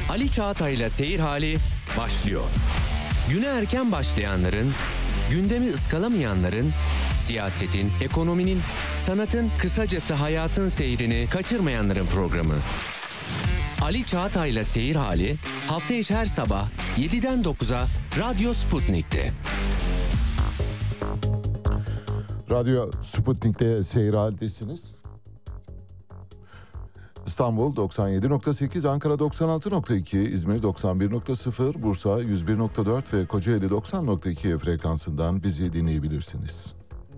Ali Çağatay'la Seyir Hali başlıyor. Güne erken başlayanların, gündemi ıskalamayanların, siyasetin, ekonominin, sanatın, kısacası hayatın seyrini kaçırmayanların programı. Ali Çağatay'la Seyir Hali hafta içi her sabah 7'den 9'a Radyo Sputnik'te. Radyo Sputnik'te Seyir Hali'desiniz. İstanbul 97.8, Ankara 96.2, İzmir 91.0, Bursa 101.4 ve Kocaeli 90.2 frekansından bizi dinleyebilirsiniz.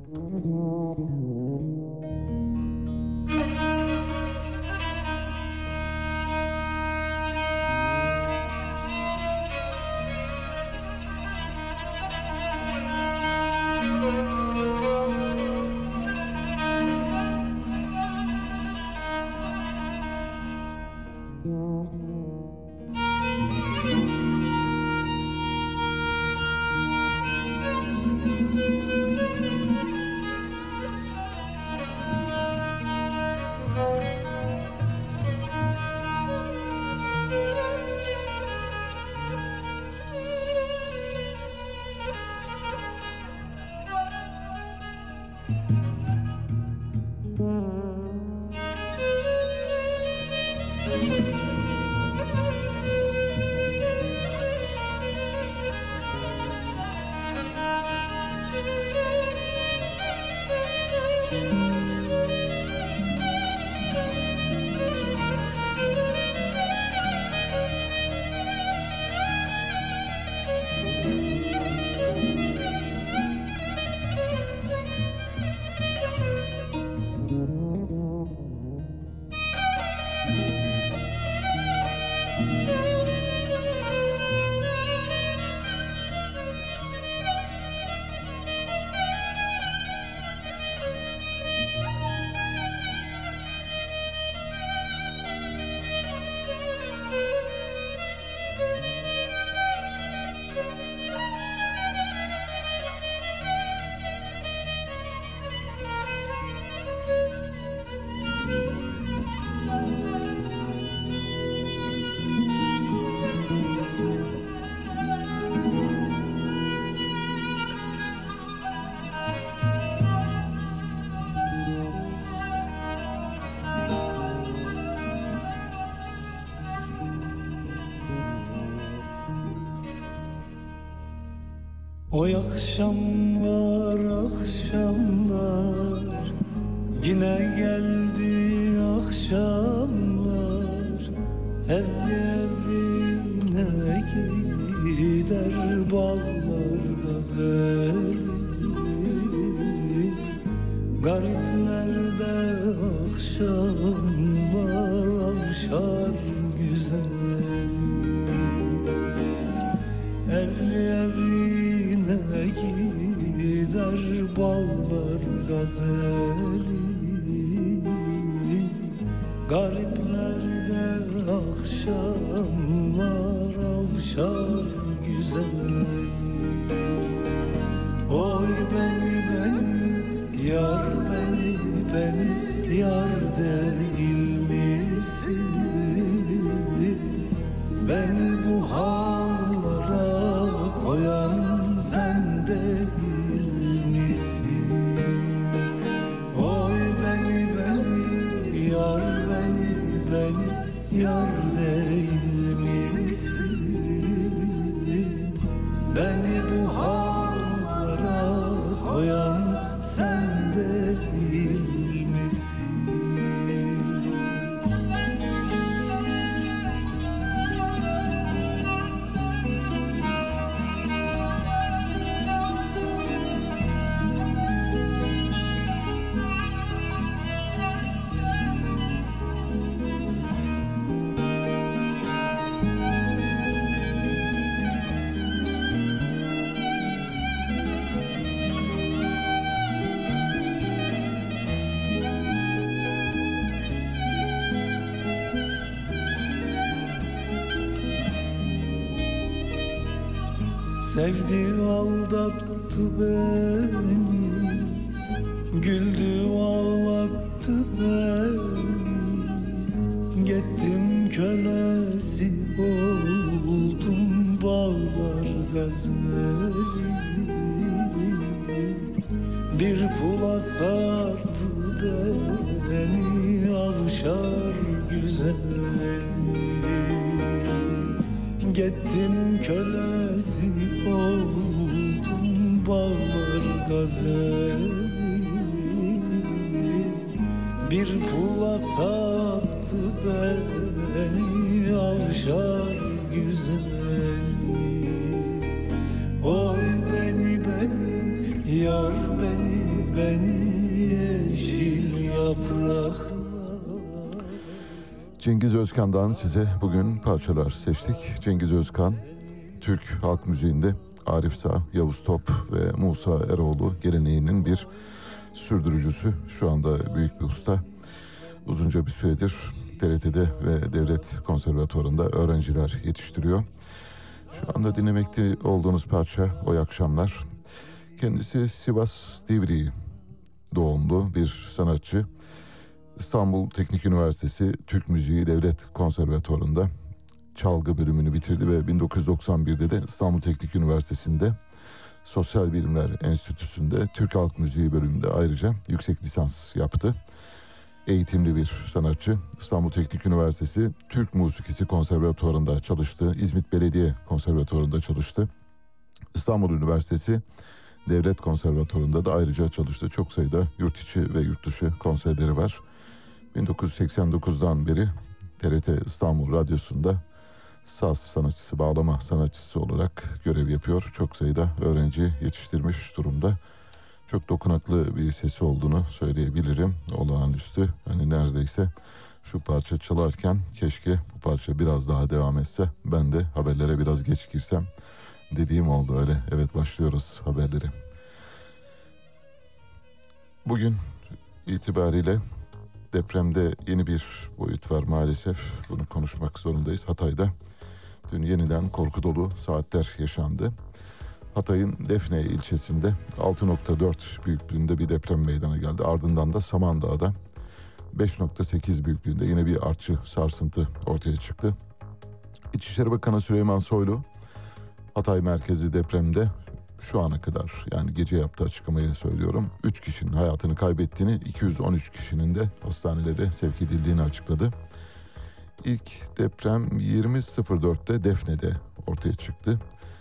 Oy akşamlar yine geldi akşamlar, evine gider ballar gazeli, gariplerde akşamlar avşar güzeli, evine gider ballar gazeli, gariplerde akşamlar avşar güzeli. Oy beni yar beni yar değil misin? Beni bu hallara koyan sen değil misin? Oy beni yar beni yar değil misin? Beni bu hallara koyan sen değil misin? Sevdi aldattı beni, güldü ağlattı beni, gittim kölesi o gazeli. Bir pula sattı beni avşar güzeli. Gittim kölesi oldum bağlar gazeli. Bir pula sattı beni avşar güzeli. Oy beni beni yar beni yeşil yaprak. Cengiz Özkan'dan size bugün parçalar seçtik. Cengiz Özkan, Türk halk müziğinde Arif Sağ, Yavuz Top ve Musa Eroğlu geleneğinin bir sürdürücüsü. Şu anda büyük bir usta. Uzunca bir süredir TRT'de ve Devlet Konservatuvarı'nda öğrenciler yetiştiriyor. Şu anda dinlemekte olduğunuz parça Oy Akşamlar. Kendisi Sivas Divriği doğumlu bir sanatçı. İstanbul Teknik Üniversitesi Türk Müziği Devlet Konservatuvarı'nda çalgı bölümünü bitirdi ve 1991'de de İstanbul Teknik Üniversitesi'nde Sosyal Bilimler Enstitüsü'nde Türk Halk Müziği bölümünde ayrıca yüksek lisans yaptı. Eğitimli bir sanatçı. İstanbul Teknik Üniversitesi Türk Musikisi Konservatuvarı'nda çalıştı. İzmit Belediye Konservatuvarı'nda çalıştı. İstanbul Üniversitesi Devlet Konservatuvarı'nda da ayrıca çalıştı. Çok sayıda yurt içi ve yurt dışı konserleri var. 1989'dan beri TRT İstanbul Radyosu'nda saz sanatçısı, bağlama sanatçısı olarak görev yapıyor. Çok sayıda öğrenci yetiştirmiş durumda. Çok dokunaklı bir sesi olduğunu söyleyebilirim. Olağanüstü. Hani neredeyse şu parça çalarken keşke bu parça biraz daha devam etse. Ben de haberlere biraz geç girsem dediğim oldu öyle. Evet, başlıyoruz haberleri. Bugün itibariyle depremde yeni bir boyut var maalesef. Bunu konuşmak zorundayız. Hatay'da dün yeniden korku dolu saatler yaşandı. Hatay'ın Defne ilçesinde 6.4 büyüklüğünde bir deprem meydana geldi. Ardından da Samandağ'da 5.8 büyüklüğünde yine bir artçı sarsıntı ortaya çıktı. İçişleri Bakanı Süleyman Soylu, Hatay merkezi depremde şu ana kadar, yani gece yaptığı açıklamayı söylüyorum, 3 kişinin hayatını kaybettiğini, 213 kişinin de hastanelere sevk edildiğini açıkladı. İlk deprem 20.04'te Defne'de ortaya çıktı.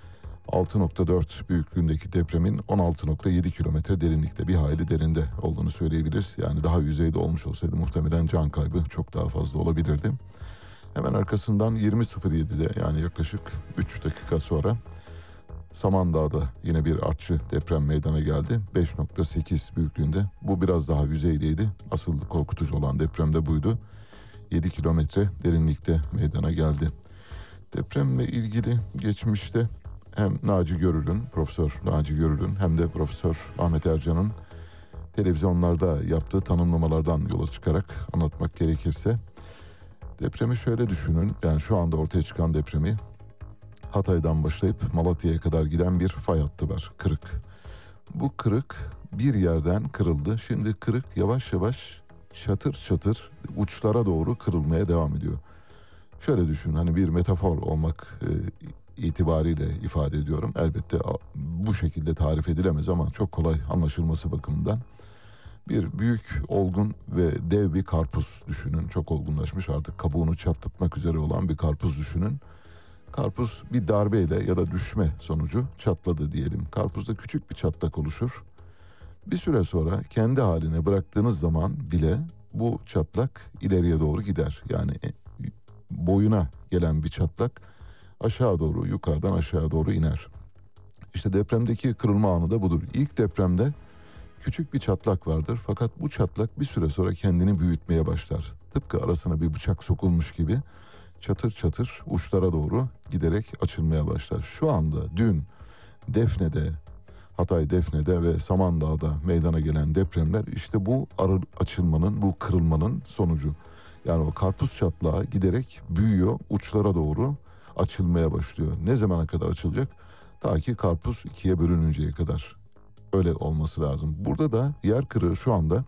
6.4 büyüklüğündeki depremin 16.7 kilometre derinlikte, bir hayli derinde olduğunu söyleyebiliriz. Yani daha yüzeyde olmuş olsaydı muhtemelen can kaybı çok daha fazla olabilirdi. Hemen arkasından 20.07'de, yani yaklaşık 3 dakika sonra Samandağ'da yine bir artçı deprem meydana geldi. 5.8 büyüklüğünde. Bu biraz daha yüzeydeydi. Asıl korkutucu olan deprem de buydu. 7 kilometre derinlikte meydana geldi. Depremle ilgili geçmişte hem Naci Görür'ün, Profesör Naci Görür'ün hem de Profesör Ahmet Ercan'ın televizyonlarda yaptığı tanımlamalardan yola çıkarak anlatmak gerekirse, depremi şöyle düşünün. Yani şu anda ortaya çıkan depremi, Hatay'dan başlayıp Malatya'ya kadar giden bir fay hattı var, kırık. Bu kırık bir yerden kırıldı. Şimdi kırık yavaş yavaş çatır çatır uçlara doğru kırılmaya devam ediyor. Şöyle düşün, hani bir metafor olmak itibariyle ifade ediyorum. Elbette bu şekilde tarif edilemez ama çok kolay anlaşılması bakımından. Bir büyük, olgun ve dev bir karpuz düşünün. Çok olgunlaşmış, artık kabuğunu çatlatmak üzere olan bir karpuz düşünün. Karpuz bir darbeyle ya da düşme sonucu çatladı diyelim. Karpuzda küçük bir çatlak oluşur. Bir süre sonra kendi haline bıraktığınız zaman bile bu çatlak ileriye doğru gider. Yani boyuna gelen bir çatlak aşağı doğru, yukarıdan aşağı doğru iner. İşte depremdeki kırılma anı da budur. İlk depremde küçük bir çatlak vardır, fakat bu çatlak bir süre sonra kendini büyütmeye başlar. Tıpkı arasına bir bıçak sokulmuş gibi çatır çatır uçlara doğru giderek açılmaya başlar. Şu anda dün Defne'de, Hatay Defne'de ve Samandağ'da meydana gelen depremler işte bu açılmanın, bu kırılmanın sonucu. Yani o karpuz çatlağı giderek büyüyor, uçlara doğru açılmaya başlıyor. Ne zamana kadar açılacak? Ta ki karpuz ikiye bölününceye kadar. Öyle olması lazım. Burada da yer kırığı şu anda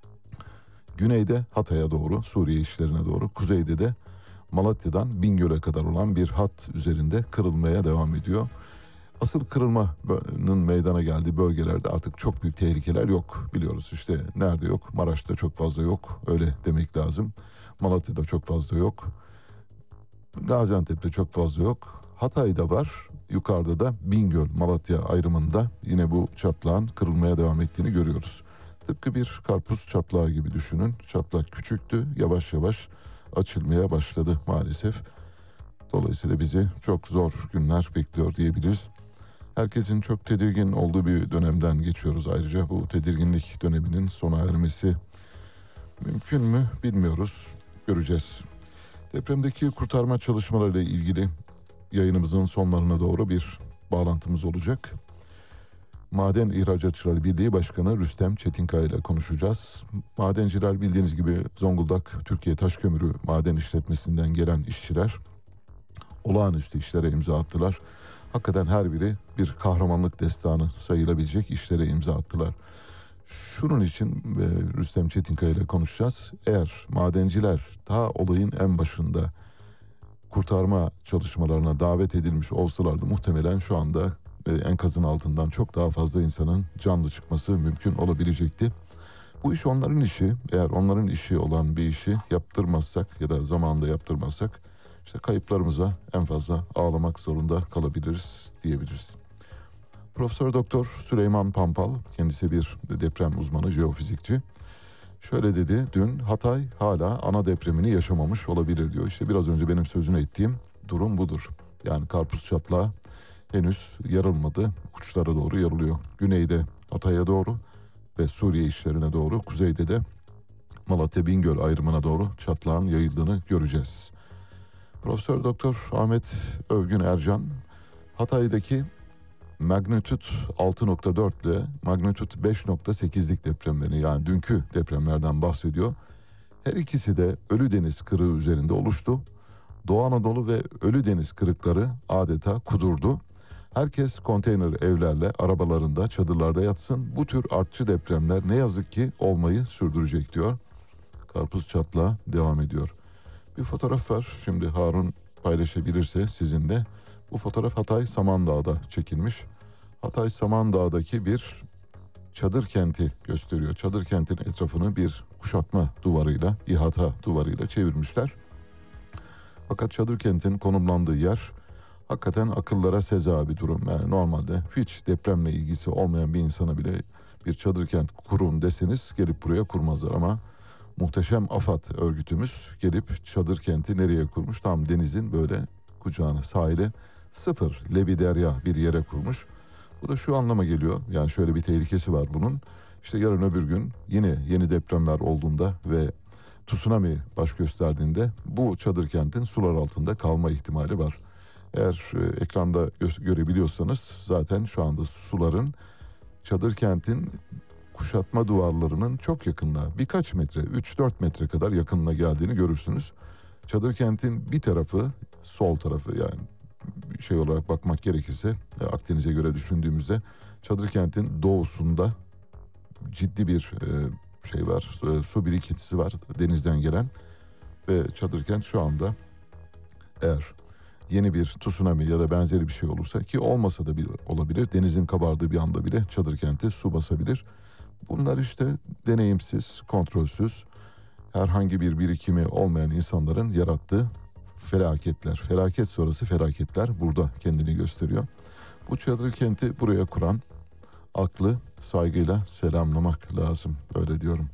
güneyde Hatay'a doğru, Suriye içlerine doğru, kuzeyde de Malatya'dan Bingöl'e kadar olan bir hat üzerinde kırılmaya devam ediyor. Asıl kırılmanın meydana geldiği bölgelerde artık çok büyük tehlikeler yok biliyoruz. İşte nerede yok? Maraş'ta çok fazla yok, öyle demek lazım. Malatya'da çok fazla yok. Gaziantep'te çok fazla yok. Hatay'da var. Yukarıda da Bingöl, Malatya ayrımında yine bu çatlağın kırılmaya devam ettiğini görüyoruz. Tıpkı bir karpuz çatlağı gibi düşünün. Çatlak küçüktü, yavaş yavaş açılmaya başladı maalesef. Dolayısıyla bizi çok zor günler bekliyor diyebiliriz. Herkesin çok tedirgin olduğu bir dönemden geçiyoruz. Ayrıca bu tedirginlik döneminin sona ermesi mümkün mü bilmiyoruz. Göreceğiz. Depremdeki kurtarma çalışmalarıyla ilgili yayınımızın sonlarına doğru bir bağlantımız olacak. Maden İhracatçıları Birliği Başkanı Rüstem Çetinkaya ile konuşacağız. Madenciler bildiğiniz gibi Zonguldak Türkiye Taşkömürü Maden İşletmesi'nden gelen işçiler olağanüstü işlere imza attılar. Hakikaten her biri bir kahramanlık destanı sayılabilecek işlere imza attılar. Şunun için Rüstem Çetinkaya ile konuşacağız. Eğer madenciler ta olayın en başında kurtarma çalışmalarına davet edilmiş olsalardı muhtemelen şu anda enkazın altından çok daha fazla insanın canlı çıkması mümkün olabilecekti. Bu iş onların işi. Eğer onların işi olan bir işi yaptırmazsak ya da zamanında yaptırmazsak işte kayıplarımıza en fazla ağlamak zorunda kalabiliriz diyebiliriz. Profesör Doktor Süleyman Pampal, kendisi bir deprem uzmanı, jeofizikçi. Şöyle dedi dün, Hatay hala ana depremini yaşamamış olabilir diyor. İşte biraz önce benim sözünü ettiğim durum budur. Yani karpuz çatlağı henüz yarılmadı, uçlara doğru yarılıyor. Güneyde Hatay'a doğru ve Suriye içlerine doğru, kuzeyde de Malatya Bingöl ayrımına doğru çatlağın yayıldığını göreceğiz. Profesör Doktor Ahmet Övgün Ercan, Hatay'daki magnitüt 6.4 ile magnitüt 5.8'lik depremlerini, yani dünkü depremlerden bahsediyor. Her ikisi de Ölüdeniz kırığı üzerinde oluştu. Doğu Anadolu ve Ölüdeniz kırıkları adeta kudurdu. Herkes konteyner evlerle, arabalarında, çadırlarda yatsın. Bu tür artçı depremler ne yazık ki olmayı sürdürecek diyor. Karpuz çatlağı devam ediyor. Bir fotoğraf var, şimdi Harun paylaşabilirse sizinle. Bu fotoğraf Hatay Samandağ'da çekilmiş. Hatay Samandağ'daki bir çadır kenti gösteriyor. Çadır kentin etrafını bir kuşatma duvarıyla, ihata duvarıyla çevirmişler. Fakat çadır kentin konumlandığı yer hakikaten akıllara seza bir durum. Yani normalde hiç depremle ilgisi olmayan bir insana bile bir çadır kent kurun deseniz gelip buraya kurmazlar, ama muhteşem AFAD örgütümüz gelip çadır kenti nereye kurmuş? Tam denizin böyle kucağına, sahile sıfır lebiderya bir yere kurmuş. Bu da şu anlama geliyor, yani şöyle bir tehlikesi var bunun. İşte yarın öbür gün yine yeni depremler olduğunda ve tsunami baş gösterdiğinde bu çadır kentin sular altında kalma ihtimali var. Eğer ekranda görebiliyorsanız zaten şu anda suların çadır kentin kuşatma duvarlarının çok yakınına, birkaç metre, 3-4 metre kadar yakınına geldiğini görürsünüz. Çadır kentin bir tarafı, sol tarafı, yani şey olarak bakmak gerekirse Akdeniz'e göre düşündüğümüzde çadır kentin doğusunda ciddi bir şey var, su birikintisi var denizden gelen ve çadır kent şu anda eğer yeni bir tsunami ya da benzeri bir şey olursa, ki olmasa da olabilir, denizin kabardığı bir anda bile çadır kenti su basabilir. Bunlar işte deneyimsiz, kontrolsüz, herhangi bir birikimi olmayan insanların yarattığı felaketler. Felaket sonrası felaketler burada kendini gösteriyor. Bu çadır kenti buraya kuran aklı saygıyla selamlamak lazım, öyle diyorum.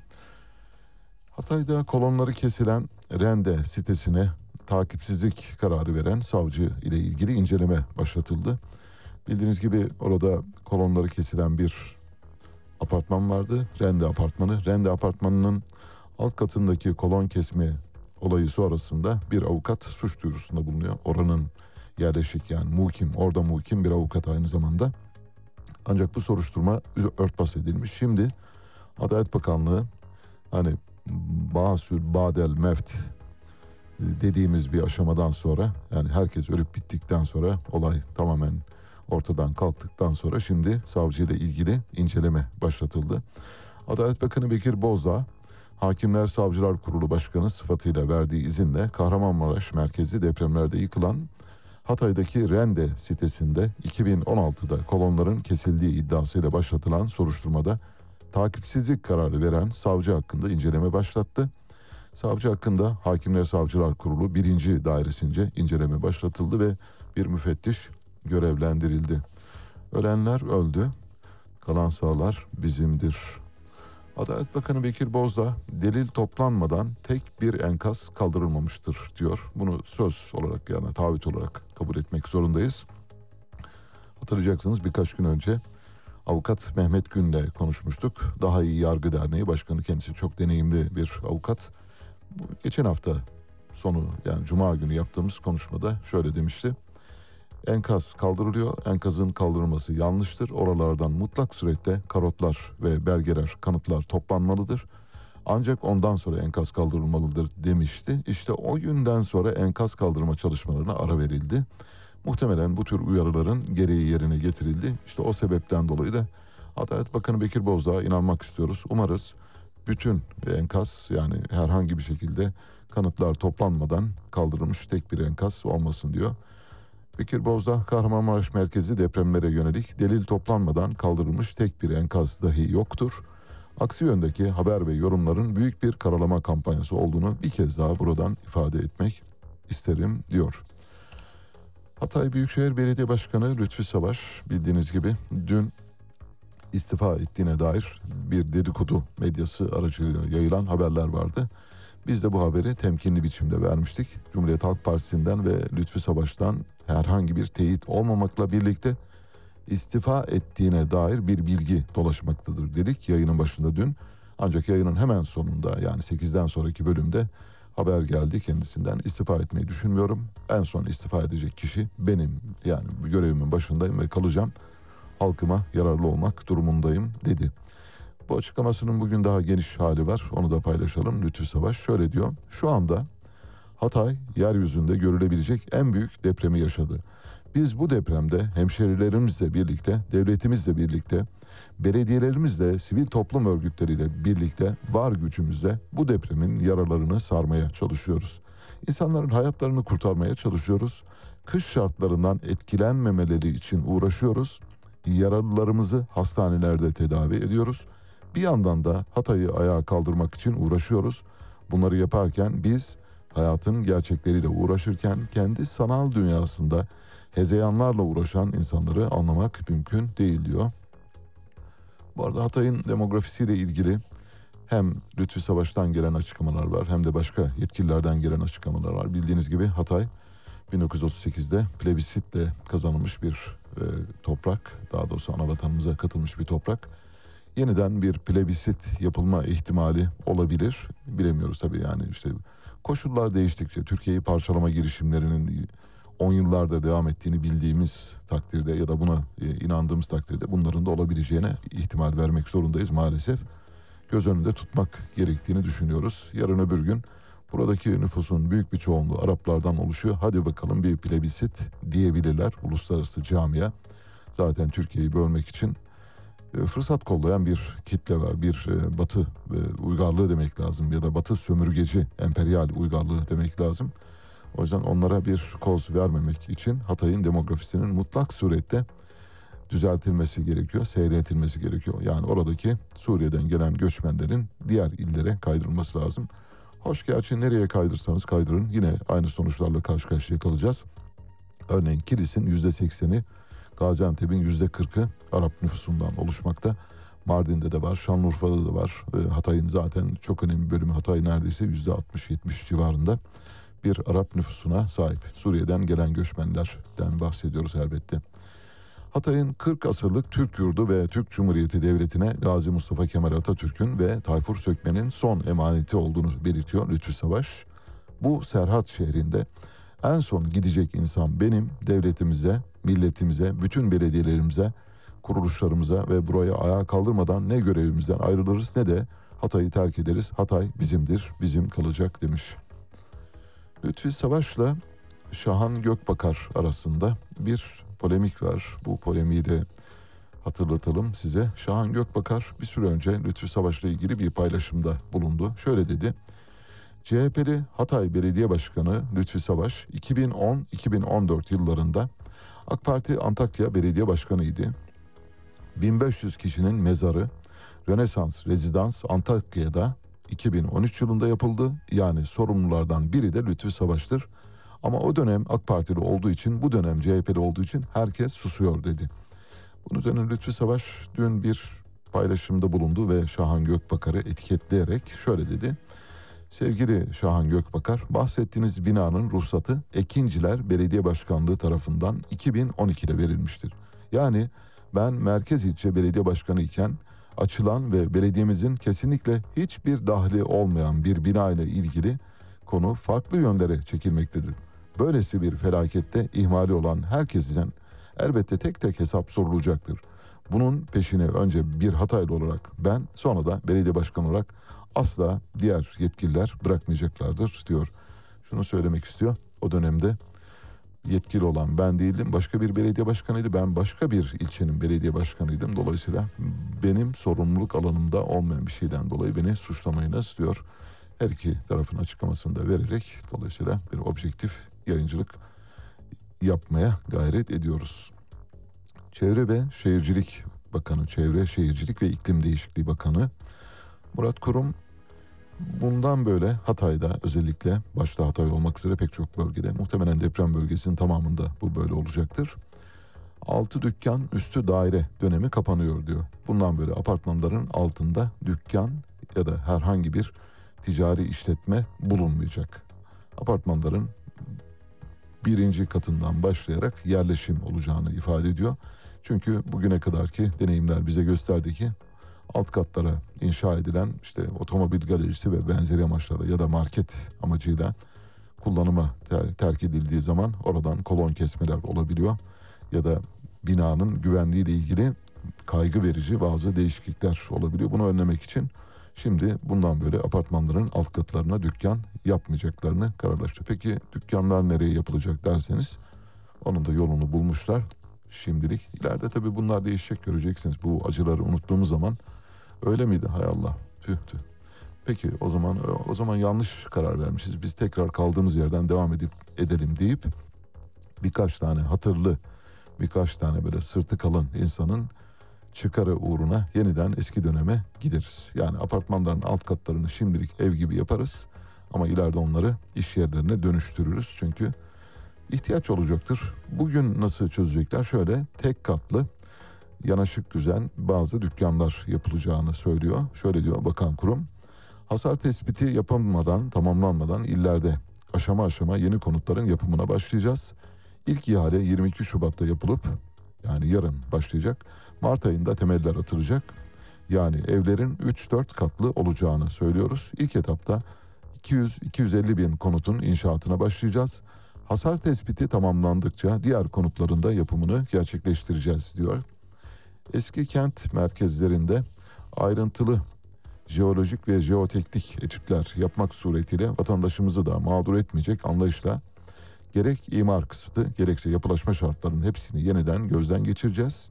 Hatay'da kolonları kesilen Rende sitesine takipsizlik kararı veren savcı ile ilgili inceleme başlatıldı. Bildiğiniz gibi orada kolonları kesilen bir apartman vardı, Rende apartmanı. Rende apartmanının alt katındaki kolon kesme olayı sonrasında bir avukat suç duyurusunda bulunuyor. Oranın yerleşik, yani muhkim, orada muhkim bir avukat aynı zamanda. Ancak bu soruşturma örtbas edilmiş. Şimdi Adalet Bakanlığı hani basül badel mevt dediğimiz bir aşamadan sonra, yani herkes ölüp bittikten sonra, olay tamamen ortadan kalktıktan sonra şimdi savcıyla ilgili inceleme başlatıldı. Adalet Bakanı Bekir Bozdağ, Hakimler Savcılar Kurulu Başkanı sıfatıyla verdiği izinle Kahramanmaraş merkezli depremlerde yıkılan Hatay'daki Rende sitesinde 2016'da kolonların kesildiği iddiasıyla başlatılan soruşturmada takipsizlik kararı veren savcı hakkında inceleme başlattı. Savcı hakkında Hakimler Savcılar Kurulu 1. Dairesince inceleme başlatıldı ve bir müfettiş görevlendirildi. Ölenler öldü, kalan sağlar bizimdir. Adalet Bakanı Bekir Bozdağ, delil toplanmadan tek bir enkaz kaldırılmamıştır diyor. Bunu söz olarak, yani taahhüt olarak kabul etmek zorundayız. Hatırlayacaksınız, birkaç gün önce avukat Mehmet Gün'le konuşmuştuk. Daha İyi Yargı Derneği Başkanı, kendisi çok deneyimli bir avukat. Geçen hafta sonu, yani Cuma günü yaptığımız konuşmada şöyle demişti. Enkaz kaldırılıyor. Enkazın kaldırılması yanlıştır. Oralardan mutlak surette karotlar ve belgeler, kanıtlar toplanmalıdır. Ancak ondan sonra enkaz kaldırılmalıdır demişti. İşte o günden sonra enkaz kaldırma çalışmalarına ara verildi. Muhtemelen bu tür uyarıların gereği yerine getirildi. İşte o sebepten dolayı da Adalet Bakanı Bekir Bozdağ'a inanmak istiyoruz. Umarız bütün enkaz, yani herhangi bir şekilde kanıtlar toplanmadan kaldırılmış tek bir enkaz olmasın diyor. Bekir Bozdağ, Kahramanmaraş merkezi depremlere yönelik delil toplanmadan kaldırılmış tek bir enkaz dahi yoktur. Aksi yöndeki haber ve yorumların büyük bir karalama kampanyası olduğunu bir kez daha buradan ifade etmek isterim diyor. Hatay Büyükşehir Belediye Başkanı Lütfü Savaş, bildiğiniz gibi dün istifa ettiğine dair bir dedikodu medyası aracılığıyla yayılan haberler vardı. Biz de bu haberi temkinli biçimde vermiştik. Cumhuriyet Halk Partisi'nden ve Lütfü Savaş'tan herhangi bir teyit olmamakla birlikte istifa ettiğine dair bir bilgi dolaşmaktadır dedik yayının başında dün. Ancak yayının hemen sonunda, yani 8'den sonraki bölümde haber geldi kendisinden. İstifa etmeyi düşünmüyorum. En son istifa edecek kişi benim. Yani görevimin başındayım ve kalacağım. Halkıma yararlı olmak durumundayım dedi. Bu açıklamasının bugün daha geniş hali var. Onu da paylaşalım. Lütfü Savaş şöyle diyor. Şu anda Hatay yeryüzünde görülebilecek en büyük depremi yaşadı. Biz bu depremde hemşerilerimizle birlikte, devletimizle birlikte, belediyelerimizle, sivil toplum örgütleriyle birlikte var gücümüzle bu depremin yaralarını sarmaya çalışıyoruz. İnsanların hayatlarını kurtarmaya çalışıyoruz. Kış şartlarından etkilenmemeleri için uğraşıyoruz. Yaralılarımızı hastanelerde tedavi ediyoruz. Bir yandan da Hatay'ı ayağa kaldırmak için uğraşıyoruz. Bunları yaparken biz hayatın gerçekleriyle uğraşırken kendi sanal dünyasında hezeyanlarla uğraşan insanları anlamak mümkün değil diyor. Bu arada Hatay'ın demografisiyle ilgili hem Lütfü Savaş'tan gelen açıklamalar var, hem de başka yetkililerden gelen açıklamalar var. Bildiğiniz gibi Hatay 1938'de plebisitle kazanılmış bir toprak, daha doğrusu anavatanımıza katılmış bir toprak. Yeniden bir plebisit yapılma ihtimali olabilir. Bilemiyoruz tabii, yani işte koşullar değiştikçe, Türkiye'yi parçalama girişimlerinin 10 yıllardır devam ettiğini bildiğimiz takdirde ya da buna inandığımız takdirde bunların da olabileceğine ihtimal vermek zorundayız maalesef. Göz önünde tutmak gerektiğini düşünüyoruz. Yarın öbür gün buradaki nüfusun büyük bir çoğunluğu Araplardan oluşuyor. Hadi bakalım bir plebisit diyebilirler uluslararası camia. Zaten Türkiye'yi bölmek için fırsat kollayan bir kitle var. Bir Batı uygarlığı demek lazım ya da Batı sömürgeci, emperyal uygarlığı demek lazım. O yüzden onlara bir koz vermemek için Hatay'ın demografisinin mutlak surette düzeltilmesi gerekiyor, seyretilmesi gerekiyor. Yani oradaki Suriye'den gelen göçmenlerin diğer illere kaydırılması lazım. Hoş, gerçi nereye kaydırsanız kaydırın yine aynı sonuçlarla karşı karşıya kalacağız. Örneğin Kilis'in %80'i, Gaziantep'in %40'ı Arap nüfusundan oluşmakta. Mardin'de de var, Şanlıurfa'da da var. Hatay'ın zaten çok önemli bir bölümü, Hatay neredeyse %60-70 civarında bir Arap nüfusuna sahip. Suriye'den gelen göçmenlerden bahsediyoruz elbette. Hatay'ın 40 asırlık Türk yurdu ve Türk Cumhuriyeti Devleti'ne Gazi Mustafa Kemal Atatürk'ün ve Tayfur Sökmen'in son emaneti olduğunu belirtiyor Lütfü Savaş. Bu Serhat şehrinde en son gidecek insan benim, devletimize, milletimize, bütün belediyelerimize, kuruluşlarımıza ve burayı ayağa kaldırmadan ne görevimizden ayrılırız ne de Hatay'ı terk ederiz. Hatay bizimdir, bizim kalacak demiş. Lütfü Savaş'la Şahan Gökbakar arasında bir polemik var. Bu polemiği de hatırlatalım size. Şahan Gökbakar bir süre önce Lütfü Savaş'la ilgili bir paylaşımda bulundu. Şöyle dedi: CHP'li Hatay Belediye Başkanı Lütfi Savaş 2010-2014 yıllarında AK Parti Antakya Belediye Başkanı'ydı. 1500 kişinin mezarı Rönesans Rezidans Antakya'da 2013 yılında yapıldı. Yani sorumlulardan biri de Lütfi Savaş'tır. Ama o dönem AK Partili olduğu için, bu dönem CHP'li olduğu için herkes susuyor dedi. Bunun üzerine Lütfi Savaş dün bir paylaşımda bulundu ve Şahan Gökbakar'ı etiketleyerek şöyle dedi. Sevgili Şahan Gökbakar, bahsettiğiniz binanın ruhsatı Ekinciler Belediye Başkanlığı tarafından 2012'de verilmiştir. Yani ben Merkez İlçe Belediye Başkanı iken açılan ve belediyemizin kesinlikle hiçbir dahli olmayan bir bina ile ilgili konu farklı yönlere çekilmektedir. Böylesi bir felakette ihmali olan herkesten elbette tek tek hesap sorulacaktır. Bunun peşine önce bir Hataylı olarak ben, sonra da belediye başkanı olarak asla diğer yetkililer bırakmayacaklardır diyor. Şunu söylemek istiyor. O dönemde yetkili olan ben değildim. Başka bir belediye başkanıydı. Ben başka bir ilçenin belediye başkanıydım. Dolayısıyla benim sorumluluk alanımda olmayan bir şeyden dolayı beni suçlamayınız diyor. Her iki tarafın açıklamasını da vererek dolayısıyla bir objektif yayıncılık yapmaya gayret ediyoruz. Çevre ve Şehircilik Bakanı, Çevre, Şehircilik ve İklim Değişikliği Bakanı Murat Kurum bundan böyle Hatay'da, özellikle başta Hatay olmak üzere pek çok bölgede, muhtemelen deprem bölgesinin tamamında bu böyle olacaktır. 6 dükkan üstü daire dönemi kapanıyor diyor. Bundan böyle apartmanların altında dükkan ya da herhangi bir ticari işletme bulunmayacak. Apartmanların birinci katından başlayarak yerleşim olacağını ifade ediyor. Çünkü bugüne kadarki deneyimler bize gösterdi ki alt katlara inşa edilen işte otomobil galerisi ve benzeri amaçlara ya da market amacıyla kullanıma terk edildiği zaman oradan kolon kesmeler olabiliyor. Ya da binanın güvenliğiyle ilgili kaygı verici bazı değişiklikler olabiliyor. Bunu önlemek için şimdi bundan böyle apartmanların alt katlarına dükkan yapmayacaklarını kararlaştı. Peki dükkanlar nereye yapılacak derseniz onun da yolunu bulmuşlar şimdilik. İleride tabii bunlar değişecek, göreceksiniz. Bu acıları unuttuğumuz zaman öyle miydi? Hay Allah. Tüh. Peki o zaman yanlış karar vermişiz. Biz tekrar kaldığımız yerden devam edelim deyip birkaç tane hatırlı, birkaç tane böyle sırtı kalın insanın çıkarı uğruna yeniden eski döneme gideriz. Yani apartmanların alt katlarını şimdilik ev gibi yaparız ama ileride onları iş yerlerine dönüştürürüz. Çünkü ihtiyaç olacaktır. Bugün nasıl çözecekler? Şöyle tek katlı yanaşık düzen bazı dükkanlar yapılacağını söylüyor. Şöyle diyor Bakan Kurum. Hasar tespiti yapılmadan, tamamlanmadan illerde aşama aşama yeni konutların yapımına başlayacağız. İlk ihale 22 Şubat'ta yapılıp yani yarın başlayacak. Mart ayında temeller atılacak. Yani evlerin 3-4 katlı olacağını söylüyoruz. İlk etapta 200-250 bin konutun inşaatına başlayacağız. Hasar tespiti tamamlandıkça diğer konutların da yapımını gerçekleştireceğiz diyor. Eski kent merkezlerinde ayrıntılı jeolojik ve jeoteknik etütler yapmak suretiyle vatandaşımızı da mağdur etmeyecek anlayışla gerek imar kısıtı gerekse yapılaşma şartlarının hepsini yeniden gözden geçireceğiz.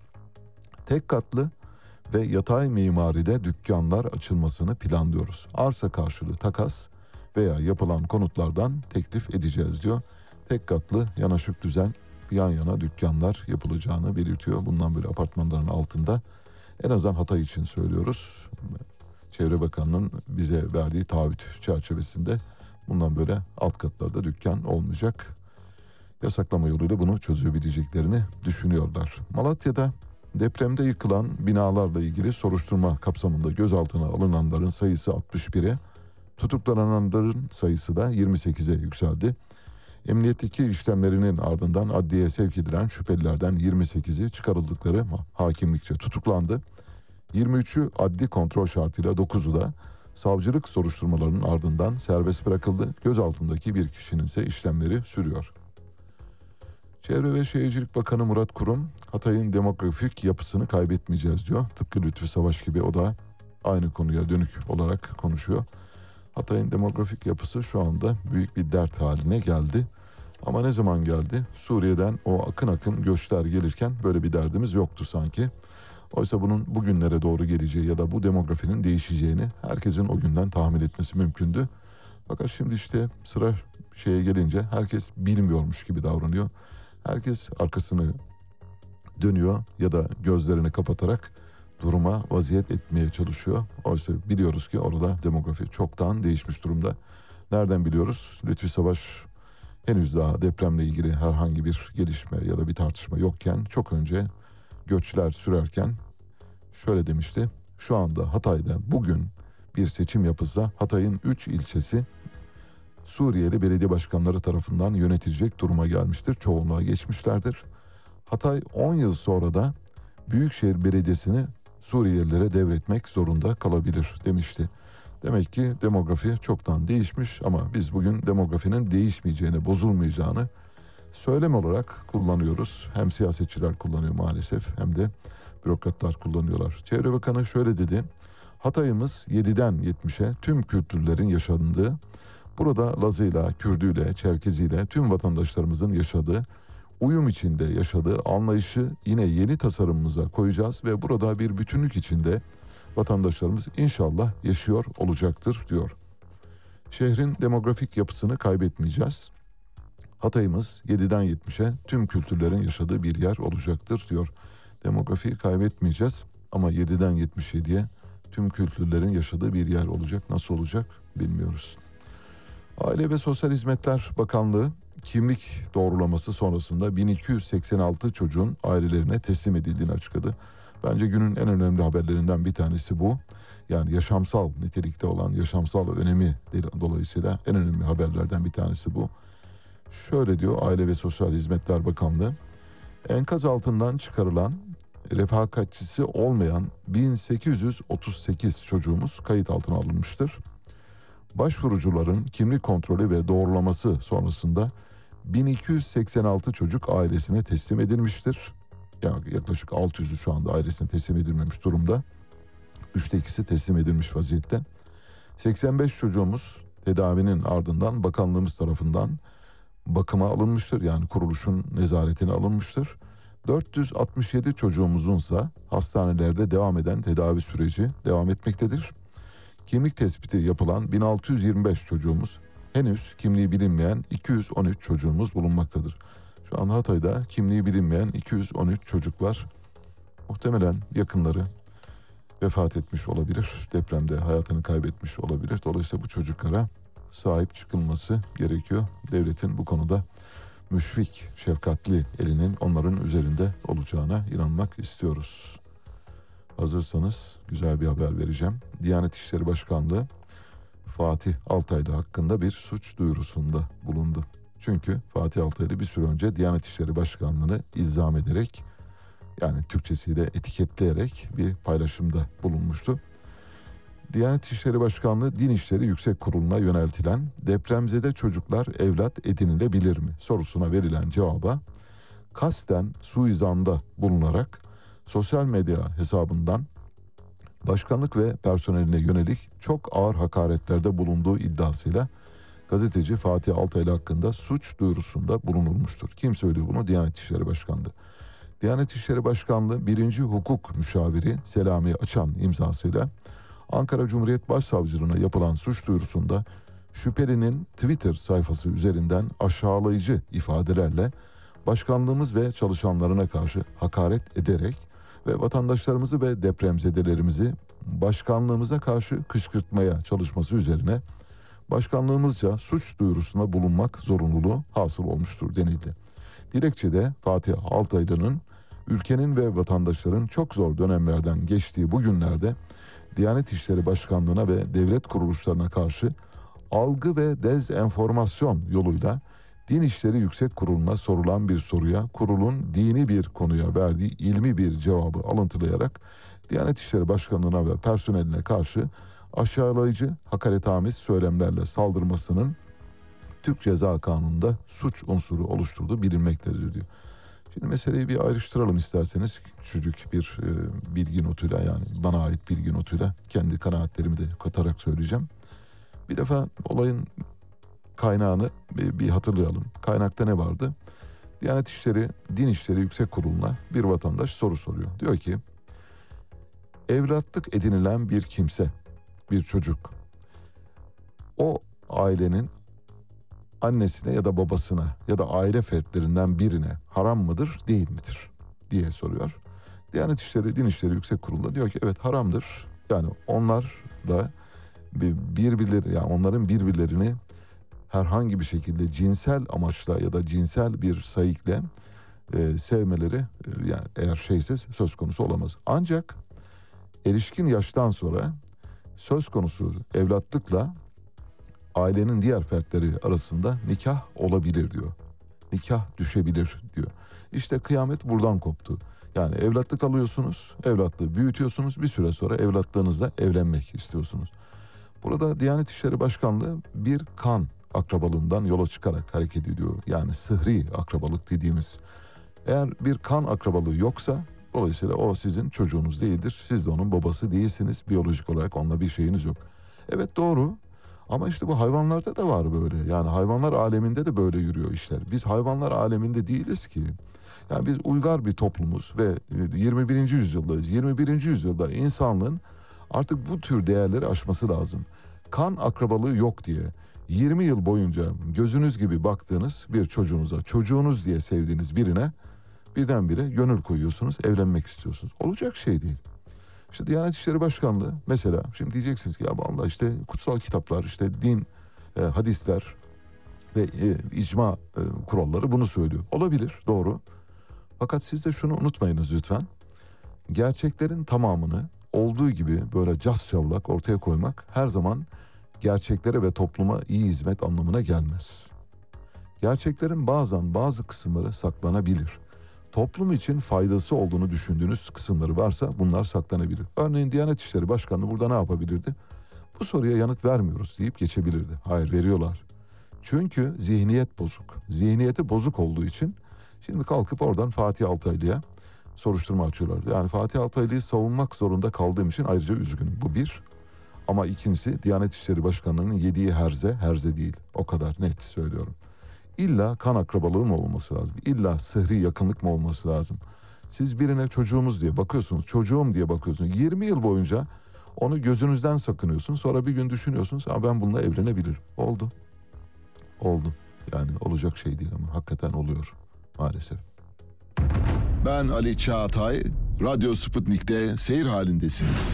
Tek katlı ve yatay mimaride dükkanlar açılmasını planlıyoruz. Arsa karşılığı takas veya yapılan konutlardan teklif edeceğiz diyor. Tek katlı yanaşık düzen yan yana dükkanlar yapılacağını belirtiyor. Bundan böyle apartmanların altında, en azından Hatay için söylüyoruz. Çevre Bakanı'nın bize verdiği taahhüt çerçevesinde bundan böyle alt katlarda dükkan olmayacak. Yasaklama yoluyla bunu çözebileceklerini düşünüyorlar. Malatya'da depremde yıkılan binalarla ilgili soruşturma kapsamında gözaltına alınanların sayısı 61'e, tutuklananların sayısı da 28'e yükseldi. Emniyetteki işlemlerinin ardından adliyeye sevk edilen şüphelilerden 28'i çıkarıldıkları hakimlikçe tutuklandı. 23'ü adli kontrol şartıyla 9'u da savcılık soruşturmalarının ardından serbest bırakıldı. Gözaltındaki bir kişinin ise işlemleri sürüyor. Çevre ve Şehircilik Bakanı Murat Kurum, Hatay'ın demografik yapısını kaybetmeyeceğiz diyor. Tıpkı Lütfü Savaş gibi o da aynı konuya dönük olarak konuşuyor. Hatay'ın demografik yapısı şu anda büyük bir dert haline geldi. Ama ne zaman geldi? Suriye'den o akın akın göçler gelirken böyle bir derdimiz yoktu sanki. Oysa bunun bugünlere doğru geleceği ya da bu demografinin değişeceğini herkesin o günden tahmin etmesi mümkündü. Fakat şimdi işte sıra şeye gelince herkes bilmiyormuş gibi davranıyor. Herkes arkasını dönüyor ya da gözlerini kapatarak duruma vaziyet etmeye çalışıyor. Oysa biliyoruz ki orada demografi çoktan değişmiş durumda. Nereden biliyoruz? Lütfi Savaş henüz daha depremle ilgili herhangi bir gelişme ya da bir tartışma yokken, çok önce göçler sürerken şöyle demişti. Şu anda Hatay'da bugün bir seçim yapılsa Hatay'ın 3 ilçesi Suriyeli belediye başkanları tarafından yönetilecek duruma gelmiştir. Çoğunluğa geçmişlerdir. Hatay 10 yıl sonra da Büyükşehir Belediyesi'ni Suriyelilere devretmek zorunda kalabilir demişti. Demek ki demografi çoktan değişmiş ama biz bugün demografinin değişmeyeceğini, bozulmayacağını söylem olarak kullanıyoruz. Hem siyasetçiler kullanıyor maalesef hem de bürokratlar kullanıyorlar. Çevre Bakanı şöyle dedi. Hatay'ımız 7'den 70'e tüm kültürlerin yaşandığı, burada Lazıyla, Kürdüyle, Çerkeziyle tüm vatandaşlarımızın yaşadığı, uyum içinde yaşadığı anlayışı yine yeni tasarımımıza koyacağız ve burada bir bütünlük içinde vatandaşlarımız inşallah yaşıyor olacaktır diyor. Şehrin demografik yapısını kaybetmeyeceğiz. Hatay'ımız 7'den 70'e tüm kültürlerin yaşadığı bir yer olacaktır diyor. Demografiyi kaybetmeyeceğiz ama 7'den 77'ye tüm kültürlerin yaşadığı bir yer olacak. Nasıl olacak bilmiyoruz. Aile ve Sosyal Hizmetler Bakanlığı kimlik doğrulaması sonrasında 1286 çocuğun ailelerine teslim edildiğini açıkladı. Bence günün en önemli haberlerinden bir tanesi bu. Yani yaşamsal nitelikte olan, yaşamsal önemi dolayısıyla en önemli haberlerden bir tanesi bu. Şöyle diyor Aile ve Sosyal Hizmetler Bakanlığı. Enkaz altından çıkarılan, refakatçisi olmayan 1838 çocuğumuz kayıt altına alınmıştır. Başvurucuların kimlik kontrolü ve doğrulaması sonrasında 1286 çocuk ailesine teslim edilmiştir. Yani yaklaşık 600'ü şu anda ailesine teslim edilmemiş durumda. 3'te 2'si teslim edilmiş vaziyette. 85 çocuğumuz tedavinin ardından bakanlığımız tarafından bakıma alınmıştır. Yani kuruluşun nezaretine alınmıştır. 467 çocuğumuzunsa hastanelerde devam eden tedavi süreci devam etmektedir. Kimlik tespiti yapılan 1625 çocuğumuz, henüz kimliği bilinmeyen 213 çocuğumuz bulunmaktadır. Şu an Hatay'da kimliği bilinmeyen 213 çocuk var. Muhtemelen yakınları vefat etmiş olabilir. Depremde hayatını kaybetmiş olabilir. Dolayısıyla bu çocuklara sahip çıkılması gerekiyor. Devletin bu konuda müşfik, şefkatli elinin onların üzerinde olacağına inanmak istiyoruz. Hazırsanız güzel bir haber vereceğim. Diyanet İşleri Başkanlığı Fatih Altaylı hakkında bir suç duyurusunda bulundu. Çünkü Fatih Altaylı bir süre önce Diyanet İşleri Başkanlığı'nı ilzam ederek, yani Türkçesiyle etiketleyerek bir paylaşımda bulunmuştu. Diyanet İşleri Başkanlığı Din İşleri Yüksek Kurulu'na yöneltilen depremzede çocuklar evlat edinilebilir mi sorusuna verilen cevaba kasten suizanda bulunarak sosyal medya hesabından başkanlık ve personeline yönelik çok ağır hakaretlerde bulunduğu iddiasıyla gazeteci Fatih Altaylı hakkında suç duyurusunda bulunulmuştur. Kim söylüyor bunu? Diyanet İşleri Başkanlığı. Diyanet İşleri Başkanlığı 1. Hukuk Müşaviri Selami Açan imzasıyla Ankara Cumhuriyet Başsavcılığına yapılan suç duyurusunda şüphelinin Twitter sayfası üzerinden aşağılayıcı ifadelerle başkanlığımız ve çalışanlarına karşı hakaret ederek ve vatandaşlarımızı ve depremzedelerimizi başkanlığımıza karşı kışkırtmaya çalışması üzerine başkanlığımızca suç duyurusuna bulunmak zorunluluğu hasıl olmuştur denildi. Dilekçede Fatih Altaylı'nın ülkenin ve vatandaşların çok zor dönemlerden geçtiği bu günlerde Diyanet İşleri Başkanlığı'na ve devlet kuruluşlarına karşı algı ve dezenformasyon yoluyla Din İşleri Yüksek Kurulu'na sorulan bir soruya kurulun dini bir konuya verdiği ilmi bir cevabı alıntılayarak Diyanet İşleri Başkanlığı'na ve personeline karşı aşağılayıcı, hakaretamiz söylemlerle saldırmasının Türk Ceza Kanunu'nda suç unsuru oluşturduğu bilinmektedir diyor. Şimdi meseleyi bir ayrıştıralım isterseniz, küçücük bir bilgi notuyla, yani bana ait bilgi notuyla kendi kanaatlerimi de katarak söyleyeceğim. Bir defa olayın kaynağını bir hatırlayalım. Kaynakta ne vardı? Diyanet İşleri, Din İşleri Yüksek Kurulu'na bir vatandaş soru soruyor. Diyor ki, evlatlık edinilen bir kimse, bir çocuk, o ailenin annesine ya da babasına ya da aile fertlerinden birine haram mıdır, değil midir diye soruyor. Diyanet İşleri, Din İşleri Yüksek Kurulu da diyor ki evet haramdır. Yani onlar da birbirleri, yani onların birbirlerini herhangi bir şekilde cinsel amaçla ya da cinsel bir sayıkla sevmeleri yani eğer şeyse söz konusu olamaz. Ancak erişkin yaştan sonra söz konusu evlatlıkla ailenin diğer fertleri arasında nikah olabilir diyor. Nikah düşebilir diyor. İşte kıyamet buradan koptu. Yani evlatlık alıyorsunuz, evlatlığı büyütüyorsunuz, bir süre sonra evlatlığınızla evlenmek istiyorsunuz. Burada Diyanet İşleri Başkanlığı bir kan akrabalığından yola çıkarak hareket ediyor. Yani sıhri akrabalık dediğimiz. Eğer bir kan akrabalığı yoksa dolayısıyla o sizin çocuğunuz değildir. Siz de onun babası değilsiniz. Biyolojik olarak onunla bir şeyiniz yok. Evet doğru. Ama işte bu hayvanlarda da var böyle. Yani hayvanlar aleminde de böyle yürüyor işler. Biz hayvanlar aleminde değiliz ki. Yani biz uygar bir toplumuz ve 21. yüzyıldayız. 21. yüzyılda insanlığın artık bu tür değerleri aşması lazım. Kan akrabalığı yok diye 20 yıl boyunca gözünüz gibi baktığınız bir çocuğunuza, çocuğunuz diye sevdiğiniz birine birdenbire gönül koyuyorsunuz, evlenmek istiyorsunuz. Olacak şey değil. İşte Diyanet İşleri Başkanlığı mesela, şimdi diyeceksiniz ki ya vallahi işte kutsal kitaplar, işte din, hadisler ve icma kuralları bunu söylüyor. Olabilir, doğru. Fakat siz de şunu unutmayınız lütfen. Gerçeklerin tamamını olduğu gibi böyle casçavlak ortaya koymak her zaman gerçeklere ve topluma iyi hizmet anlamına gelmez. Gerçeklerin bazen bazı kısımları saklanabilir. Toplum için faydası olduğunu düşündüğünüz kısımları varsa bunlar saklanabilir. Örneğin Diyanet İşleri Başkanlığı burada ne yapabilirdi? Bu soruya yanıt vermiyoruz deyip geçebilirdi. Hayır, veriyorlar. Çünkü zihniyet bozuk. Zihniyeti bozuk olduğu için şimdi kalkıp oradan Fatih Altaylı'ya soruşturma açıyorlar. Yani Fatih Altaylı'yı savunmak zorunda kaldığım için ayrıca üzgünüm. Bu bir. Ama ikincisi Diyanet İşleri Başkanlığı'nın yediği herze değil. O kadar net söylüyorum. İlla kan akrabalığı mı olması lazım? İlla sıhri yakınlık mı olması lazım? Siz birine çocuğumuz diye bakıyorsunuz, çocuğum diye bakıyorsunuz. 20 yıl boyunca onu gözünüzden sakınıyorsunuz. Sonra bir gün düşünüyorsunuz, ben bununla evlenebilirim. Oldu. Yani olacak şey değil ama hakikaten oluyor maalesef. Ben Ali Çağatay, Radyo Sputnik'te seyir halindesiniz.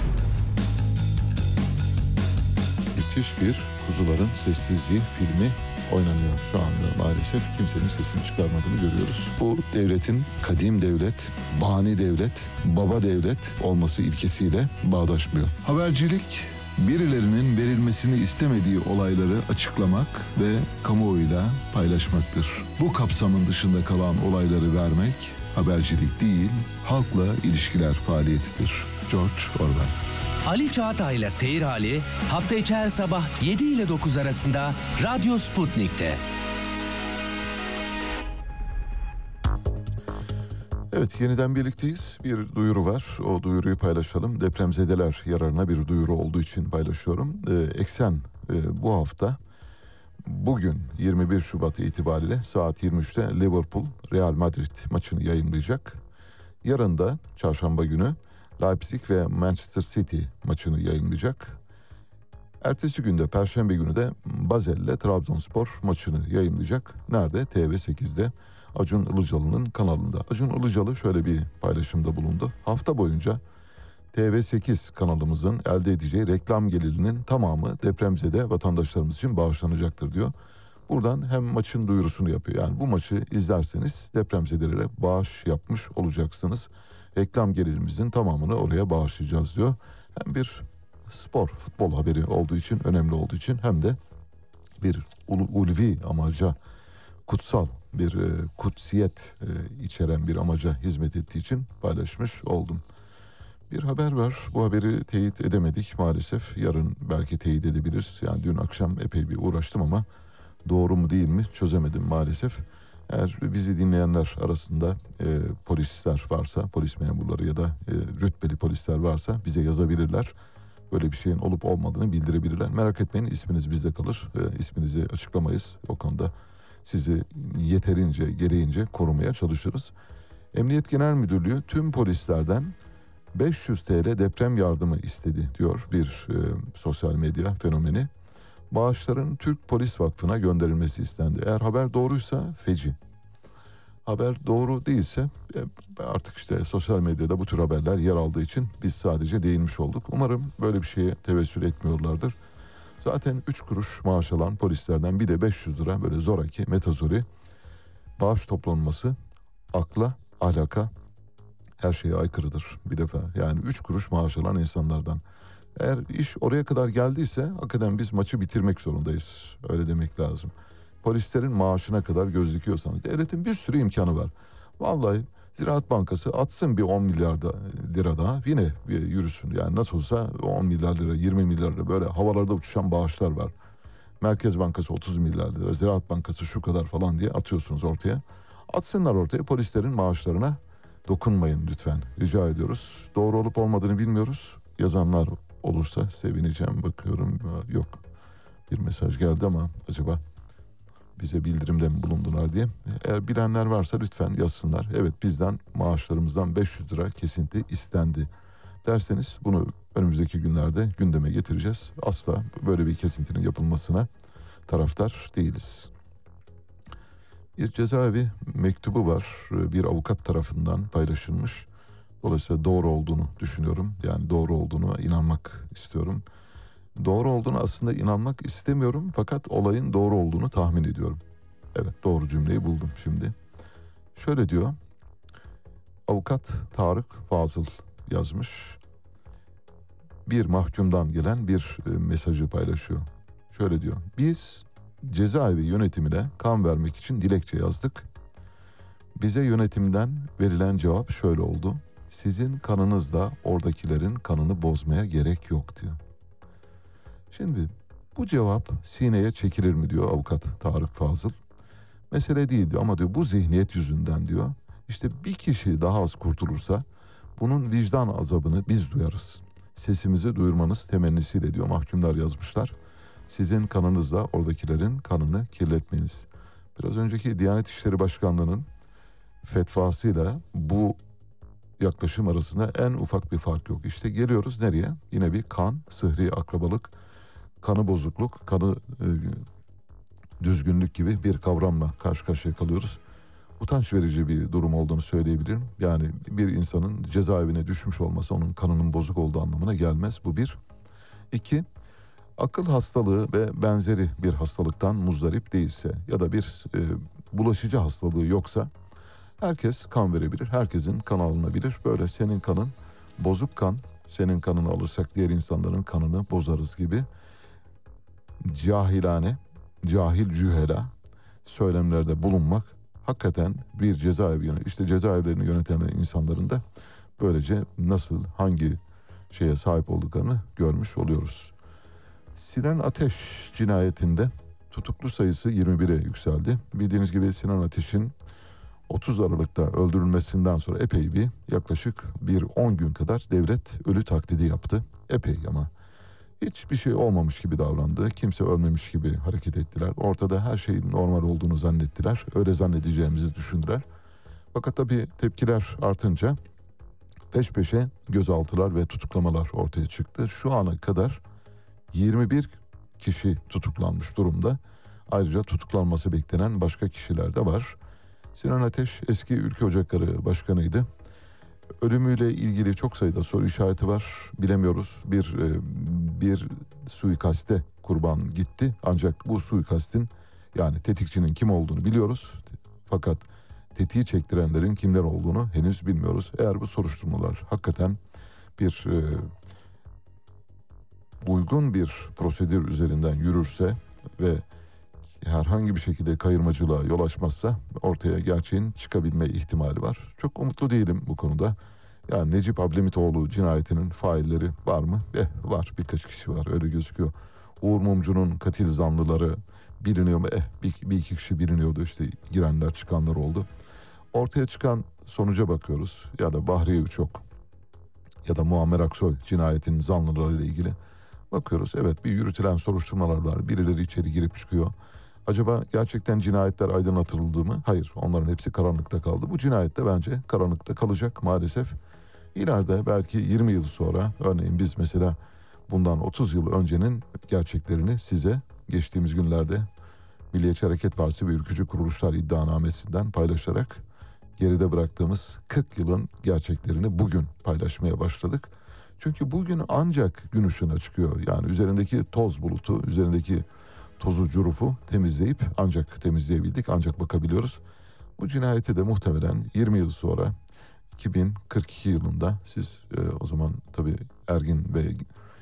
Müthiş bir Kuzuların Sessizliği filmi oynanıyor şu anda maalesef. Kimsenin sesini çıkarmadığını görüyoruz. Bu devletin kadim devlet, bani devlet, baba devlet olması ilkesiyle bağdaşmıyor. Habercilik, birilerinin verilmesini istemediği olayları açıklamak ve kamuoyuyla paylaşmaktır. Bu kapsamın dışında kalan olayları vermek habercilik değil, halkla ilişkiler faaliyetidir. George Orwell. Ali Çağatay'la Seyir Hali hafta içi her sabah 7 ile 9 arasında Radyo Sputnik'te. Evet, yeniden birlikteyiz. Bir duyuru var. O duyuruyu paylaşalım. Depremzedeler yararına bir duyuru olduğu için paylaşıyorum. Eksen bu hafta bugün 21 Şubat itibariyle saat 23'te Liverpool Real Madrid maçını yayınlayacak. Yarın da çarşamba günü Leipzig ve Manchester City maçını yayınlayacak. Ertesi günde Perşembe günü de Basel ile Trabzonspor maçını yayınlayacak. Nerede? TV8'de Acun Ilıcalı'nın kanalında. Acun Ilıcalı şöyle bir paylaşımda bulundu. Hafta boyunca TV8 kanalımızın elde edeceği reklam gelirinin tamamı depremzede vatandaşlarımız için bağışlanacaktır diyor. Buradan hem maçın duyurusunu yapıyor. Yani bu maçı izlerseniz depremzedelere bağış yapmış olacaksınız. Reklam gelirimizin tamamını oraya bağışlayacağız diyor. Hem bir spor, futbol haberi olduğu için, önemli olduğu için hem de bir ulvi amaca, kutsal bir kutsiyet içeren bir amaca hizmet ettiği için paylaşmış oldum. Bir haber var. Bu haberi teyit edemedik maalesef. Yarın belki teyit edebiliriz. Yani dün akşam epey bir uğraştım ama doğru mu değil mi çözemedim maalesef. Eğer bizi dinleyenler arasında polisler varsa, polis memurları ya da rütbeli polisler varsa bize yazabilirler. Böyle bir şeyin olup olmadığını bildirebilirler. Merak etmeyin, isminiz bizde kalır. İsminizi açıklamayız. O konuda sizi yeterince, gereğince korumaya çalışırız. Emniyet Genel Müdürlüğü tüm polislerden 500 TL deprem yardımı istedi diyor bir sosyal medya fenomeni. Bağışların Türk Polis Vakfı'na gönderilmesi istendi. Eğer haber doğruysa feci. Haber doğru değilse artık işte sosyal medyada bu tür haberler yer aldığı için biz sadece değinmiş olduk. Umarım böyle bir şeye tevessül etmiyorlardır. Zaten 3 kuruş maaş alan polislerden bir de 500 lira böyle zoraki, metazori bağış toplanması akla, ahlaka, her şeye aykırıdır bir defa. Yani 3 kuruş maaş alan insanlardan. Eğer iş oraya kadar geldiyse hakikaten biz maçı bitirmek zorundayız. Öyle demek lazım. Polislerin maaşına kadar göz dikiyorsanız devletin bir sürü imkanı var. Vallahi Ziraat Bankası atsın bir 10 milyar lira daha yine yürüsün. Yani nasıl olsa 10 milyar lira, 20 milyar lira böyle havalarda uçuşan bağışlar var. Merkez Bankası 30 milyar lira, Ziraat Bankası şu kadar falan diye atıyorsunuz ortaya. Atsınlar ortaya, polislerin maaşlarına dokunmayın lütfen. Rica ediyoruz. Doğru olup olmadığını bilmiyoruz. Yazanlar olursa sevineceğim. Bakıyorum yok. Bir mesaj geldi ama acaba bize bildirimde mi bulundular diye. Eğer bilenler varsa lütfen yazsınlar. Evet, bizden maaşlarımızdan 500 lira kesinti istendi derseniz bunu önümüzdeki günlerde gündeme getireceğiz. Asla böyle bir kesintinin yapılmasına taraftar değiliz. Bir cezaevi mektubu var. Bir avukat tarafından paylaşılmış. Dolayısıyla doğru olduğunu düşünüyorum. Yani doğru olduğunu inanmak istiyorum. Doğru olduğunu aslında inanmak istemiyorum fakat olayın doğru olduğunu tahmin ediyorum. Evet, doğru cümleyi buldum şimdi. Şöyle diyor. Avukat Tarık Fazıl yazmış. Bir mahkumdan gelen bir mesajı paylaşıyor. Şöyle diyor. Biz cezaevi yönetimine kan vermek için dilekçe yazdık. Bize yönetimden verilen cevap şöyle oldu. Sizin kanınızla oradakilerin kanını bozmaya gerek yok diyor. Şimdi bu cevap sineye çekilir mi diyor avukat Tarık Fazıl. Mesele değil diyor ama diyor bu zihniyet yüzünden diyor. İşte bir kişi daha az kurtulursa bunun vicdan azabını biz duyarız. Sesimizi duyurmanız temennisiyle diyor mahkumlar yazmışlar. Sizin kanınızla oradakilerin kanını kirletmeyiniz. Biraz önceki Diyanet İşleri Başkanlığı'nın fetvasıyla bu yaklaşım arasında en ufak bir fark yok. İşte geliyoruz nereye? Yine bir kan, sıhri akrabalık, kanı bozukluk, kanı düzgünlük gibi bir kavramla karşı karşıya kalıyoruz. Utanç verici bir durum olduğunu söyleyebilirim. Yani bir insanın cezaevine düşmüş olması onun kanının bozuk olduğu anlamına gelmez. Bu bir. İki, akıl hastalığı ve benzeri bir hastalıktan muzdarip değilse ya da bir bulaşıcı hastalığı yoksa herkes kan verebilir. Herkesin kanı alınabilir. Böyle senin kanın bozuk kan, senin kanını alırsak diğer insanların kanını bozarız gibi cahilane, cahil cühela söylemlerde bulunmak hakikaten bir cezaevi işte cezaevlerini yöneten insanların da böylece nasıl hangi şeye sahip olduklarını görmüş oluyoruz. Sinan Ateş cinayetinde tutuklu sayısı 21'e yükseldi. Bildiğiniz gibi Sinan Ateş'in 30 Aralık'ta öldürülmesinden sonra epey bir yaklaşık 10 gün kadar devlet ölü taklidi yaptı. Epey ama hiçbir şey olmamış gibi davrandı. Kimse ölmemiş gibi hareket ettiler. Ortada her şeyin normal olduğunu zannettiler. Öyle zannedeceğimizi düşündüler. Fakat tabii tepkiler artınca peş peşe gözaltılar ve tutuklamalar ortaya çıktı. Şu ana kadar 21 kişi tutuklanmış durumda. Ayrıca tutuklanması beklenen başka kişiler de var. Sinan Ateş eski Ülke Ocakları Başkanı'ydı. Ölümüyle ilgili çok sayıda soru işareti var. Bilemiyoruz. Bir suikaste kurban gitti. Ancak bu suikastin yani tetikçinin kim olduğunu biliyoruz. Fakat tetiği çektirenlerin kimler olduğunu henüz bilmiyoruz. Eğer bu soruşturmalar hakikaten bir uygun bir prosedür üzerinden yürürse ve herhangi bir şekilde kayırmacılığa yol açmazsa ortaya gerçeğin çıkabilme ihtimali var. Çok umutlu değilim bu konuda. Yani Necip Ablemitoğlu cinayetinin failleri var mı? Var, birkaç kişi var, öyle gözüküyor. Uğur Mumcu'nun katil zanlıları biliniyor mu? Bir iki kişi biliniyordu, işte girenler çıkanlar oldu. Ortaya çıkan sonuca bakıyoruz. Ya da Bahriye Üçok ya da Muammer Aksoy cinayetinin zanlılarıyla ilgili bakıyoruz. Evet, bir yürütülen soruşturmalar var. Birileri içeri girip çıkıyor. Acaba gerçekten cinayetler aydınlatıldı mı? Hayır, onların hepsi karanlıkta kaldı. Bu cinayet de bence karanlıkta kalacak maalesef. İleride belki 20 yıl sonra örneğin biz mesela bundan 30 yıl öncenin gerçeklerini size geçtiğimiz günlerde Milliyetçi Hareket Partisi ve Ülkücü Kuruluşlar iddianamesinden paylaşarak geride bıraktığımız 40 yılın gerçeklerini bugün paylaşmaya başladık. Çünkü bugün ancak gün ışığına çıkıyor. Yani üzerindeki toz bulutu, üzerindeki tozu curufu temizleyip ancak temizleyebildik, ancak bakabiliyoruz. Bu cinayeti de muhtemelen 20 yıl sonra 2042 yılında siz o zaman tabii ergin ve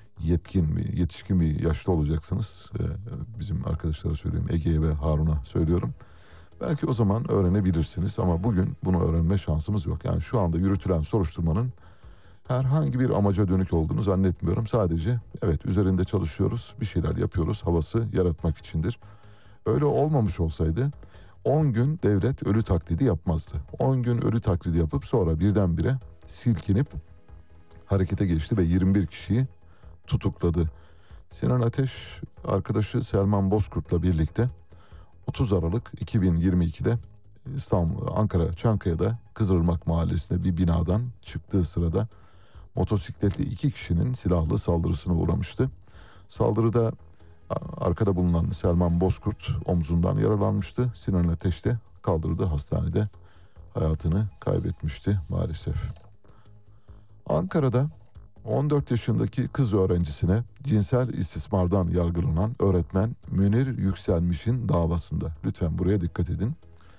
yetişkin bir yaşta olacaksınız. Bizim arkadaşlara söyleyeyim, Ege'ye ve Harun'a söylüyorum. Belki o zaman öğrenebilirsiniz ama bugün bunu öğrenme şansımız yok. Yani şu anda yürütülen soruşturmanın herhangi bir amaca dönük olduğunu zannetmiyorum. Sadece evet üzerinde çalışıyoruz, bir şeyler yapıyoruz havası yaratmak içindir. Öyle olmamış olsaydı 10 gün devlet ölü taklidi yapmazdı. 10 gün ölü taklidi yapıp sonra birdenbire silkinip harekete geçti ve 21 kişiyi tutukladı. Sinan Ateş arkadaşı Selman Bozkurt'la birlikte 30 Aralık 2022'de Ankara Çankaya'da Kızılırmak Mahallesi'nde bir binadan çıktığı sırada motosikletli 2 kişinin silahlı saldırısına uğramıştı. Saldırıda arkada bulunan Selman Bozkurt omzundan yaralanmıştı. Sinan Ateş de kaldırıldı, hastanede hayatını kaybetmişti maalesef. Ankara'da 14 yaşındaki kız öğrencisine cinsel istismardan yargılanan öğretmen Münir Yükselmiş'in davasında. Lütfen buraya dikkat edin.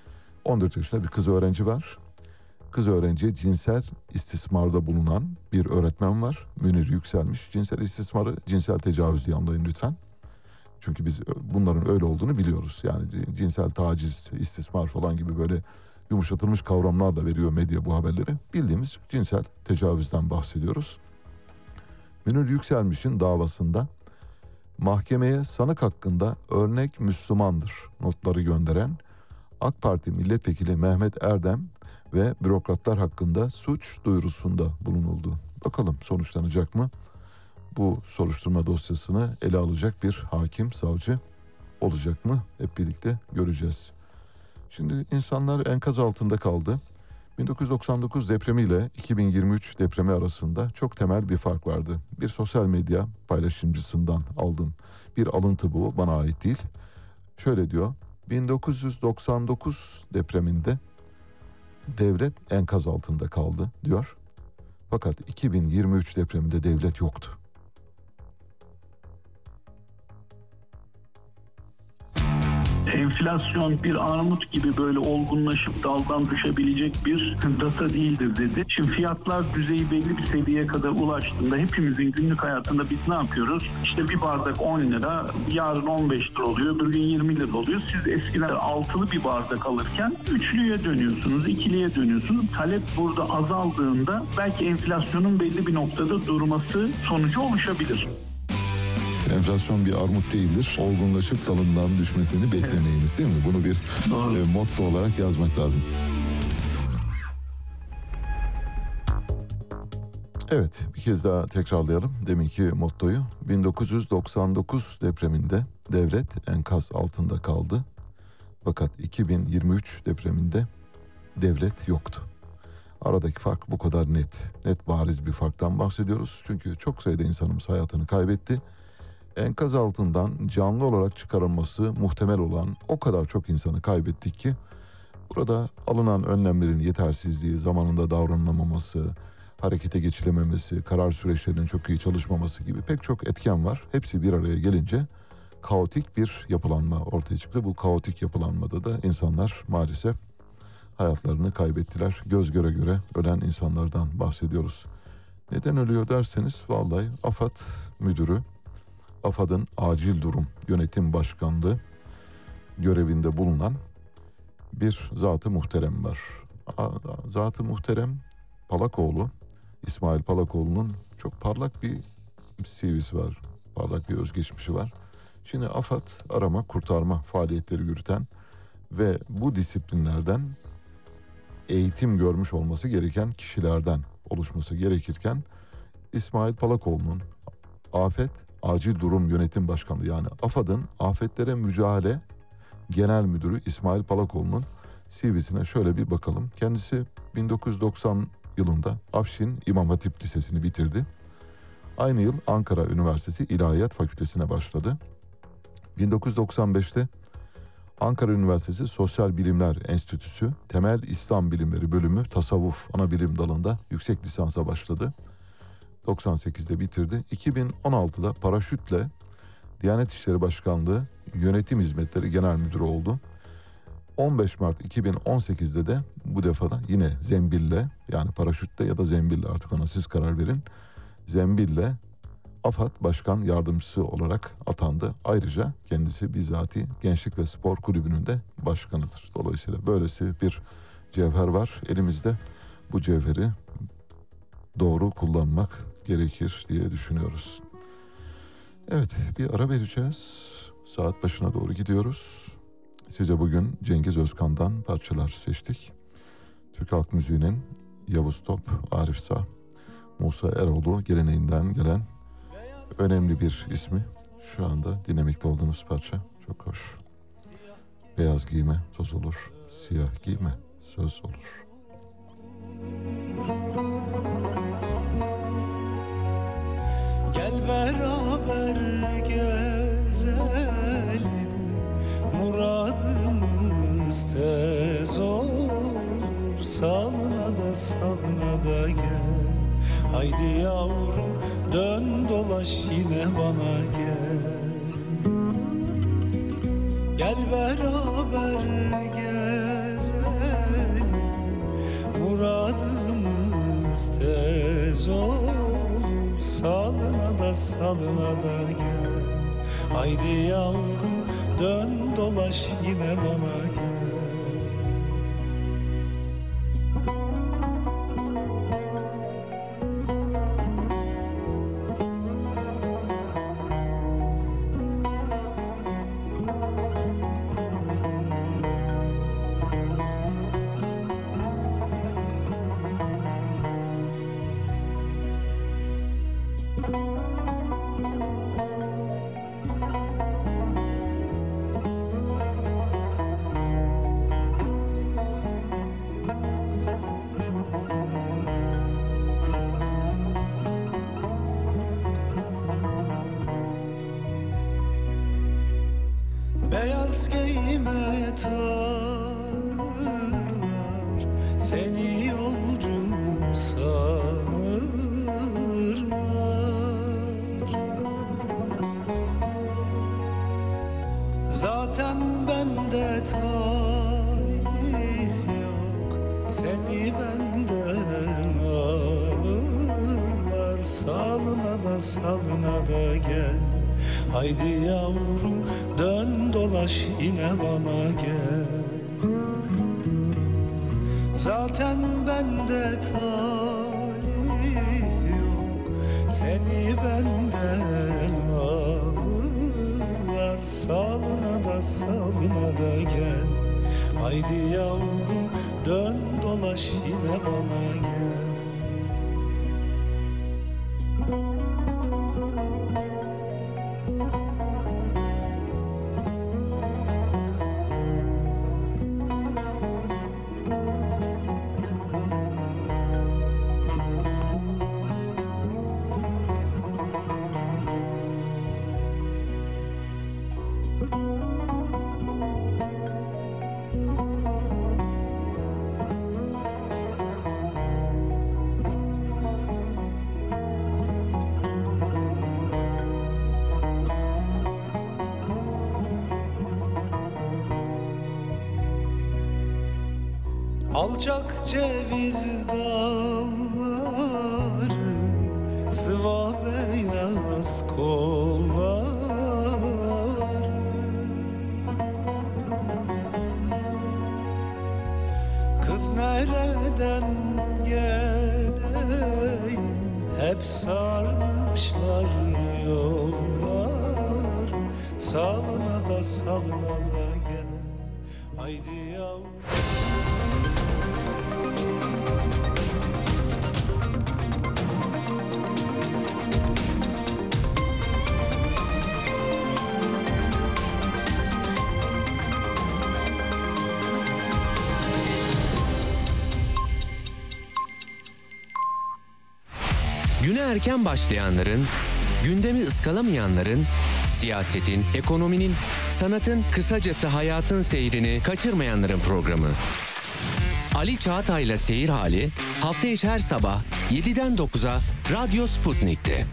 14 yaşında bir kız öğrenci var. Kız öğrenciye cinsel istismarda bulunan bir öğretmen var. Münir Yükselmiş. Cinsel istismarı cinsel tecavüz diye anlayın lütfen. Çünkü biz bunların öyle olduğunu biliyoruz. Yani cinsel taciz, istismar falan gibi böyle yumuşatılmış kavramlarla veriyor medya bu haberleri. Bildiğimiz cinsel tecavüzden bahsediyoruz. Münir Yükselmiş'in davasında mahkemeye sanık hakkında örnek Müslümandır notları gönderen AK Parti milletvekili Mehmet Erdem ve bürokratlar hakkında suç duyurusunda bulunuldu. Bakalım sonuçlanacak mı? Bu soruşturma dosyasını ele alacak bir hakim, savcı olacak mı? Hep birlikte göreceğiz. Şimdi insanlar enkaz altında kaldı. 1999 depremiyle 2023 depremi arasında çok temel bir fark vardı. Bir sosyal medya paylaşımcısından aldım. Bir alıntı bu, bana ait değil. Şöyle diyor: 1999 depreminde devlet enkaz altında kaldı diyor. Fakat 2023 depreminde devlet yoktu. Enflasyon bir armut gibi böyle olgunlaşıp daldan düşebilecek bir data değildir dedi. Şimdi fiyatlar düzeyi belli bir seviyeye kadar ulaştığında hepimizin günlük hayatında biz ne yapıyoruz? İşte bir bardak 10 lira, yarın 15 lira oluyor, bir gün 20 lira oluyor. Siz eskiden altılı bir bardak alırken üçlüye dönüyorsunuz, ikiliye dönüyorsunuz. Talep burada azaldığında belki enflasyonun belli bir noktada durması sonucu oluşabilir. Enflasyon bir armut değildir. Olgunlaşıp dalından düşmesini beklemeyiniz, değil mi? Bunu bir motto olarak yazmak lazım. Evet, bir kez daha tekrarlayalım deminki mottoyu. 1999 depreminde devlet enkaz altında kaldı. Fakat 2023 depreminde devlet yoktu. Aradaki fark bu kadar net bariz bir farktan bahsediyoruz. Çünkü çok sayıda insanımız hayatını kaybetti. Enkaz altından canlı olarak çıkarılması muhtemel olan o kadar çok insanı kaybettik ki burada alınan önlemlerin yetersizliği, zamanında davranılamaması, harekete geçilememesi, karar süreçlerinin çok iyi çalışmaması gibi pek çok etken var. Hepsi bir araya gelince kaotik bir yapılanma ortaya çıktı. Bu kaotik yapılanmada da insanlar maalesef hayatlarını kaybettiler. Göz göre göre ölen insanlardan bahsediyoruz. Neden ölüyor derseniz vallahi AFAD müdürü, AFAD'ın acil durum yönetim başkanlığı görevinde bulunan bir zat-ı muhterem var. Zat-ı muhterem Palakoğlu, İsmail Palakoğlu'nun çok parlak bir CV'si var. Parlak bir özgeçmişi var. Şimdi AFAD arama kurtarma faaliyetleri yürüten ve bu disiplinlerden eğitim görmüş olması gereken kişilerden oluşması gerekirken İsmail Palakoğlu'nun Afet Acil Durum Yönetim Başkanlığı, yani AFAD'ın Afetlere Mücadele Genel Müdürü İsmail Palakoğlu'nun CV'sine şöyle bir bakalım. Kendisi 1990 yılında Afşin İmam Hatip Lisesi'ni bitirdi. Aynı yıl Ankara Üniversitesi İlahiyat Fakültesine başladı. 1995'te Ankara Üniversitesi Sosyal Bilimler Enstitüsü Temel İslam Bilimleri Bölümü Tasavvuf Anabilim dalında yüksek lisansa başladı. 98'de bitirdi. 2016'da paraşütle Diyanet İşleri Başkanlığı Yönetim Hizmetleri Genel Müdürü oldu. 15 Mart 2018'de de bu defa da yine zembille, yani paraşütle ya da zembille, artık ona siz karar verin, zembille AFAD Başkan Yardımcısı olarak atandı. Ayrıca kendisi bizatihi Gençlik ve Spor Kulübü'nün de başkanıdır. Dolayısıyla böylesi bir cevher var elimizde. Bu cevheri doğru kullanmak gerekir diye düşünüyoruz. Evet, bir ara vereceğiz. Saat başına doğru gidiyoruz. Size bugün Cengiz Özkan'dan parçalar seçtik. Türk halk müziğinin Yavuz Top, Arif Sağ, Musa Eroğlu geleneğinden gelen önemli bir ismi. Şu anda dinlemekte olduğunuz parça çok hoş. Beyaz giyme toz olur, siyah giyme söz olur. Gel beraber gezelim, muradımız tez olur. Salına da gel, haydi yavrum dön dolaş yine bana gel. Gel beraber gezelim, muradımız tez olur. Salına da gel, haydi yavrum dön dolaş yine bana gel. Beyaz giyme tanırlar, seni yolcu sanırlar. Zaten bende talih yok, seni benden alırlar. Salına da gel, haydi yavrum dön dolaş yine bana gel. Zaten bende talih yok, seni benden alırlar. Salına da gel, haydi yavrum dön dolaş yine bana gel. Alçak ceviz dalları, sıva beyaz kolları. Kız nereden geleyim, hep sarmışlar yollar. Salına da gel, haydi yavrum. Güne erken başlayanların, gündemi ıskalamayanların, Siyasetin, ekonominin, sanatın, kısacası hayatın seyrini kaçırmayanların programı. Ali Çağatay'la Seyir Hali hafta içi her sabah 7'den 9'a Radyo Sputnik'te.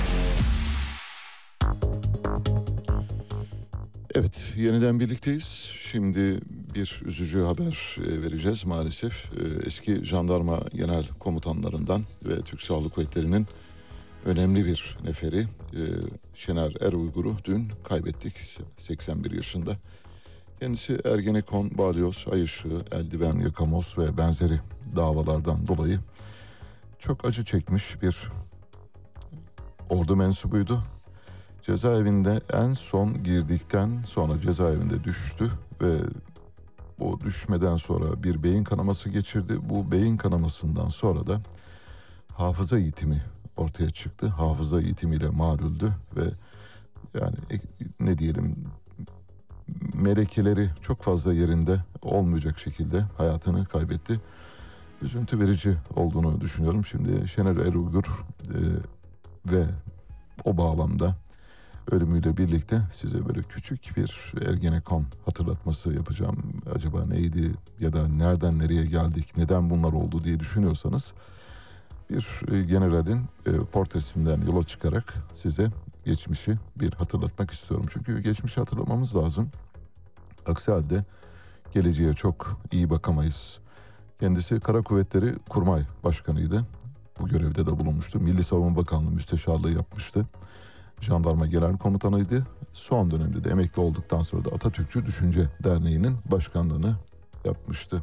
Evet, yeniden birlikteyiz. Şimdi bir üzücü haber vereceğiz maalesef. Eski jandarma genel komutanlarından ve Türk Silahlı Kuvvetleri'nin önemli bir neferi Şener Eruygur'u dün kaybettik. 81 yaşında. Kendisi Ergenekon, Balyoz, Ay Işığı, Eldiven, Yakamoz ve benzeri davalardan dolayı çok acı çekmiş bir ordu mensubuydu. Cezaevinde en son girdikten sonra cezaevinde düştü ve o düşmeden sonra bir beyin kanaması geçirdi. Bu beyin kanamasından sonra da hafıza yitimi ortaya çıktı. Hafıza yitimiyle malüldü ve yani ne diyelim, melekeleri çok fazla yerinde olmayacak şekilde hayatını kaybetti. Üzüntü verici olduğunu düşünüyorum. Şimdi Şener Eruygur ve o bağlamda ölümüyle birlikte size böyle küçük bir Ergenekon hatırlatması yapacağım. Acaba neydi ya da nereden nereye geldik, neden bunlar oldu diye düşünüyorsanız bir generalin portresinden yola çıkarak size geçmişi bir hatırlatmak istiyorum. Çünkü geçmişi hatırlamamız lazım. Aksi halde geleceğe çok iyi bakamayız. Kendisi Kara Kuvvetleri Kurmay Başkanıydı. Bu görevde de bulunmuştu. Milli Savunma Bakanlığı müsteşarlığı yapmıştı. Jandarma Genel Komutanıydı. Son dönemde de emekli olduktan sonra da Atatürkçü Düşünce Derneği'nin başkanlığını yapmıştı.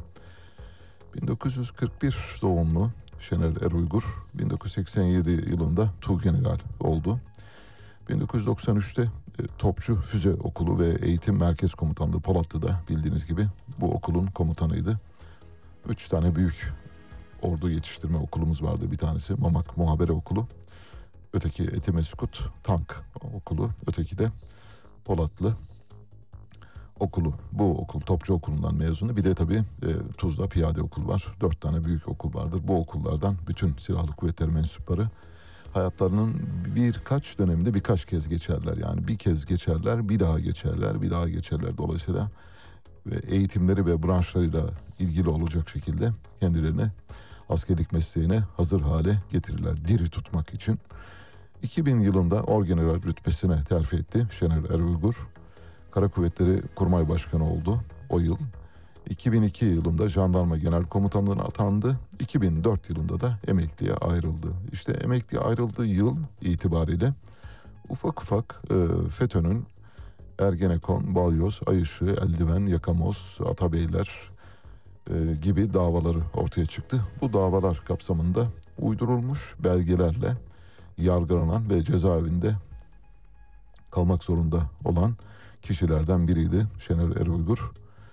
1941 doğumlu Şener Eruygur 1987 yılında Tuğgeneral oldu. 1993'te Topçu Füze Okulu ve Eğitim Merkez Komutanlığı Polatlı'da bildiğiniz gibi bu okulun komutanıydı. 3 tane büyük ordu yetiştirme okulumuz vardı. Bir tanesi Mamak Muhabere Okulu, öteki Etimeskut Tank Okulu, öteki de Polatlı Okulu. Bu okul Topçu Okulu'ndan mezunu. Bir de tabii Tuzla Piyade Okulu var. 4 tane büyük okul vardır. Bu okullardan bütün silahlı kuvvetler mensupları hayatlarının birkaç döneminde birkaç kez geçerler. Yani bir kez geçerler, bir daha geçerler, bir daha geçerler. Dolayısıyla ve eğitimleri ve branşlarıyla ilgili olacak şekilde kendilerini askerlik mesleğine hazır hale getirirler. Diri tutmak için. 2000 yılında orgeneral rütbesine terfi etti Şener Eruygur. Kara Kuvvetleri Kurmay Başkanı oldu o yıl. 2002 yılında Jandarma Genel Komutanlığı'na atandı. 2004 yılında da emekliye ayrıldı. İşte emekliye ayrıldığı yıl itibariyle ufak ufak FETÖ'nün Ergenekon, Balyoz, Ay Işığı, Eldiven, Yakamoz, Atabeyler gibi davaları ortaya çıktı. Bu davalar kapsamında uydurulmuş belgelerle yargılanan ve cezaevinde kalmak zorunda olan kişilerden biriydi Şener Eruygur.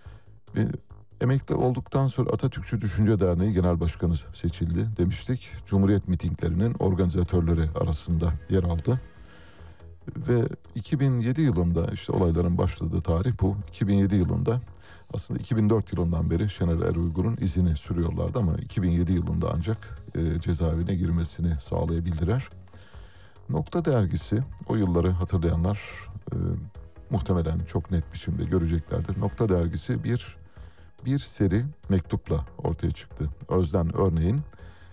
Emekli olduktan sonra Atatürkçü Düşünce Derneği Genel Başkanı seçildi demiştik. Cumhuriyet mitinglerinin organizatörleri arasında yer aldı. Ve 2007 yılında işte olayların başladığı tarih bu. 2007 yılında aslında 2004 yılından beri Şener Eruygur'un izini sürüyorlardı ama 2007 yılında ancak cezaevine girmesini sağlayabildiler. Nokta dergisi, o yılları hatırlayanlar muhtemelen çok net biçimde göreceklerdir. Nokta dergisi bir seri mektupla ortaya çıktı. Özden Örnek'in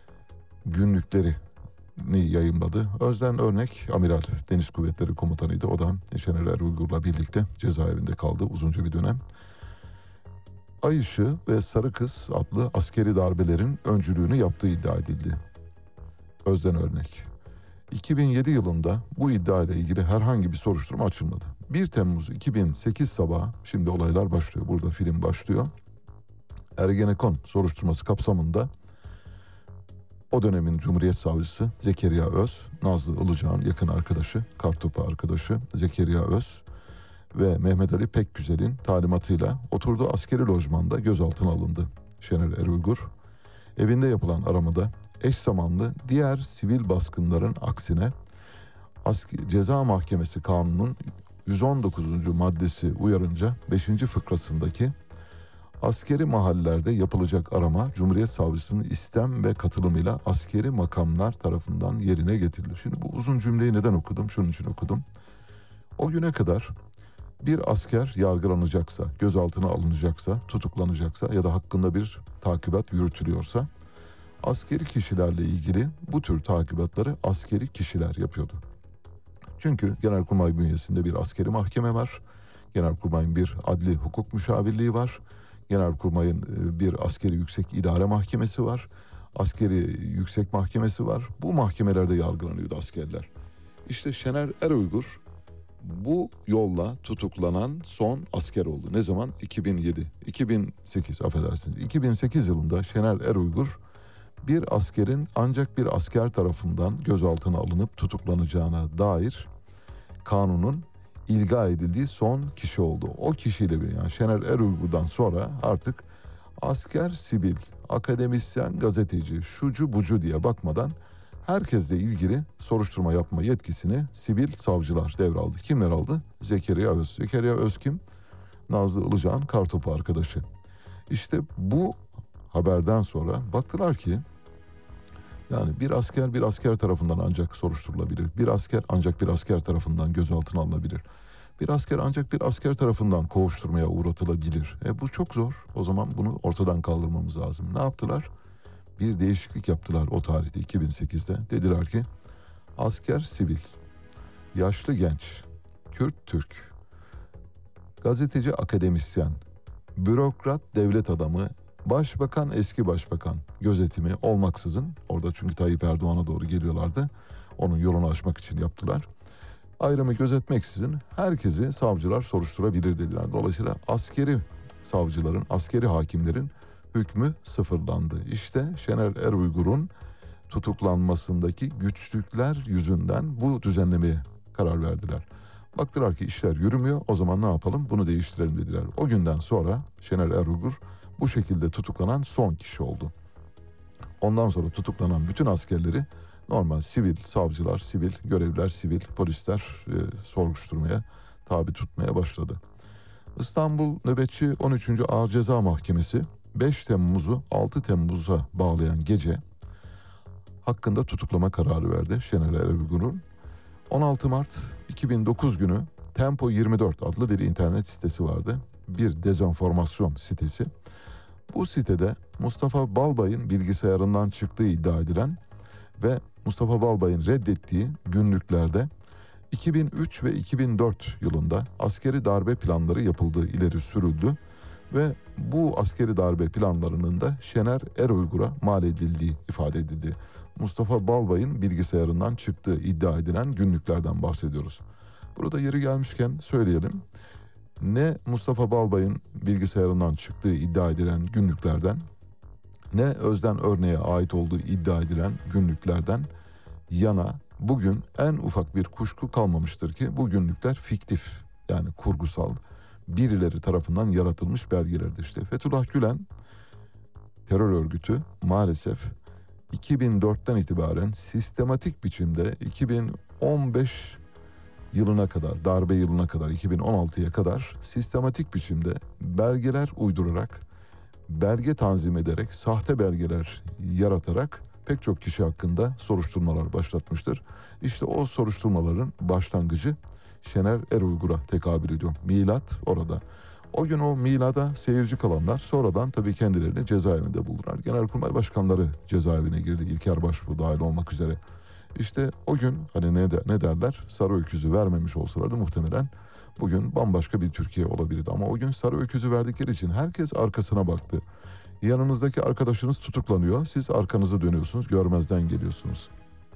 günlüklerini yayımladı. Özden Örnek Amiral Deniz Kuvvetleri Komutanıydı. O da Şener Eruygur'la birlikte cezaevinde kaldı uzunca bir dönem. Ay Işığı ve Sarı Kız adlı askeri darbelerin öncülüğünü yaptığı iddia edildi. Özden Örnek. 2007 yılında bu iddia ile ilgili herhangi bir soruşturma açılmadı. 1 Temmuz 2008 sabahı, şimdi olaylar başlıyor, burada film başlıyor. Ergenekon soruşturması kapsamında o dönemin Cumhuriyet Savcısı Zekeriya Öz, Nazlı Ilıcak'ın yakın arkadaşı, kartopu arkadaşı Zekeriya Öz ve Mehmet Ali Pekgüzel'in talimatıyla oturduğu askeri lojmanda gözaltına alındı Şener Eruygur. Evinde yapılan aramada eş zamanlı diğer sivil baskınların aksine Ceza Mahkemesi Kanunu'nun 119. maddesi uyarınca 5. fıkrasındaki askeri mahallelerde yapılacak arama Cumhuriyet Savcısının istem ve katılımıyla askeri makamlar tarafından yerine getirilir. Şimdi bu uzun cümleyi neden okudum? Şunun için okudum. O güne kadar bir asker yargılanacaksa, gözaltına alınacaksa, tutuklanacaksa ya da hakkında bir takibat yürütülüyorsa askeri kişilerle ilgili bu tür takibatları askeri kişiler yapıyordu. Çünkü Genelkurmay bünyesinde bir askeri mahkeme var. Genelkurmay'ın bir adli hukuk müşavirliği var. Genelkurmay'ın bir askeri yüksek idare mahkemesi var. Askeri yüksek mahkemesi var. Bu mahkemelerde yargılanıyordu askerler. İşte Şener Eruygur bu yolla tutuklanan son asker oldu. Ne zaman? 2008 affedersiniz. 2008 yılında Şener Eruygur bir askerin ancak bir asker tarafından gözaltına alınıp tutuklanacağına dair kanunun ilga edildiği son kişi oldu. O kişiyle bir, yani Şener Eruygur'dan sonra artık asker, sivil, akademisyen, gazeteci, şucu bucu diye bakmadan herkesle ilgili soruşturma yapma yetkisini sivil savcılar devraldı. Kimler aldı? Zekeriya Öz. Zekeriya Öz kim? Nazlı Ilıcak'ın kartopu arkadaşı. İşte bu haberden sonra baktılar ki yani bir asker tarafından ancak soruşturulabilir. Bir asker ancak bir asker tarafından gözaltına alınabilir. Bir asker ancak bir asker tarafından kovuşturmaya uğratılabilir. Bu çok zor. O zaman bunu ortadan kaldırmamız lazım. Ne yaptılar? Bir değişiklik yaptılar o tarihte 2008'de. Dediler ki asker sivil, yaşlı genç, Kürt Türk, gazeteci akademisyen, bürokrat devlet adamı, başbakan eski başbakan gözetimi olmaksızın, orada çünkü Tayyip Erdoğan'a doğru geliyorlardı. Onun yolunu açmak için yaptılar. Ayrımı gözetmeksizin herkesi savcılar soruşturabilir dediler. Dolayısıyla askeri savcıların, askeri hakimlerin hükmü sıfırlandı. İşte Şener Eruygur'un tutuklanmasındaki güçlükler yüzünden bu düzenlemeye karar verdiler. Baktılar ki işler yürümüyor, o zaman ne yapalım? Bunu değiştirelim dediler. O günden sonra Şener Eruygur bu şekilde tutuklanan son kişi oldu. Ondan sonra tutuklanan bütün askerleri normal sivil savcılar, sivil görevliler, sivil polisler soruşturmaya tabi tutmaya başladı. İstanbul Nöbetçi 13. Ağır Ceza Mahkemesi 5 Temmuz'u 6 Temmuz'a bağlayan gece hakkında tutuklama kararı verdi Şener Eruygur'un. 16 Mart 2009 günü Tempo 24 adlı bir internet sitesi vardı. Bir dezenformasyon sitesi. Bu sitede Mustafa Balbay'ın bilgisayarından çıktığı iddia edilen ve Mustafa Balbay'ın reddettiği günlüklerde 2003 ve 2004 yılında askeri darbe planları yapıldığı ileri sürüldü ve bu askeri darbe planlarının da Şener Eruygur'a mal edildiği ifade edildi. Mustafa Balbay'ın bilgisayarından çıktığı iddia edilen günlüklerden bahsediyoruz. Burada yeri gelmişken söyleyelim. Ne Mustafa Balbay'ın bilgisayarından çıktığı iddia edilen günlüklerden, ne Özden Örneğe ait olduğu iddia edilen günlüklerden yana bugün en ufak bir kuşku kalmamıştır ki bu günlükler fiktif, yani kurgusal, birileri tarafından yaratılmış belgelerdir. İşte Fethullah Gülen terör örgütü maalesef 2004'ten itibaren sistematik biçimde 2015 yılına kadar, darbe yılına kadar, 2016'ya kadar sistematik biçimde belgeler uydurarak, belge tanzim ederek, sahte belgeler yaratarak pek çok kişi hakkında soruşturmalar başlatmıştır. İşte o soruşturmaların başlangıcı Şener Eruygur'a tekabül ediyor. Milat orada. O gün o milada seyirci kalanlar sonradan tabii kendilerini cezaevinde buldular. Genelkurmay başkanları cezaevine girdi. İlker Başbuğ dahil olmak üzere. İşte o gün hani ne derler? Sarı öküzü vermemiş olsalardı muhtemelen bugün bambaşka bir Türkiye olabilirdi. Ama o gün sarı öküzü verdikleri için herkes arkasına baktı. Yanınızdaki arkadaşınız tutuklanıyor. Siz arkanızı dönüyorsunuz, görmezden geliyorsunuz.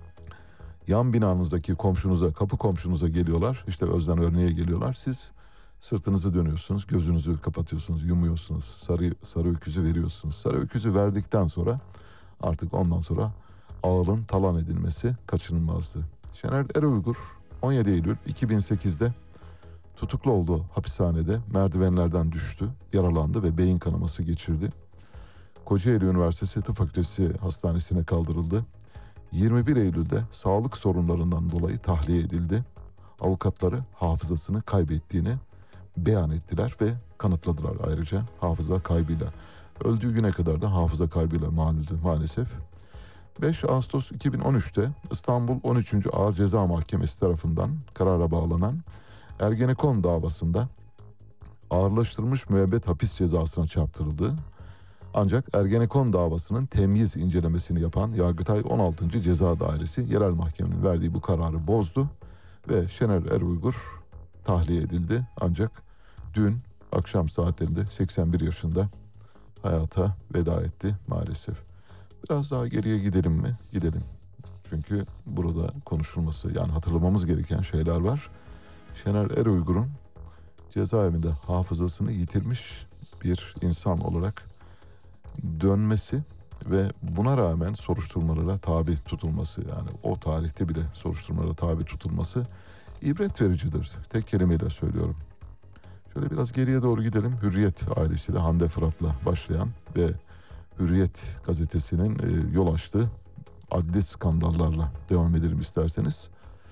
Yan binanızdaki komşunuza, kapı komşunuza geliyorlar. İşte Özden Örneğe geliyorlar. Siz sırtınızı dönüyorsunuz, gözünüzü kapatıyorsunuz, yumuyorsunuz. Sarı öküzü veriyorsunuz. Sarı öküzü verdikten sonra artık ondan sonra ağılın talan edilmesi kaçınılmazdı. Şener Eruygur 17 Eylül 2008'de tutuklu oldu hapishanede. Merdivenlerden düştü, yaralandı ve beyin kanaması geçirdi. Kocaeli Üniversitesi Tıp Fakültesi Hastanesi'ne kaldırıldı. 21 Eylül'de sağlık sorunlarından dolayı tahliye edildi. Avukatları hafızasını kaybettiğini beyan ettiler ve kanıtladılar ayrıca hafıza kaybıyla. Öldüğü güne kadar da hafıza kaybıyla malüldü maalesef. 5 Ağustos 2013'te İstanbul 13. Ağır Ceza Mahkemesi tarafından karara bağlanan Ergenekon davasında ağırlaştırılmış müebbet hapis cezasına çarptırıldı. Ancak Ergenekon davasının temyiz incelemesini yapan Yargıtay 16. Ceza Dairesi yerel mahkemenin verdiği bu kararı bozdu ve Şener Eruygur tahliye edildi. Ancak dün akşam saatlerinde 81 yaşında hayata veda etti maalesef. Biraz daha geriye gidelim mi? Gidelim. Çünkü burada konuşulması, yani hatırlamamız gereken şeyler var. Şener Eruygur'un cezaevinde hafızasını yitirmiş bir insan olarak dönmesi ve buna rağmen soruşturmalara tabi tutulması, yani o tarihte bile soruşturmalara tabi tutulması ibret vericidir. Tek kelimeyle söylüyorum. Şöyle biraz geriye doğru gidelim. Hürriyet ailesiyle Hande Fırat'la başlayan ve Hürriyet gazetesinin yol açtığı adli skandallarla devam edelim isterseniz.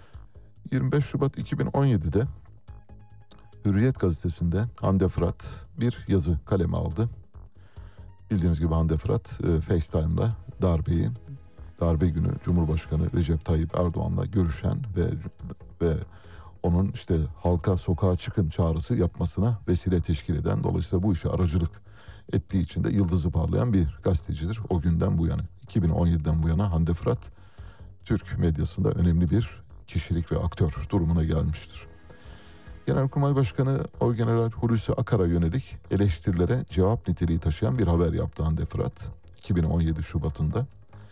25 Şubat 2017'de Hürriyet gazetesinde Hande Fırat bir yazı kaleme aldı. Bildiğiniz gibi Hande Fırat FaceTime'la darbe günü Cumhurbaşkanı Recep Tayyip Erdoğan'la görüşen ve onun işte halka sokağa çıkın çağrısı yapmasına vesile teşkil eden, dolayısıyla bu işe aracılık ettiği için de yıldızı parlayan bir gazetecidir. O günden bu yana, 2017'den bu yana Hande Fırat Türk medyasında önemli bir kişilik ve aktör durumuna gelmiştir. Genelkurmay Başkanı Orgeneral Hulusi Akar'a yönelik eleştirilere cevap niteliği taşıyan bir haber yaptı Hande Fırat 2017 Şubat'ında.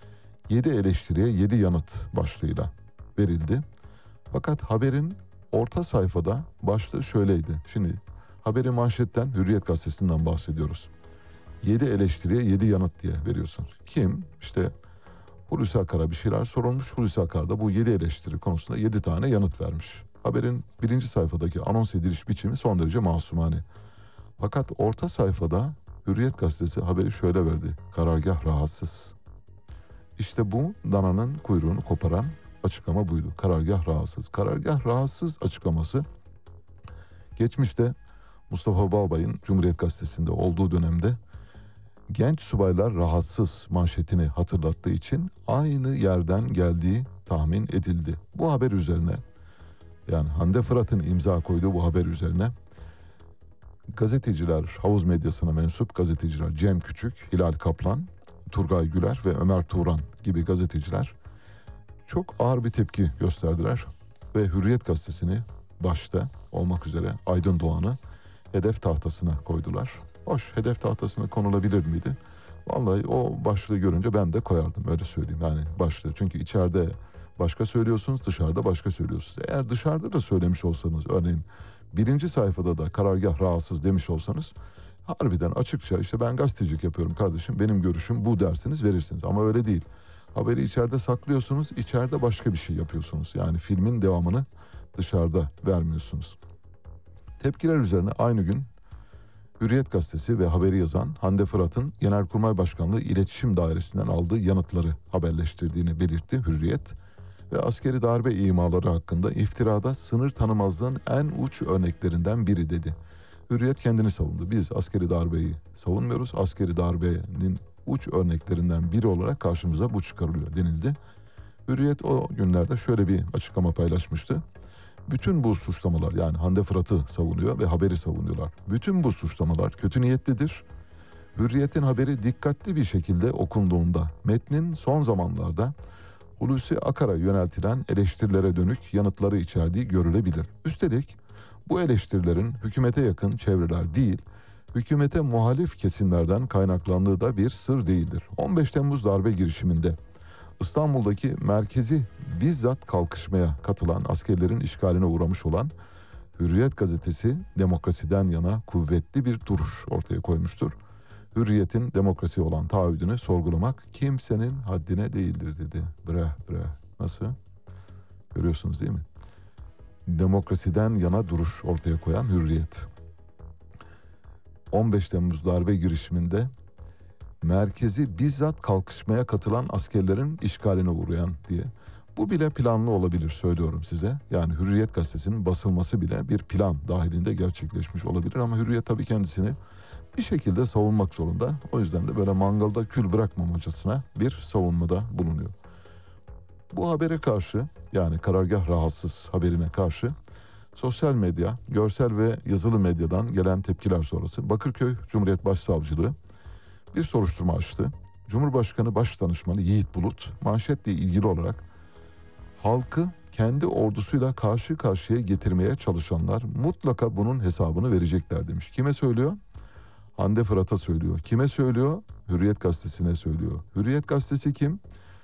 7 eleştiriye 7 yanıt başlığıyla verildi. Fakat haberin orta sayfada başlığı şöyleydi. Şimdi haberi manşetten, Hürriyet gazetesinden bahsediyoruz. 7 eleştiriye 7 yanıt diye veriyorsun. Kim? İşte Hulusi Akar'a bir şeyler sorulmuş. Hulusi Akar da bu 7 eleştiri konusunda 7 tane yanıt vermiş. Haberin birinci sayfadaki anons ediliş biçimi son derece masumane. Fakat orta sayfada Hürriyet gazetesi haberi şöyle verdi. Karargah rahatsız. İşte bu dananın kuyruğunu koparan açıklama buydu. Karargah rahatsız. Karargah rahatsız açıklaması geçmişte Mustafa Balbay'ın Cumhuriyet Gazetesi'nde olduğu dönemde genç subaylar rahatsız manşetini hatırlattığı için aynı yerden geldiği tahmin edildi. Bu haber üzerine, yani Hande Fırat'ın imza koyduğu bu haber üzerine gazeteciler, havuz medyasına mensup gazeteciler Cem Küçük, Hilal Kaplan, Turgay Güler ve Ömer Turan gibi gazeteciler çok ağır bir tepki gösterdiler ve Hürriyet gazetesini başta olmak üzere Aydın Doğan'ı hedef tahtasına koydular. Hoş, hedef tahtasına konulabilir miydi? Vallahi o başlığı görünce ben de koyardım, öyle söyleyeyim. Yani başlığı, çünkü içeride başka söylüyorsunuz, dışarıda başka söylüyorsunuz. Eğer dışarıda da söylemiş olsanız, örneğin birinci sayfada da karargah rahatsız demiş olsanız, harbiden açıkça işte ben gazetecilik yapıyorum kardeşim, benim görüşüm bu dersiniz, verirsiniz. Ama öyle değil. Haberi içeride saklıyorsunuz, içeride başka bir şey yapıyorsunuz. Yani filmin devamını dışarıda vermiyorsunuz. Tepkiler üzerine aynı gün Hürriyet gazetesi ve haberi yazan Hande Fırat'ın Genelkurmay Başkanlığı İletişim Dairesi'nden aldığı yanıtları haberleştirdiğini belirtti Hürriyet. Ve askeri darbe imaları hakkında iftirada sınır tanımazlığın en uç örneklerinden biri dedi. Hürriyet kendini savundu. Biz askeri darbeyi savunmuyoruz. Askeri darbenin uç örneklerinden biri olarak karşımıza bu çıkarılıyor denildi. Hürriyet o günlerde şöyle bir açıklama paylaşmıştı. Bütün bu suçlamalar, yani Hande Fırat'ı savunuyor ve haberi savunuyorlar. Bütün bu suçlamalar kötü niyetlidir. Hürriyet'in haberi dikkatli bir şekilde okunduğunda metnin son zamanlarda Hulusi Akar'a yöneltilen eleştirilere dönük yanıtları içerdiği görülebilir. Üstelik bu eleştirilerin hükümete yakın çevreler değil, hükümete muhalif kesimlerden kaynaklandığı da bir sır değildir. 15 Temmuz darbe girişiminde İstanbul'daki merkezi bizzat kalkışmaya katılan askerlerin işgaline uğramış olan Hürriyet gazetesi demokrasiden yana kuvvetli bir duruş ortaya koymuştur. Hürriyet'in demokrasiye olan taahhüdünü sorgulamak kimsenin haddine değildir dedi. Bre. Nasıl? Görüyorsunuz değil mi? Demokrasiden yana duruş ortaya koyan Hürriyet. 15 Temmuz darbe girişiminde merkezi bizzat kalkışmaya katılan askerlerin işgaline uğrayan diye. Bu bile planlı olabilir, söylüyorum size. Yani Hürriyet gazetesinin basılması bile bir plan dahilinde gerçekleşmiş olabilir. Ama Hürriyet tabii kendisini bir şekilde savunmak zorunda. O yüzden de böyle mangalda kül bırakmamacasına bir savunmada bulunuyor. Bu habere karşı, yani karargah rahatsız haberine karşı sosyal medya, görsel ve yazılı medyadan gelen tepkiler sonrası Bakırköy Cumhuriyet Başsavcılığı bir soruşturma açtı. Cumhurbaşkanı Başdanışmanı Yiğit Bulut manşetle ilgili olarak halkı kendi ordusuyla karşı karşıya getirmeye çalışanlar mutlaka bunun hesabını verecekler demiş. Kime söylüyor? Hande Fırat'a söylüyor. Kime söylüyor? Hürriyet Gazetesi'ne söylüyor. Hürriyet Gazetesi kim?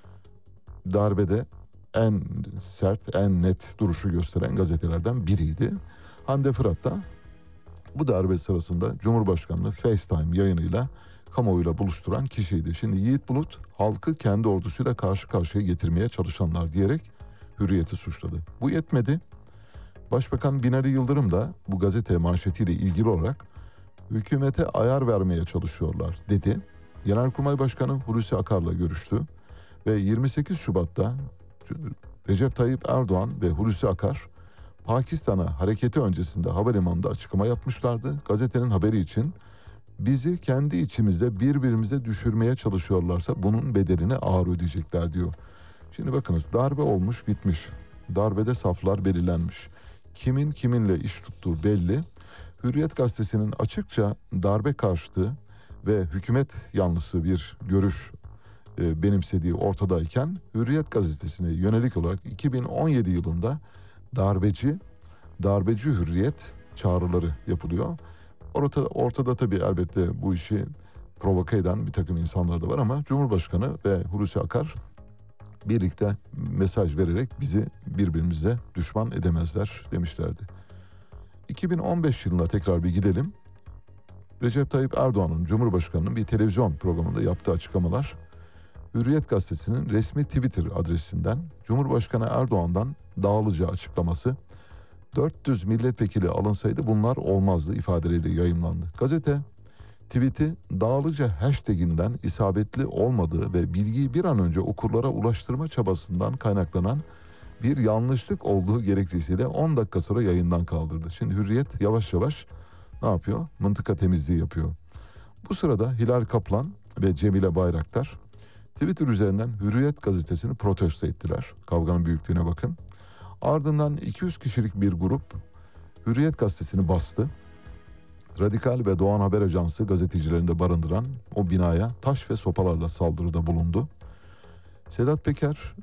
Darbede en sert, en net duruşu gösteren gazetelerden biriydi. Hande Fırat da bu darbe sırasında Cumhurbaşkanı'nı FaceTime yayınıyla kamuoyuyla buluşturan kişiydi. Şimdi Yiğit Bulut halkı kendi ordusuyla karşı karşıya getirmeye çalışanlar diyerek Hürriyet'i suçladı. Bu yetmedi. Başbakan Binali Yıldırım da bu gazete manşetiyle ilgili olarak hükümete ayar vermeye çalışıyorlar dedi. Genelkurmay Başkanı Hulusi Akar'la görüştü ve 28 Şubat'ta Recep Tayyip Erdoğan ve Hulusi Akar Pakistan'a hareketi öncesinde havalimanında açıklama yapmışlardı. Gazetenin haberi için bizi kendi içimizde birbirimize düşürmeye çalışıyorlarsa bunun bedelini ağır ödeyecekler diyor. Şimdi bakınız, darbe olmuş bitmiş. Darbede saflar belirlenmiş. Kimin kiminle iş tuttuğu belli. Hürriyet Gazetesi'nin açıkça darbe karşıtı ve hükümet yanlısı bir görüş benimsediği ortadayken Hürriyet Gazetesi'ne yönelik olarak 2017 yılında darbeci hürriyet çağrıları yapılıyor. Ortada tabii elbette bu işi provoke eden bir takım insanlar da var ama Cumhurbaşkanı ve Hulusi Akar birlikte mesaj vererek bizi birbirimize düşman edemezler demişlerdi. 2015 yılına tekrar bir gidelim. Recep Tayyip Erdoğan'ın Cumhurbaşkanı'nın bir televizyon programında yaptığı açıklamalar Hürriyet Gazetesi'nin resmi Twitter adresinden Cumhurbaşkanı Erdoğan'dan Dağlıca açıklaması 400 milletvekili alınsaydı bunlar olmazdı ifadeleriyle yayımlandı. Gazete tweet'i Dağlıca hashtaginden isabetli olmadığı ve bilgiyi bir an önce okurlara ulaştırma çabasından kaynaklanan bir yanlışlık olduğu gerekçesiyle 10 dakika sonra yayından kaldırdı. Şimdi Hürriyet yavaş yavaş ne yapıyor? Mıntıka temizliği yapıyor. Bu sırada Hilal Kaplan ve Cemile Bayraktar Twitter üzerinden Hürriyet Gazetesi'ni protesto ettiler. Kavganın büyüklüğüne bakın. Ardından 200 kişilik bir grup Hürriyet Gazetesi'ni bastı. Radikal ve Doğan Haber Ajansı gazetecilerini de barındıran o binaya taş ve sopalarla saldırıda bulundu. Sedat Peker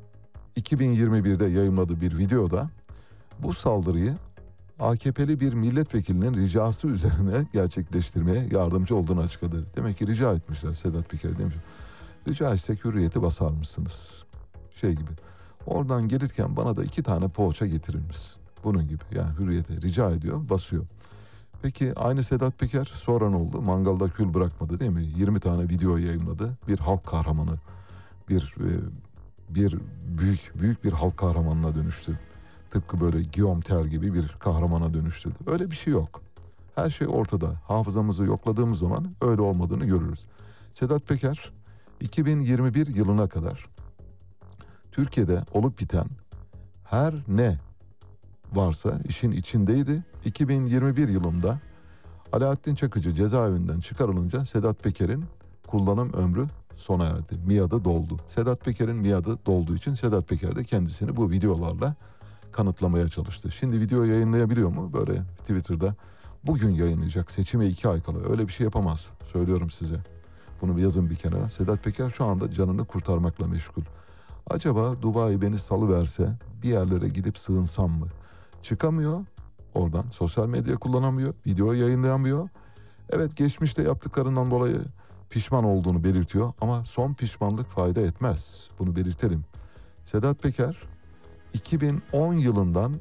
2021'de yayımladığı bir videoda bu saldırıyı AKP'li bir milletvekilinin ricası üzerine gerçekleştirmeye yardımcı olduğunu açıkladı. Demek ki rica etmişler Sedat Peker demiş. Rica etsek Hürriyet'i basar mısınız? Gibi. Oradan gelirken bana da 2 tane poğaça getirir misin? Bunun gibi. Yani Hürriyet'e rica ediyor, basıyor. Peki aynı Sedat Peker sonra ne oldu? Mangalda kül bırakmadı değil mi? 20 tane video yayımladı. Bir halk kahramanı, bir büyük bir halk kahramanına dönüştü. Tıpkı böyle Guillaume Tell gibi bir kahramana dönüştü. Öyle bir şey yok. Her şey ortada. Hafızamızı yokladığımız zaman öyle olmadığını görürüz. Sedat Peker 2021 yılına kadar Türkiye'de olup biten her ne varsa işin içindeydi. 2021 yılında Alaaddin Çakıcı cezaevinden çıkarılınca Sedat Peker'in kullanım ömrü sona erdi. Miadı doldu. Sedat Peker'in miadı dolduğu için Sedat Peker de kendisini bu videolarla kanıtlamaya çalıştı. Şimdi video yayınlayabiliyor mu? Böyle Twitter'da bugün yayınlayacak, seçime 2 ay kala. Öyle bir şey yapamaz. Söylüyorum size. Bunu yazın bir kenara. Sedat Peker şu anda canını kurtarmakla meşgul. Acaba Dubai beni salıverse bir yerlere gidip sığınsam mı? Çıkamıyor oradan. Sosyal medya kullanamıyor. Video yayınlayamıyor. Evet, geçmişte yaptıklarından dolayı pişman olduğunu belirtiyor. Ama son pişmanlık fayda etmez. Bunu belirtelim. Sedat Peker 2010 yılından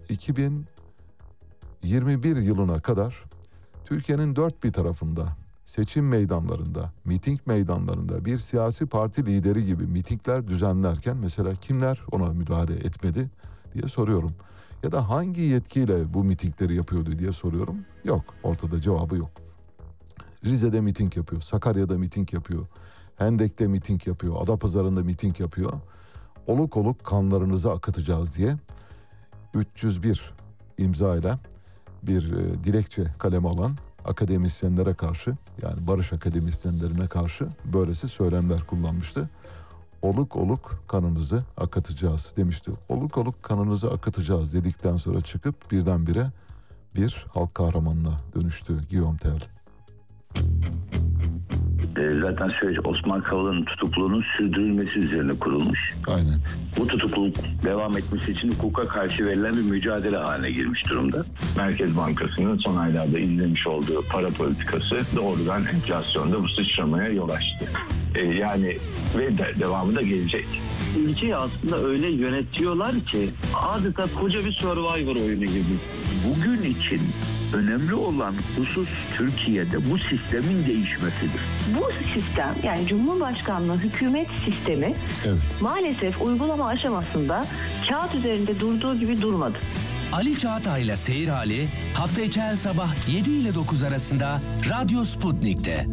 2021 yılına kadar Türkiye'nin dört bir tarafında seçim meydanlarında, miting meydanlarında bir siyasi parti lideri gibi mitingler düzenlerken mesela kimler ona müdahale etmedi diye soruyorum. Ya da hangi yetkiyle bu mitingleri yapıyordu diye soruyorum. Yok, ortada cevabı yok. Rize'de miting yapıyor, Sakarya'da miting yapıyor, Hendek'te miting yapıyor, Adapazarı'nda miting yapıyor. Oluk oluk kanlarınızı akıtacağız diye 301 imza ile bir dilekçe kaleme alan akademisyenlere karşı, yani barış akademisyenlerine karşı böylesi söylemler kullanmıştı. oluk oluk kanınızı akıtacağız demişti. Oluk oluk kanınızı akıtacağız dedikten sonra çıkıp birdenbire bir halk kahramanına dönüştü Guillaume Tell. Zaten süreç Osman Kavala'nın tutukluluğunun sürdürülmesi üzerine kurulmuş. Aynen. Bu tutukluluk devam etmesi için hukuka karşı verilen bir mücadele haline girmiş durumda. Merkez Bankası'nın son aylarda izlemiş olduğu para politikası doğrudan enflasyonda bu sıçramaya yol açtı. Yani ve devamı da gelecek. Ülkeyi aslında öyle yönetiyorlar ki adeta koca bir Survivor oyunu gibi. Bugün için önemli olan husus Türkiye'de bu sistemin değişmesidir. Bu sistem, yani Cumhurbaşkanlığı hükümet sistemi, Evet. maalesef uygulama aşamasında kağıt üzerinde durduğu gibi durmadı. Ali Çağatay'la Seyir Hali hafta içi her sabah 7 ile 9 arasında Radyo Sputnik'te.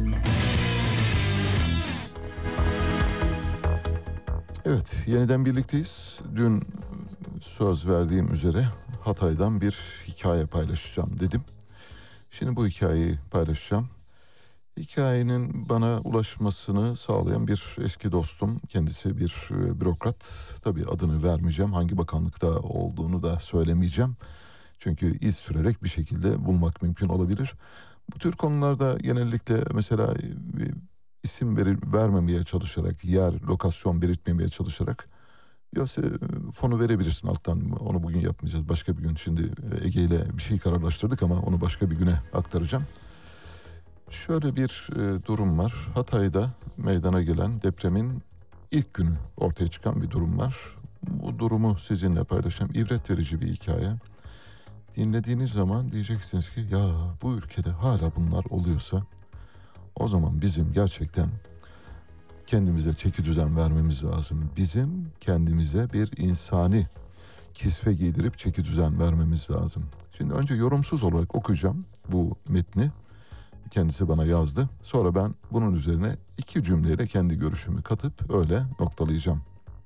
Evet, yeniden birlikteyiz. Dün söz verdiğim üzere Hatay'dan bir hikaye paylaşacağım dedim. Şimdi bu hikayeyi paylaşacağım. Hikayenin bana ulaşmasını sağlayan bir eski dostum. Kendisi bir bürokrat. Tabii adını vermeyeceğim. Hangi bakanlıkta olduğunu da söylemeyeceğim. Çünkü iz sürerek bir şekilde bulmak mümkün olabilir. Bu tür konularda genellikle mesela isim vermemeye çalışarak, yer, lokasyon belirtmemeye çalışarak yoksa fonu verebilirsin alttan. Onu bugün yapmayacağız. Başka bir gün. Şimdi Ege ile bir şey kararlaştırdık ama onu başka bir güne aktaracağım. Şöyle bir durum var. Hatay'da meydana gelen depremin ilk günü ortaya çıkan bir durum var. Bu durumu sizinle paylaşacağım. İbret verici bir hikaye. Dinlediğiniz zaman diyeceksiniz ki ya bu ülkede hala bunlar oluyorsa o zaman bizim gerçekten kendimize çekidüzen vermemiz lazım. Bizim kendimize bir insani kisve giydirip çekidüzen vermemiz lazım. Şimdi önce yorumsuz olarak okuyacağım bu metni. Kendisi bana yazdı. Sonra ben bunun üzerine 2 cümleyle kendi görüşümü katıp öyle noktalayacağım.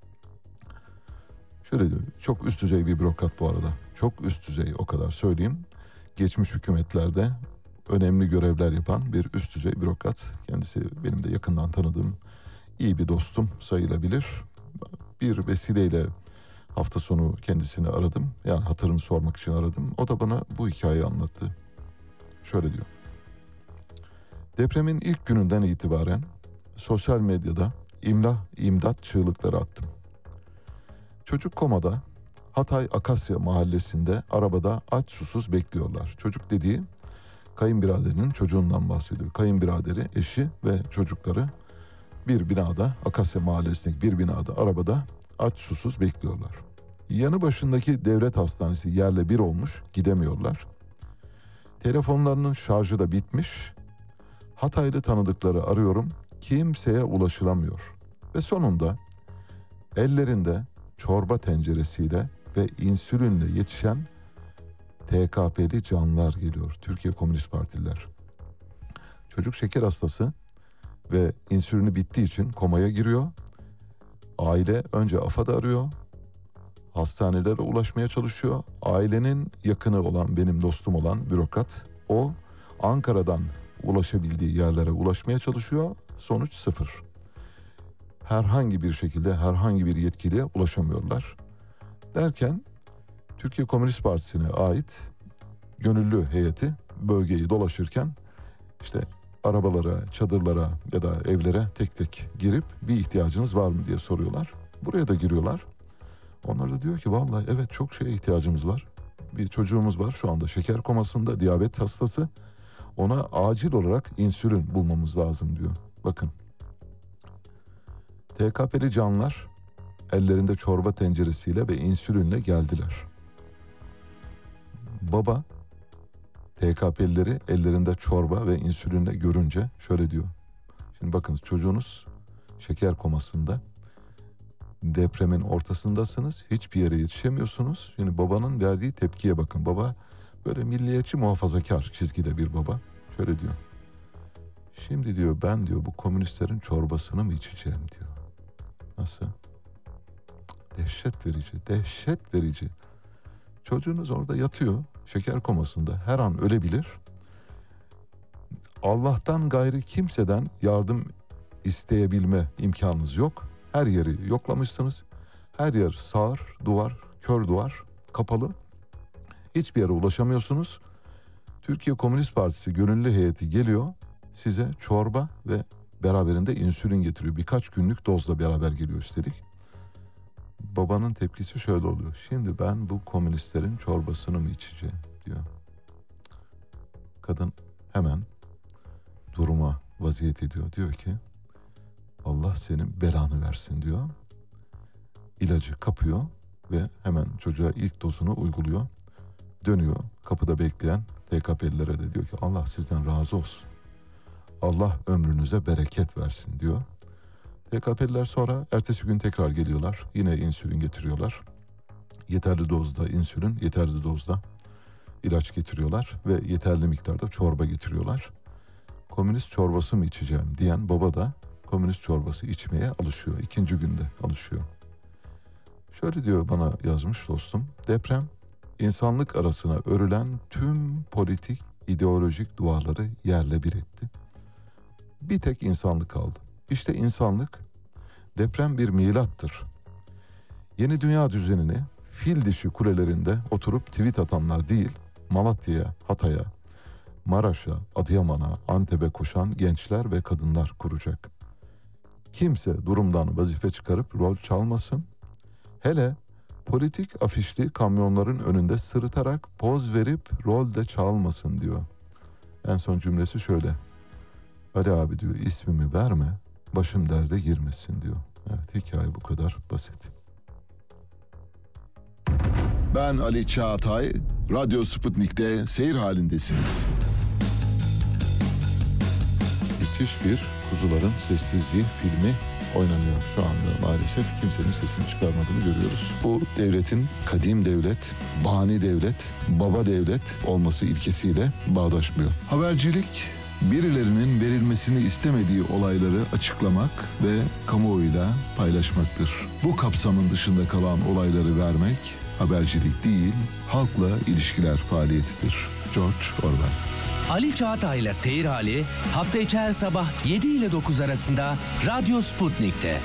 Şöyle diyor. Çok üst düzey bir bürokrat bu arada. Çok üst düzey, o kadar söyleyeyim. Geçmiş hükümetlerde önemli görevler yapan bir üst düzey bürokrat. Kendisi benim de yakından tanıdığım iyi bir dostum sayılabilir. Bir vesileyle hafta sonu kendisini aradım. Yani hatırını sormak için aradım. O da bana bu hikayeyi anlattı. Şöyle diyor. Depremin ilk gününden itibaren sosyal medyada imdat çığlıkları attım. Çocuk komada, Hatay Akasya mahallesinde arabada aç susuz bekliyorlar. Çocuk dediği kayınbiraderinin çocuğundan bahsediyor. Kayınbiraderi, eşi ve çocukları bir binada, Akasya mahallesindeki bir binada arabada aç susuz bekliyorlar. Yanı başındaki devlet hastanesi yerle bir olmuş, gidemiyorlar. Telefonlarının şarjı da bitmiş. Hataylı tanıdıkları arıyorum, kimseye ulaşılamıyor. Ve sonunda ellerinde çorba tenceresiyle ve insülinle yetişen TKP'li canlar geliyor. Türkiye Komünist Partililer. Çocuk şeker hastası ve insülini bittiği için komaya giriyor. Aile önce AFAD'ı arıyor. Hastanelere ulaşmaya çalışıyor. Ailenin yakını olan, benim dostum olan bürokrat, o Ankara'dan ulaşabildiği yerlere ulaşmaya çalışıyor. Sonuç 0. Herhangi bir şekilde herhangi bir yetkiliye ulaşamıyorlar. Derken Türkiye Komünist Partisi'ne ait gönüllü heyeti bölgeyi dolaşırken işte arabalara, çadırlara ya da evlere tek tek girip bir ihtiyacınız var mı diye soruyorlar. Buraya da giriyorlar. Onlar da diyor ki vallahi evet çok şeye ihtiyacımız var. Bir çocuğumuz var şu anda şeker komasında, diyabet hastası. Ona acil olarak insülin bulmamız lazım diyor. Bakın. TKP'li canlar ellerinde çorba tenceresiyle ve insülinle geldiler. Baba TKP'lileri ellerinde çorba ve insülinle görünce şöyle diyor. Şimdi bakınız, çocuğunuz şeker komasında, depremin ortasındasınız, hiçbir yere yetişemiyorsunuz. Şimdi babanın verdiği tepkiye bakın. Baba böyle milliyetçi, muhafazakar çizgide bir baba. Şöyle diyor. Şimdi diyor ben diyor bu komünistlerin çorbasını mı içeceğim diyor. Nasıl? Dehşet verici, dehşet verici. Çocuğunuz orada yatıyor, şeker komasında, her an ölebilir. Allah'tan gayrı kimseden yardım isteyebilme imkanınız yok. Her yeri yoklamışsınız. Her yer sağır, duvar, kör duvar, kapalı. Hiçbir yere ulaşamıyorsunuz. Türkiye Komünist Partisi gönüllü heyeti geliyor. Size çorba ve beraberinde insülin getiriyor. Birkaç günlük dozla beraber geliyor üstelik. Babanın tepkisi şöyle oluyor. Şimdi ben bu komünistlerin çorbasını mı içeceğim diyor. Kadın hemen duruma vaziyet ediyor. Diyor ki Allah senin belanı versin diyor. İlacı kapıyor ve hemen çocuğa ilk dozunu uyguluyor. Dönüyor kapıda bekleyen TKP'lilere de diyor ki Allah sizden razı olsun. Allah ömrünüze bereket versin diyor. TKP'liler sonra ertesi gün tekrar geliyorlar. Yine insülin getiriyorlar. Yeterli dozda insülin, yeterli dozda ilaç getiriyorlar ve yeterli miktarda çorba getiriyorlar. Komünist çorbası mı içeceğim diyen baba da komünist çorbası içmeye alışıyor. İkinci günde alışıyor. Şöyle diyor bana yazmış dostum. Deprem insanlık arasına örülen tüm politik, ideolojik duvarları yerle bir etti. Bir tek insanlık kaldı. İşte insanlık, deprem bir milattır. Yeni dünya düzenini fil dişi kulelerinde oturup tweet atanlar değil, Malatya'ya, Hatay'a, Maraş'a, Adıyaman'a, Antep'e koşan gençler ve kadınlar kuracak. Kimse durumdan vazife çıkarıp rol çalmasın. Hele politik afişli kamyonların önünde sırıtarak poz verip rol de çalmasın diyor. En son cümlesi şöyle. Ali abi diyor ismimi verme, başım derde girmesin diyor. Evet, hikaye bu kadar basit. Ben Ali Çağatay, Radyo Sputnik'te seyir halindesiniz. Müthiş bir Kuzuların Sessizliği filmi oynanıyor şu anda maalesef. Kimsenin sesini çıkarmadığını görüyoruz. Bu devletin kadim devlet, bani devlet, baba devlet olması ilkesiyle bağdaşmıyor. Habercilik, birilerinin verilmesini istemediği olayları açıklamak ve kamuoyuyla paylaşmaktır. Bu kapsamın dışında kalan olayları vermek habercilik değil, halkla ilişkiler faaliyetidir. George Orwell. Ali Çağatay'la Seyir Hali hafta içi her sabah 7 ile 9 arasında Radyo Sputnik'te.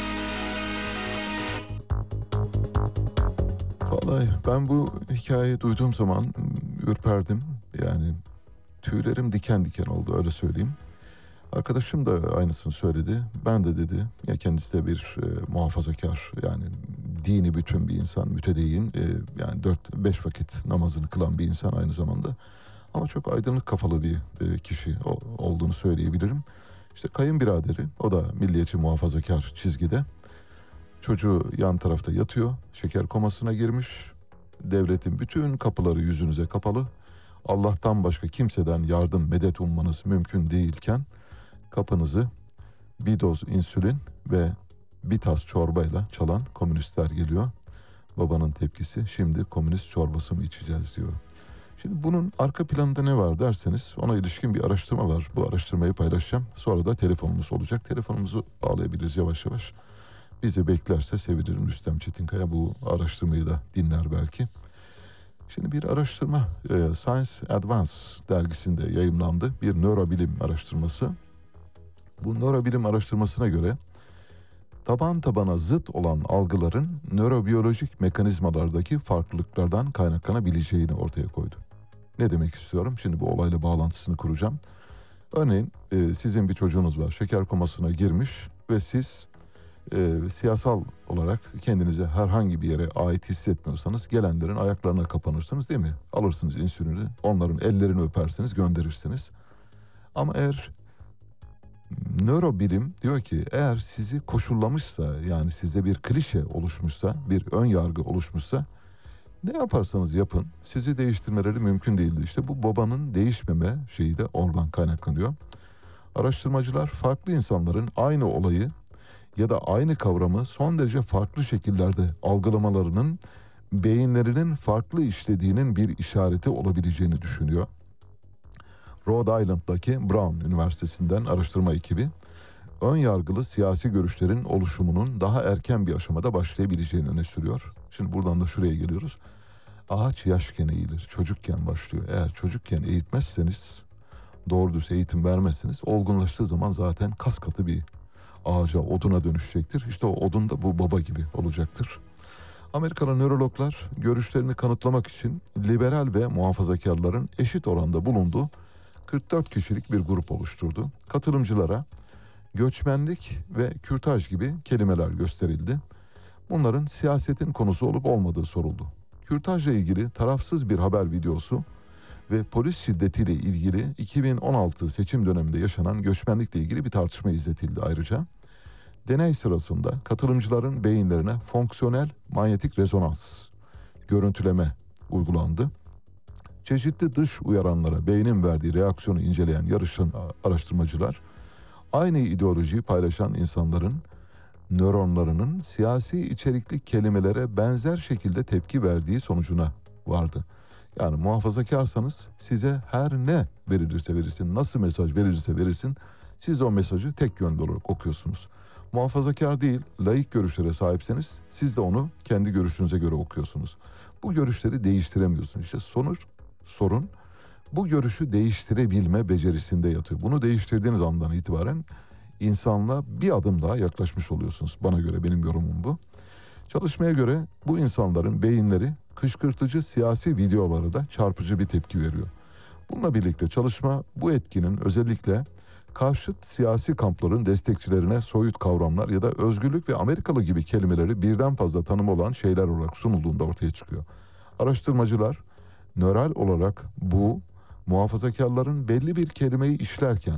Vallahi ben bu hikayeyi duyduğum zaman ürperdim. Yani tüylerim diken diken oldu, öyle söyleyeyim. Arkadaşım da aynısını söyledi. Ben de dedi. Ya kendisi de bir muhafazakar, yani dini bütün bir insan, mütedeyyin. Yani 4-5 vakit namazını kılan bir insan aynı zamanda. Ama çok aydınlık kafalı bir kişi olduğunu söyleyebilirim. İşte kayınbiraderi, o da milliyetçi muhafazakar çizgide. Çocuğu yan tarafta yatıyor, şeker komasına girmiş. Devletin bütün kapıları yüzünüze kapalı. Allah'tan başka kimseden yardım, medet ummanız mümkün değilken kapınızı bir doz insülin ve bir tas çorbayla çalan komünistler geliyor. Babanın tepkisi, şimdi komünist çorbası mı içeceğiz diyor. Şimdi bunun arka planında ne var derseniz ona ilişkin bir araştırma var. Bu araştırmayı paylaşacağım. Sonra da telefonumuz olacak. Telefonumuzu bağlayabiliriz yavaş yavaş. Bizi beklerse sevinirim. Rüstem Çetinkaya bu araştırmayı da dinler belki. Şimdi bir araştırma Science Advance dergisinde yayımlandı. Bir nörobilim araştırması. Bu nörobilim araştırmasına göre taban tabana zıt olan algıların nörobiyolojik mekanizmalardaki farklılıklardan kaynaklanabileceğini ortaya koydu. Ne demek istiyorum? Şimdi bu olayla bağlantısını kuracağım. Örneğin sizin bir çocuğunuz var, şeker komasına girmiş ve siz siyasal olarak kendinize herhangi bir yere ait hissetmiyorsanız gelenlerin ayaklarına kapanırsınız, değil mi? Alırsınız insülini, onların ellerini öpersiniz, gönderirsiniz. Ama eğer nörobilim diyor ki eğer sizi koşullamışsa, yani sizde bir klişe oluşmuşsa, bir ön yargı oluşmuşsa ne yaparsanız yapın sizi değiştirmeleri mümkün değildi. İşte bu babanın değişmeme şeyi de oradan kaynaklanıyor. Araştırmacılar farklı insanların aynı olayı ya da aynı kavramı son derece farklı şekillerde algılamalarının beyinlerinin farklı işlediğinin bir işareti olabileceğini düşünüyor. Rhode Island'daki Brown Üniversitesi'nden araştırma ekibi ön yargılı siyasi görüşlerin oluşumunun daha erken bir aşamada başlayabileceğini öne sürüyor. Şimdi buradan da şuraya geliyoruz. Ağaç yaşken eğilir, çocukken başlıyor. Eğer çocukken eğitmezseniz, doğru düz eğitim vermezseniz olgunlaştığı zaman zaten kas katı bir ağaca, oduna dönüşecektir. İşte o odun da bu baba gibi olacaktır. Amerikalı nörologlar görüşlerini kanıtlamak için liberal ve muhafazakarların eşit oranda bulunduğu 44 kişilik bir grup oluşturdu. Katılımcılara göçmenlik ve kürtaj gibi kelimeler gösterildi. Bunların siyasetin konusu olup olmadığı soruldu. Kürtajla ilgili tarafsız bir haber videosu ve polis şiddetiyle ilgili 2016 seçim döneminde yaşanan göçmenlikle ilgili bir tartışma izletildi ayrıca. Deney sırasında katılımcıların beyinlerine fonksiyonel manyetik rezonans görüntüleme uygulandı. Çeşitli dış uyaranlara beynin verdiği reaksiyonu inceleyen araştırmacılar, aynı ideolojiyi paylaşan insanların nöronlarının siyasi içerikli kelimelere benzer şekilde tepki verdiği sonucuna vardı. Yani muhafazakarsanız size her ne verilirse verilsin, nasıl mesaj verilirse verilsin, siz o mesajı tek yönlü olarak okuyorsunuz. Muhafazakar değil, laik görüşlere sahipseniz siz de onu kendi görüşünüze göre okuyorsunuz. Bu görüşleri değiştiremiyorsunuz. İşte sorun bu görüşü değiştirebilme becerisinde yatıyor. Bunu değiştirdiğiniz andan itibaren insanla bir adım daha yaklaşmış oluyorsunuz. Bana göre, benim yorumum bu. Çalışmaya göre bu insanların beyinleri kışkırtıcı siyasi videolara da çarpıcı bir tepki veriyor. Bununla birlikte çalışma bu etkinin özellikle karşıt siyasi kampların destekçilerine soyut kavramlar ya da özgürlük ve Amerikalı gibi kelimeleri birden fazla tanımı olan şeyler olarak sunulduğunda ortaya çıkıyor. Araştırmacılar nöral olarak bu muhafazakarların belli bir kelimeyi işlerken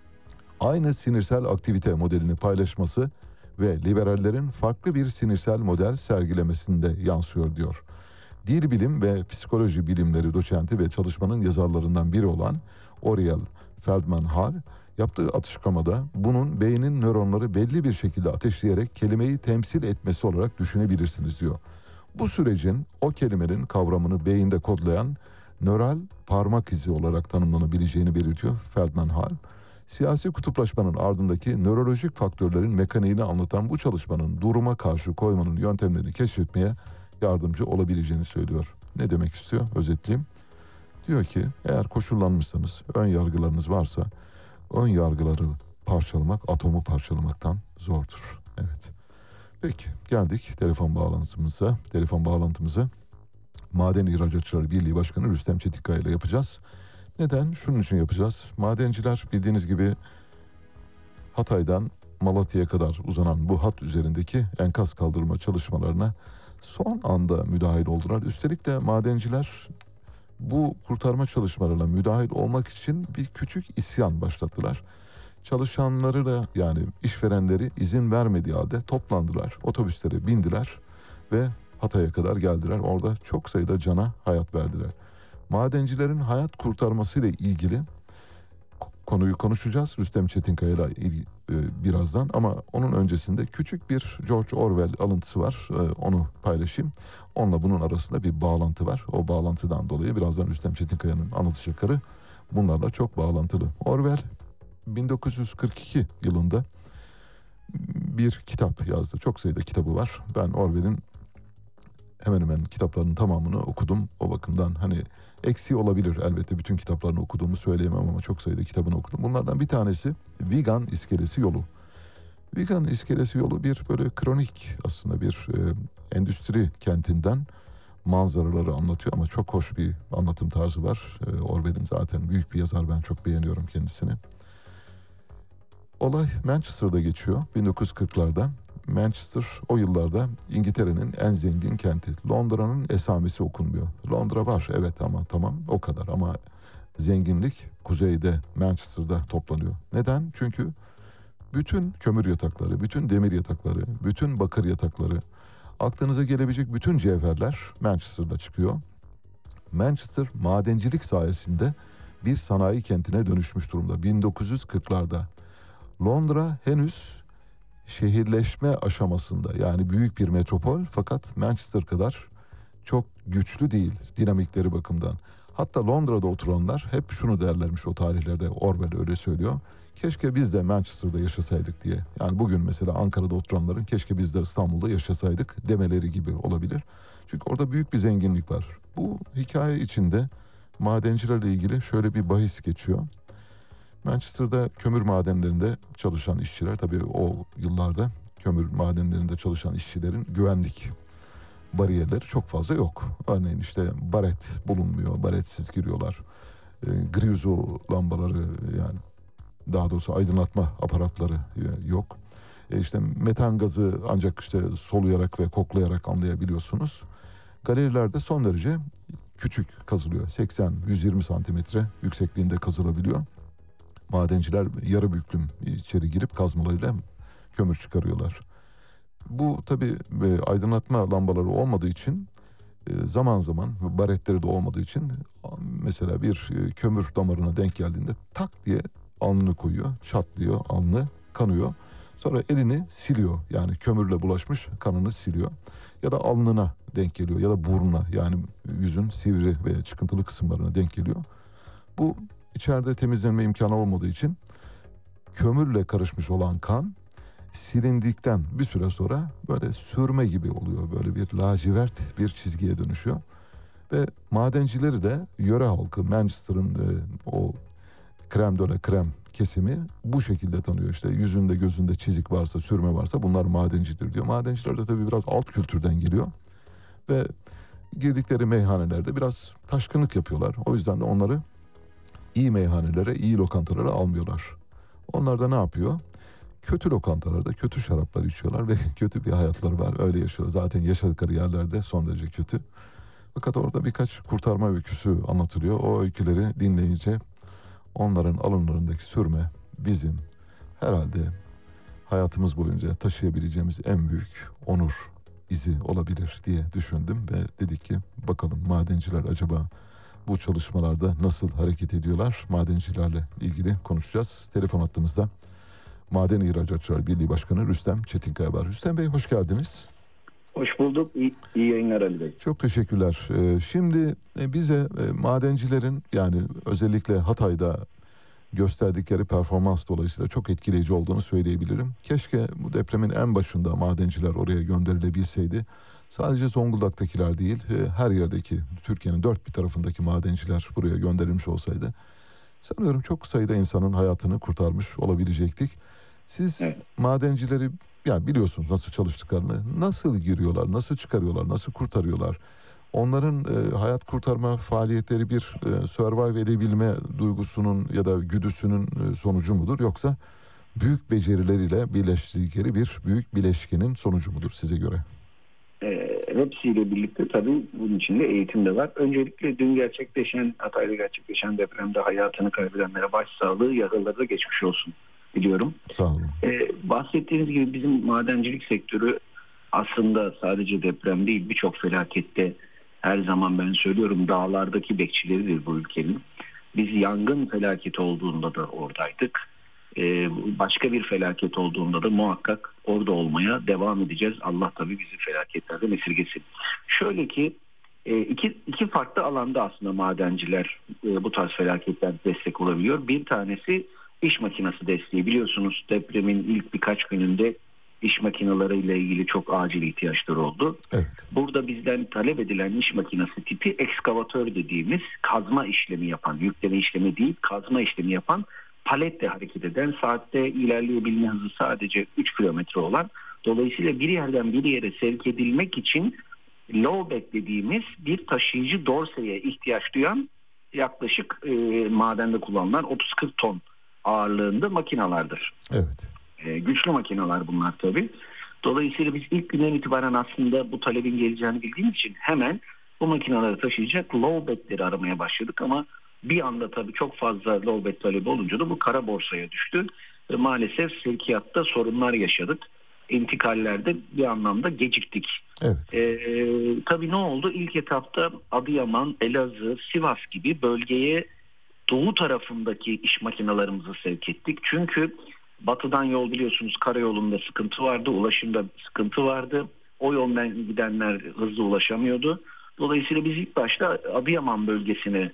aynı sinirsel aktivite modelini paylaşması ve liberallerin farklı bir sinirsel model sergilemesinde yansıyor diyor. Dil bilim ve psikoloji bilimleri doçenti ve çalışmanın yazarlarından biri olan Oriel Feldman-Hall yaptığı açıklamada bunun beynin nöronları belli bir şekilde ateşleyerek kelimeyi temsil etmesi olarak düşünebilirsiniz diyor. Bu sürecin o kelimenin kavramını beyinde kodlayan nöral parmak izi olarak tanımlanabileceğini belirtiyor Feldman-Hall. Siyasi kutuplaşmanın ardındaki nörolojik faktörlerin mekaniğini anlatan bu çalışmanın duruma karşı koymanın yöntemlerini keşfetmeye yardımcı olabileceğini söylüyor. Ne demek istiyor? Özetleyeyim. Diyor ki eğer koşullanmışsanız, ön yargılarınız varsa ön yargıları parçalamak atomu parçalamaktan zordur. Evet. Peki geldik telefon bağlantımıza. Maden İhracatçıları Birliği Başkanı Rüstem Çetikkaya ile yapacağız. Neden? Şunun için yapacağız. Madenciler bildiğiniz gibi Hatay'dan Malatya'ya kadar uzanan bu hat üzerindeki enkaz kaldırma çalışmalarına son anda müdahil oldular. Üstelik de madenciler bu kurtarma çalışmalarına müdahil olmak için bir küçük isyan başlattılar. Çalışanları da yani işverenleri izin vermediği halde toplandılar, otobüslere bindiler ve Hatay'a kadar geldiler. Orada çok sayıda cana hayat verdiler. Madencilerin hayat kurtarmasıyla ilgili konuyu konuşacağız Rüstem Çetinkaya ile birazdan ama onun öncesinde küçük bir George Orwell alıntısı var. Onu paylaşayım. Onunla bunun arasında bir bağlantı var. O bağlantıdan dolayı birazdan Rüstem Çetinkaya'nın anlatacakları bunlarla çok bağlantılı. Orwell 1942 yılında bir kitap yazdı. Çok sayıda kitabı var. Ben Orwell'in hemen hemen kitaplarının tamamını okudum. O bakımdan hani eksiği olabilir elbette, bütün kitaplarını okuduğumu söyleyemem ama çok sayıda kitabını okudum. Bunlardan bir tanesi Vigan İskelesi Yolu. Vigan İskelesi Yolu bir böyle kronik aslında bir endüstri kentinden manzaraları anlatıyor ama çok hoş bir anlatım tarzı var. Orwell'in zaten büyük bir yazar, ben çok beğeniyorum kendisini. Olay Manchester'da geçiyor 1940'larda. Manchester o yıllarda İngiltere'nin en zengin kenti. Londra'nın esamesi okunmuyor. Londra var evet ama tamam o kadar ama zenginlik kuzeyde Manchester'da toplanıyor. Neden? Çünkü bütün kömür yatakları, bütün demir yatakları, bütün bakır yatakları, aklınıza gelebilecek bütün cevherler Manchester'da çıkıyor. Manchester madencilik sayesinde bir sanayi kentine dönüşmüş durumda 1940'larda. Londra henüz şehirleşme aşamasında, yani büyük bir metropol fakat Manchester kadar çok güçlü değil dinamikleri bakımından. Hatta Londra'da oturanlar hep şunu derlermiş o tarihlerde, Orwell öyle söylüyor. Keşke biz de Manchester'da yaşasaydık diye. Yani bugün mesela Ankara'da oturanların keşke biz de İstanbul'da yaşasaydık demeleri gibi olabilir. Çünkü orada büyük bir zenginlik var. Bu hikaye içinde madencilerle ilgili şöyle bir bahis geçiyor. Manchester'da kömür madenlerinde çalışan işçiler, tabii o yıllarda kömür madenlerinde çalışan işçilerin güvenlik bariyerleri çok fazla yok. Örneğin işte baret bulunmuyor, baretsiz giriyorlar. Griuzo lambaları, yani daha doğrusu aydınlatma aparatları yok. İşte metan gazı ancak işte soluyarak ve koklayarak anlayabiliyorsunuz. Galerilerde son derece küçük kazılıyor. 80-120 santimetre yüksekliğinde kazılabiliyor. Madenciler yarı büklüm içeri girip kazmalarıyla kömür çıkarıyorlar. Bu tabii aydınlatma lambaları olmadığı için, zaman zaman baretleri de olmadığı için, mesela bir kömür damarına denk geldiğinde tak diye alnını koyuyor, çatlıyor, alnı kanıyor. Sonra elini siliyor, yani kömürle bulaşmış kanını siliyor. Ya da alnına denk geliyor ya da burnuna, yani yüzün sivri ve çıkıntılı kısımlarına denk geliyor. Bu içeride temizlenme imkanı olmadığı için kömürle karışmış olan kan silindikten bir süre sonra böyle sürme gibi oluyor. Böyle bir lacivert bir çizgiye dönüşüyor. Ve madencileri de yöre halkı, Manchester'ın o krem de la krem kesimi bu şekilde tanıyor. İşte yüzünde gözünde çizik varsa, sürme varsa bunlar madencidir diyor. Madenciler de tabii biraz alt kültürden geliyor. Ve girdikleri meyhanelerde biraz taşkınlık yapıyorlar. O yüzden de onları iyi meyhanelere, iyi lokantalara almıyorlar. Onlar da ne yapıyor? Kötü lokantalarda kötü şaraplar içiyorlar ve kötü bir hayatları var. Öyle yaşıyorlar. Zaten yaşadıkları yerlerde son derece kötü. Fakat orada birkaç kurtarma öyküsü anlatılıyor. O öyküleri dinleyince onların alınlarındaki sürme bizim herhalde hayatımız boyunca taşıyabileceğimiz en büyük onur izi olabilir diye düşündüm ve dedik ki bakalım madenciler acaba bu çalışmalarda nasıl hareket ediyorlar? Madencilerle ilgili konuşacağız. Telefon hattımızda Maden İhracatçılar Birliği Başkanı Rüstem Çetinkaya var. Rüstem Bey, hoş geldiniz. Hoş bulduk. İyi yayınlar Ali Bey. Çok teşekkürler. Şimdi bize madencilerin, yani özellikle Hatay'da gösterdikleri performans dolayısıyla çok etkileyici olduğunu söyleyebilirim. Keşke bu depremin en başında madenciler oraya gönderilebilseydi. Sadece Zonguldak'takiler değil, her yerdeki, Türkiye'nin dört bir tarafındaki madenciler buraya gönderilmiş olsaydı sanıyorum çok sayıda insanın hayatını kurtarmış olabilecektik. Siz madencileri, yani biliyorsunuz nasıl çalıştıklarını, nasıl giriyorlar, nasıl çıkarıyorlar, nasıl kurtarıyorlar? Onların hayat kurtarma faaliyetleri bir survive edebilme duygusunun ya da güdüsünün sonucu mudur? Yoksa büyük becerileriyle birleştirdikleri bir büyük bileşkenin sonucu mudur size göre? Hepsiyle birlikte tabii bunun içinde eğitim de var. Öncelikle dün Hatay'da gerçekleşen depremde hayatını kaybedenlere başsağlığı, yaralılara da geçmiş olsun biliyorum. Sağ olun. Bahsettiğiniz gibi bizim madencilik sektörü aslında sadece deprem değil, birçok felakette, her zaman ben söylüyorum, dağlardaki bekçileridir bu ülkenin. Biz yangın felaketi olduğunda da oradaydık. Başka bir felaket olduğunda da muhakkak orada olmaya devam edeceğiz. Allah tabii bizi felaketlerden esirgesin. Şöyle ki iki farklı alanda aslında madenciler bu tarz felaketler destek olabiliyor. Bir tanesi iş makinesi desteği. Biliyorsunuz depremin ilk birkaç gününde iş makineleriyle ilgili çok acil ihtiyaçları oldu. Evet. Burada bizden talep edilen iş makinesi tipi ekskavatör dediğimiz kazma işlemi yapan, yükleme işlemi değil kazma işlemi yapan, paletle hareket eden, saatte ilerleyebilme hızı sadece 3 kilometre olan, dolayısıyla bir yerden bir yere sevk edilmek için low bed dediğimiz bir taşıyıcı dorseye ihtiyaç duyan, yaklaşık madende kullanılan 30-40 ton ağırlığında makinalardır. Evet. Güçlü makineler bunlar tabii. Dolayısıyla biz ilk günden itibaren aslında bu talebin geleceğini bildiğimiz için hemen bu makineleri taşıyacak low bedleri aramaya başladık ama bir anda tabii çok fazla low bed talebi olunca da bu kara borsaya düştü. Ve maalesef sevkiyatta sorunlar yaşadık. İntikallerde bir anlamda geciktik. Evet. Tabii ne oldu? İlk etapta Adıyaman, Elazığ, Sivas gibi bölgeye doğu tarafındaki iş makinalarımızı sevk ettik. Çünkü batıdan yol, biliyorsunuz, karayolunda sıkıntı vardı, ulaşımda sıkıntı vardı. O yoldan gidenler hızlı ulaşamıyordu. Dolayısıyla biz ilk başta Adıyaman bölgesine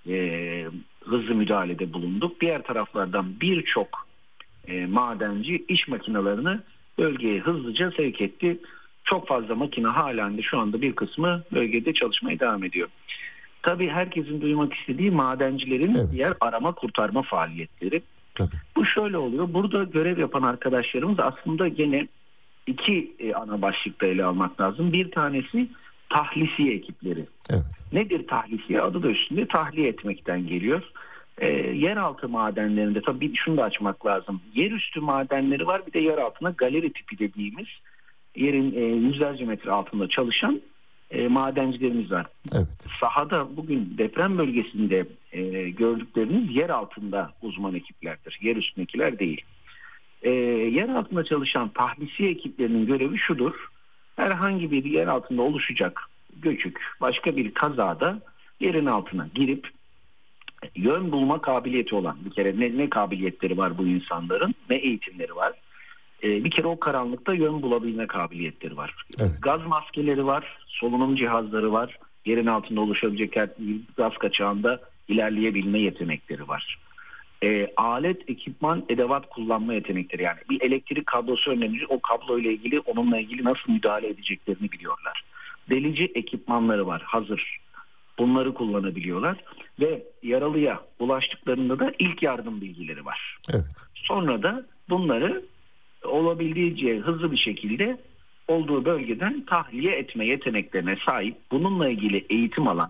hızlı müdahalede bulunduk. Diğer taraflardan birçok madenci iş makinelerini bölgeye hızlıca sevk etti. Çok fazla makine halen de şu anda bir kısmı bölgede çalışmaya devam ediyor. Tabii herkesin duymak istediği madencilerin diğer arama kurtarma faaliyetleri. Tabii. Bu şöyle oluyor. Burada görev yapan arkadaşlarımız aslında gene iki ana başlıkta ele almak lazım. Bir tanesi tahlisiye ekipleri. Evet. Nedir tahlisiye? Adı da üstünde tahliye etmekten geliyor. Yeraltı madenlerinde tabii şunu da açmak lazım. Yerüstü madenleri var, bir de yer altına galeri tipi dediğimiz yerin yüzlerce metre altında çalışan madencilerimiz var. Evet. Sahada bugün deprem bölgesinde gördükleriniz yer altında uzman ekiplerdir. Yer üstündekiler değil. Yer altında çalışan tahlisiye ekiplerinin görevi şudur. Herhangi bir yer altında oluşacak göçük başka bir kazada yerin altına girip yön bulma kabiliyeti olan, bir kere ne kabiliyetleri var bu insanların, ne eğitimleri var. Bir kere o karanlıkta yön bulabilme kabiliyetleri var. Evet. Gaz maskeleri var, solunum cihazları var. Yerin altında oluşabilecek her gaz kaçağında ilerleyebilme yetenekleri var. Alet, ekipman, edevat kullanma yetenekleri, yani bir elektrik kablosu önemli. O kabloyla ilgili, onunla ilgili nasıl müdahale edeceklerini biliyorlar. Delici ekipmanları var, hazır. Bunları kullanabiliyorlar ve yaralıya ulaştıklarında da ilk yardım bilgileri var. Evet. Sonra da bunları olabildiğince hızlı bir şekilde olduğu bölgeden tahliye etme yeteneklerine sahip, bununla ilgili eğitim alan,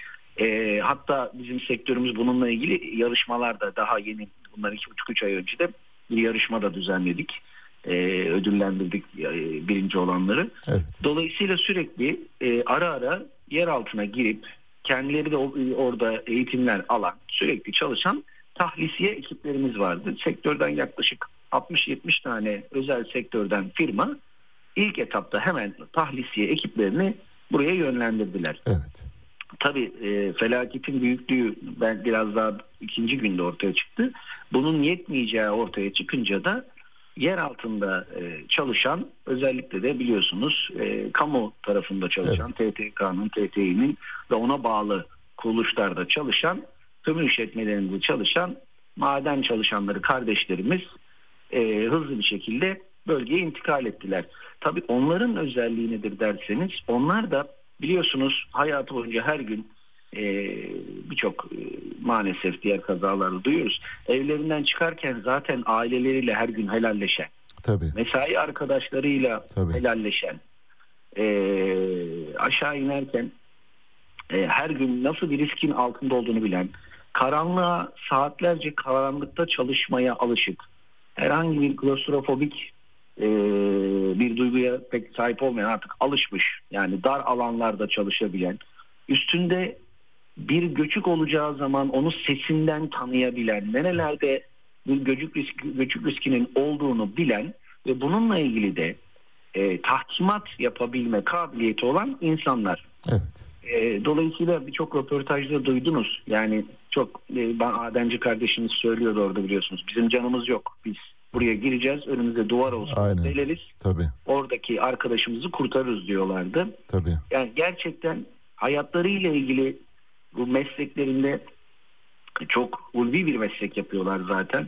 hatta bizim sektörümüz bununla ilgili yarışmalarda daha yeni, bunlar 2,5-3 ay önce de bir yarışma da düzenledik. Ödüllendirdik birinci olanları. Evet. Dolayısıyla sürekli ara ara yer altına girip kendileri de orada eğitimler alan, sürekli çalışan tahlisiye ekiplerimiz vardı. Sektörden yaklaşık 60-70 tane özel sektörden firma ilk etapta hemen tahlisiye ekiplerini buraya yönlendirdiler. Evet. Tabii felaketin büyüklüğü ben biraz daha ikinci günde ortaya çıktı. Bunun yetmeyeceği ortaya çıkınca da yer altında çalışan, özellikle de biliyorsunuz kamu tarafında çalışan, evet, TTK'nın, TTİ'nin ve ona bağlı kuruluşlarda çalışan, kömür işletmelerinde çalışan maden çalışanları, kardeşlerimiz hızlı bir şekilde bölgeye intikal ettiler. Tabii onların özelliği nedir derseniz, onlar da biliyorsunuz hayatı boyunca her gün birçok maalesef diğer kazalarda duyuyoruz. Evlerinden çıkarken zaten aileleriyle her gün helalleşen, tabii, mesai arkadaşlarıyla tabii helalleşen, aşağı inerken her gün nasıl bir riskin altında olduğunu bilen, karanlığa, saatlerce karanlıkta çalışmaya alışık, herhangi bir klostrofobik bir duyguya pek sahip olmayan, artık alışmış, yani dar alanlarda çalışabilen, üstünde bir göçük olacağı zaman onu sesinden tanıyabilen, nerelerde bir göçük riskinin olduğunu bilen ve bununla ilgili de tahkimat yapabilme kabiliyeti olan insanlar. Evet. Dolayısıyla birçok röportajda duydunuz. Yani çok madenci kardeşimiz söylüyordu orada, biliyorsunuz. Bizim canımız yok. Biz buraya gireceğiz. Önümüzde duvar olsun. Deleriz. Tabii. Oradaki arkadaşımızı kurtarırız diyorlardı. Tabii. Yani gerçekten hayatlarıyla ilgili bu mesleklerinde çok ulvi bir meslek yapıyorlar zaten.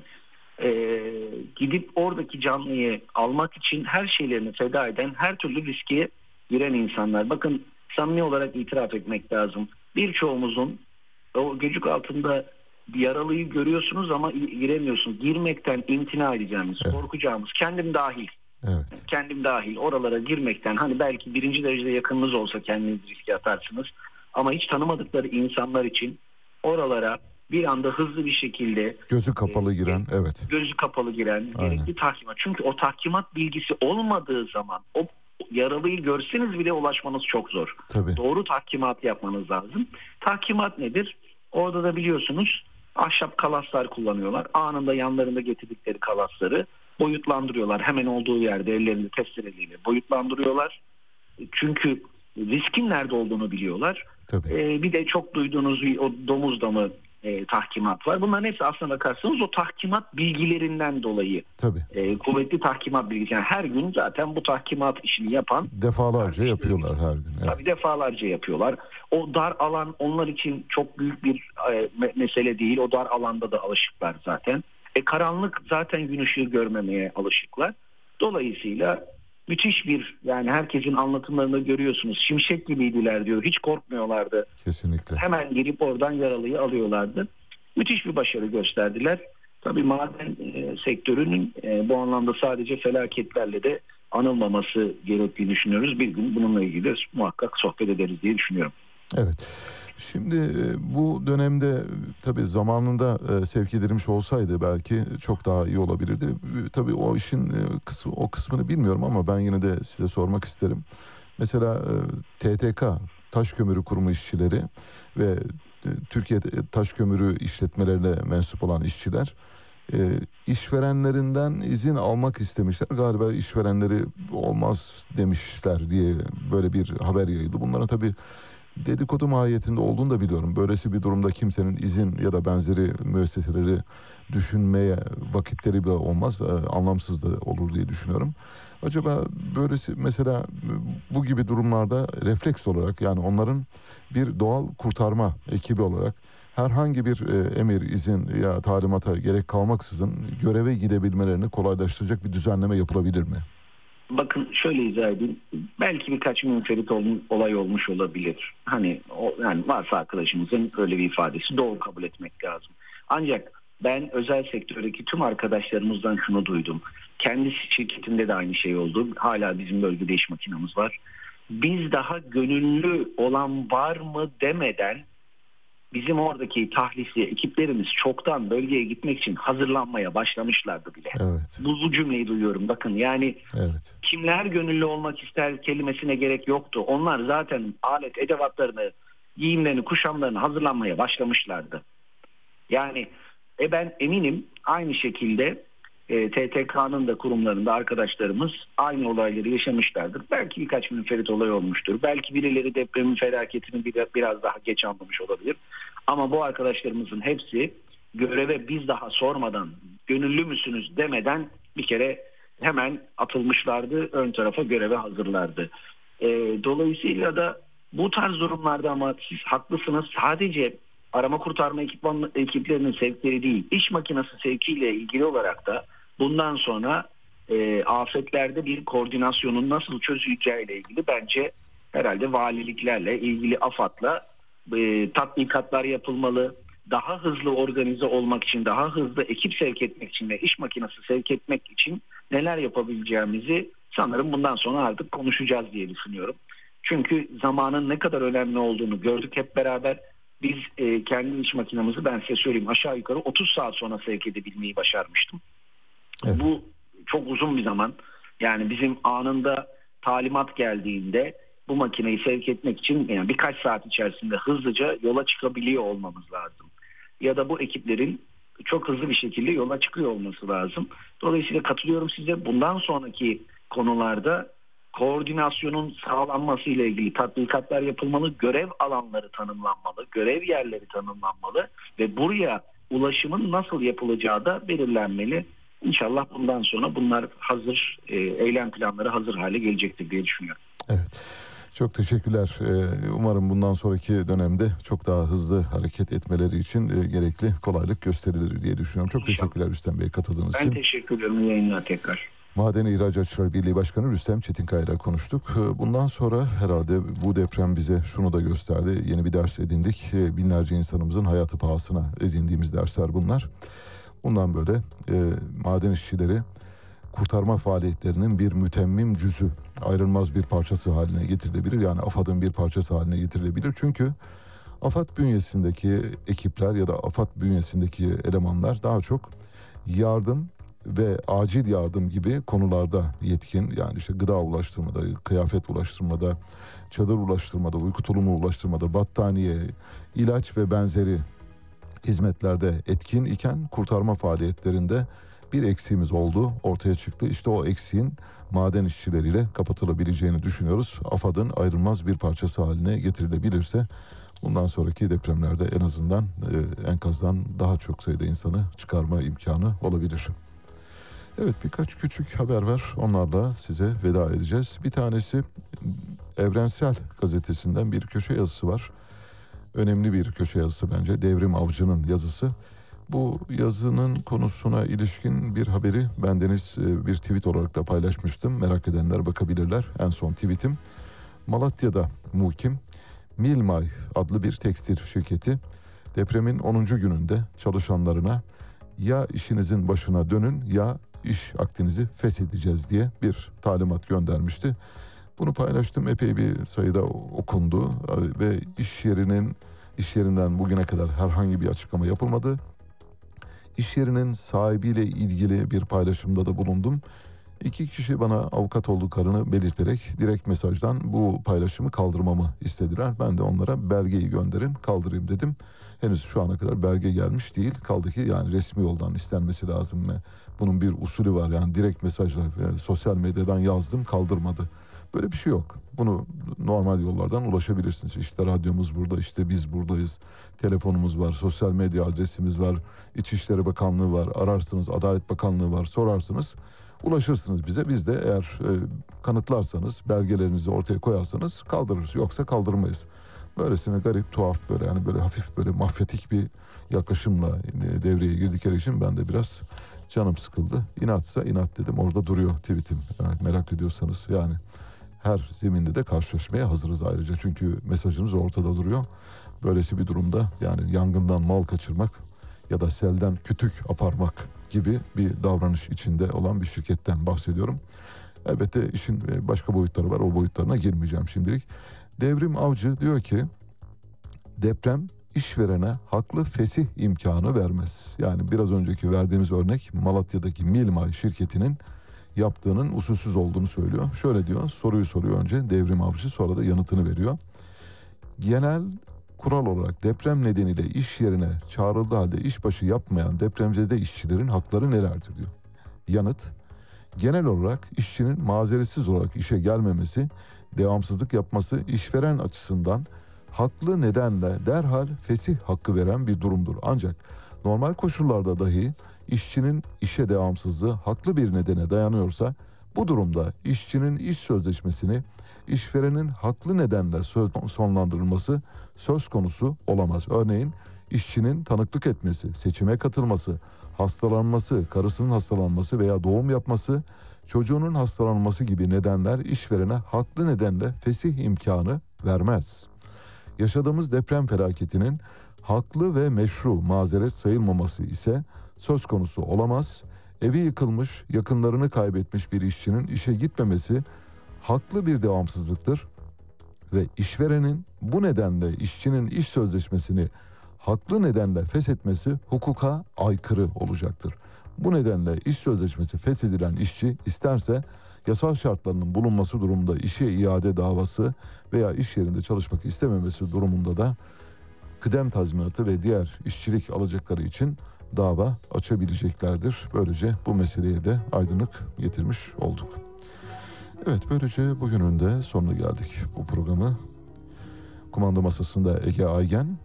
Gidip oradaki canlıyı almak için her şeylerini feda eden, her türlü riske giren insanlar. Bakın, samimi olarak itiraf etmek lazım. Birçoğumuzun o göcük altında yaralıyı görüyorsunuz ama giremiyorsunuz. Girmekten imtina edeceğimiz, evet, korkacağımız, kendim dahil. Evet. Kendim dahil oralara girmekten, hani belki birinci derecede yakınınız olsa kendinizi riske atarsınız. Ama hiç tanımadıkları insanlar için oralara bir anda hızlı bir şekilde gözü kapalı giren, evet. Gözü kapalı giren gerekli tahkimat. Çünkü o tahkimat bilgisi olmadığı zaman o yaralıyı görseniz bile ulaşmanız çok zor. Tabii. Doğru tahkimat yapmanız lazım. Tahkimat nedir? Orada da biliyorsunuz ahşap kalaslar kullanıyorlar. Anında yanlarında getirdikleri kalasları boyutlandırıyorlar. Hemen olduğu yerde ellerinde testereleriyle boyutlandırıyorlar. Çünkü riskin nerede olduğunu biliyorlar. Bir de çok duyduğunuz o domuz damı tahkimat var. Bunların hepsi aslına bakarsanız o tahkimat bilgilerinden dolayı. Kuvvetli tahkimat bilgisi. Yani her gün zaten bu tahkimat işini yapan defalarca yapıyorlar her gün. Evet. Tabii defalarca yapıyorlar. O dar alan onlar için çok büyük bir mesele değil. O dar alanda da alışıklar zaten. Karanlık, zaten gün ışığı görmemeye alışıklar. Dolayısıyla müthiş bir, yani herkesin anlatımlarını görüyorsunuz. Şimşek gibiydiler diyor. Hiç korkmuyorlardı. Kesinlikle. Hemen gelip oradan yaralıyı alıyorlardı. Müthiş bir başarı gösterdiler. Tabii maden sektörünün bu anlamda sadece felaketlerle de anılmaması gerektiğini düşünüyoruz. Bir gün bununla ilgili muhakkak sohbet ederiz diye düşünüyorum. Evet. Şimdi bu dönemde tabii zamanında sevk edilmiş olsaydı belki çok daha iyi olabilirdi. Tabii o işin o kısmını bilmiyorum ama ben yine de size sormak isterim. Mesela TTK, Taş Kömürü Kurumu işçileri ve Türkiye Taş Kömürü işletmelerine mensup olan işçiler işverenlerinden izin almak istemişler. Galiba işverenleri olmaz demişler diye böyle bir haber yayıldı. Bunların tabii dedikodu mahiyetinde olduğunu da biliyorum. Böylesi bir durumda kimsenin izin ya da benzeri müesseseleri düşünmeye vakitleri bile olmaz. Anlamsız da olur diye düşünüyorum. Acaba böylesi mesela bu gibi durumlarda refleks olarak, yani onların bir doğal kurtarma ekibi olarak herhangi bir emir, izin ya talimata gerek kalmaksızın göreve gidebilmelerini kolaylaştıracak bir düzenleme yapılabilir mi? Bakın şöyle izah edeyim. Belki birkaç münferit olay olmuş olabilir. Yani varsa arkadaşımızın öyle bir ifadesi, doğru kabul etmek lazım. Ancak ben özel sektördeki tüm arkadaşlarımızdan şunu duydum. Kendi şirketinde de aynı şey oldu. Hala bizim bölgede iş makinamız var. Biz daha gönüllü olan var mı demeden bizim oradaki tahlisli ekiplerimiz çoktan bölgeye gitmek için hazırlanmaya başlamışlardı bile. Evet. Bu cümleyi duyuyorum. Bakın yani evet. Kimler gönüllü olmak ister kelimesine gerek yoktu. Onlar zaten alet edevatlarını, giyimlerini, kuşamlarını hazırlanmaya başlamışlardı. Yani ben eminim aynı şekilde TTK'nın da kurumlarında arkadaşlarımız aynı olayları yaşamışlardır. Belki birkaç münferit olay olmuştur. Belki birileri depremin felaketini biraz daha geç anlamış olabilir. Ama bu arkadaşlarımızın hepsi göreve biz daha sormadan, gönüllü müsünüz demeden bir kere hemen atılmışlardı. Ön tarafa göreve hazırlardı. Dolayısıyla da bu tarz durumlarda, ama siz haklısınız, sadece arama kurtarma ekiplerinin sevkleri değil, iş makinesi sevkiyle ilgili olarak da bundan sonra afetlerde bir koordinasyonun nasıl çözüleceğiyle ilgili bence herhalde valiliklerle, ilgili AFAD'la tatbikatlar yapılmalı. Daha hızlı organize olmak için, daha hızlı ekip sevk etmek için ve iş makinesi sevk etmek için neler yapabileceğimizi sanırım bundan sonra artık konuşacağız diye düşünüyorum. Çünkü zamanın ne kadar önemli olduğunu gördük hep beraber. Biz kendi iş makinamızı, ben size söyleyeyim, aşağı yukarı 30 saat sonra sevk edebilmeyi başarmıştım. Evet. Bu çok uzun bir zaman. Yani bizim anında talimat geldiğinde bu makineyi sevk etmek için yani birkaç saat içerisinde hızlıca yola çıkabiliyor olmamız lazım. Ya da bu ekiplerin çok hızlı bir şekilde yola çıkıyor olması lazım. Dolayısıyla katılıyorum size. Bundan sonraki konularda koordinasyonun sağlanması ile ilgili tatbikatlar yapılmalı, görev alanları tanımlanmalı, görev yerleri tanımlanmalı ve buraya ulaşımın nasıl yapılacağı da belirlenmeli. İnşallah bundan sonra bunlar hazır, eylem planları hazır hale gelecektir diye düşünüyorum. Evet. Çok teşekkürler. Umarım bundan sonraki dönemde çok daha hızlı hareket etmeleri için gerekli kolaylık gösterilir diye düşünüyorum. Çok teşekkürler Rüstem Bey katıldığınız için. Ben teşekkür ederim. Yayınlar tekrar. Maden İhracatçılar Birliği Başkanı Rüstem Çetinkaya ile konuştuk. Bundan sonra herhalde bu deprem bize şunu da gösterdi. Yeni bir ders edindik. Binlerce insanımızın hayatı pahasına edindiğimiz dersler bunlar. Bundan böyle maden işçileri kurtarma faaliyetlerinin bir mütemmim cüzü, ayrılmaz bir parçası haline getirilebilir. Yani AFAD'ın bir parçası haline getirilebilir. Çünkü AFAD bünyesindeki ekipler ya da AFAD bünyesindeki elemanlar daha çok yardım ve acil yardım gibi konularda yetkin. Yani işte gıda ulaştırmada, kıyafet ulaştırmada, çadır ulaştırmada, uyku tulumu ulaştırmada, battaniye, ilaç ve benzeri hizmetlerde etkin iken kurtarma faaliyetlerinde bir eksiğimiz oldu, ortaya çıktı. İşte o eksiğin maden işçileriyle kapatılabileceğini düşünüyoruz. AFAD'ın ayrılmaz bir parçası haline getirilebilirse bundan sonraki depremlerde en azından enkazdan daha çok sayıda insanı çıkarma imkanı olabilir. Evet, birkaç küçük haber var. Onlarla size veda edeceğiz. Bir tanesi Evrensel Gazetesi'nden bir köşe yazısı var. Önemli bir köşe yazısı bence. Devrim Avcı'nın yazısı. Bu yazının konusuna ilişkin bir haberi bendeniz bir tweet olarak da paylaşmıştım. Merak edenler bakabilirler. En son tweetim. Malatya'da mukim Milmay adlı bir tekstil şirketi depremin 10. gününde çalışanlarına ya işinizin başına dönün ya iş akdinizi feshedeceğiz diye bir talimat göndermişti. Bunu paylaştım, epey bir sayıda okundu ve iş yerinden bugüne kadar herhangi bir açıklama yapılmadı. İş yerinin sahibiyle ilgili bir paylaşımda da bulundum. 2 kişi bana avukat olduklarını belirterek direkt mesajdan bu paylaşımı kaldırmamı istediler. Ben de onlara belgeyi gönderin, kaldırayım dedim. Henüz şu ana kadar belge gelmiş değil. Kaldı ki yani resmi yoldan istenmesi lazım. Bunun bir usulü var, yani direkt mesajla sosyal medyadan yazdım, kaldırmadı. Böyle bir şey yok. Bunu normal yollardan ulaşabilirsiniz. İşte radyomuz burada, işte biz buradayız. Telefonumuz var, sosyal medya adresimiz var. İçişleri Bakanlığı var. Ararsınız, Adalet Bakanlığı var. Sorarsınız, ulaşırsınız bize. Biz de eğer kanıtlarsanız, belgelerinizi ortaya koyarsanız kaldırırız. Yoksa kaldırmayız. Böylesine garip, tuhaf, böyle yani böyle hafif böyle mafyatik bir yaklaşımla devreye girdikleri için ben de biraz canım sıkıldı. İnatsa inat dedim. Orada duruyor tweetim. Yani merak ediyorsanız yani. Her zeminde de karşılaşmaya hazırız ayrıca. Çünkü mesajımız ortada duruyor. Böylesi bir durumda yani yangından mal kaçırmak ya da selden kütük aparmak gibi bir davranış içinde olan bir şirketten bahsediyorum. Elbette işin başka boyutları var. O boyutlarına girmeyeceğim şimdilik. Devrim Avcı diyor ki deprem işverene haklı fesih imkanı vermez. Yani biraz önceki verdiğimiz örnek Malatya'daki Milmay şirketinin yaptığının usulsüz olduğunu söylüyor. Şöyle diyor, soruyu soruyor önce Devrim Avcı, sonra da yanıtını veriyor. Genel kural olarak deprem nedeniyle iş yerine çağrıldığı halde işbaşı yapmayan depremzede işçilerin hakları nelerdir diyor. Yanıt, genel olarak işçinin mazeretsiz olarak işe gelmemesi, devamsızlık yapması işveren açısından haklı nedenle derhal fesih hakkı veren bir durumdur. Ancak normal koşullarda dahi işçinin işe devamsızlığı haklı bir nedene dayanıyorsa bu durumda işçinin iş sözleşmesini işverenin haklı nedenle sonlandırılması söz konusu olamaz. Örneğin işçinin tanıklık etmesi, seçime katılması, hastalanması, karısının hastalanması veya doğum yapması, çocuğunun hastalanması gibi nedenler işverene haklı nedenle fesih imkanı vermez. Yaşadığımız deprem felaketinin haklı ve meşru mazeret sayılmaması ise söz konusu olamaz. Evi yıkılmış, yakınlarını kaybetmiş bir işçinin işe gitmemesi haklı bir devamsızlıktır ve işverenin bu nedenle işçinin iş sözleşmesini haklı nedenle feshetmesi hukuka aykırı olacaktır. Bu nedenle iş sözleşmesi feshedilen işçi isterse yasal şartlarının bulunması durumunda işe iade davası veya iş yerinde çalışmak istememesi durumunda da kıdem tazminatı ve diğer işçilik alacakları için dava açabileceklerdir. Böylece bu meseleye de aydınlık getirmiş olduk. Evet, böylece bugünün de sonuna geldik. Bu programı kumanda masasında Ege Aygen,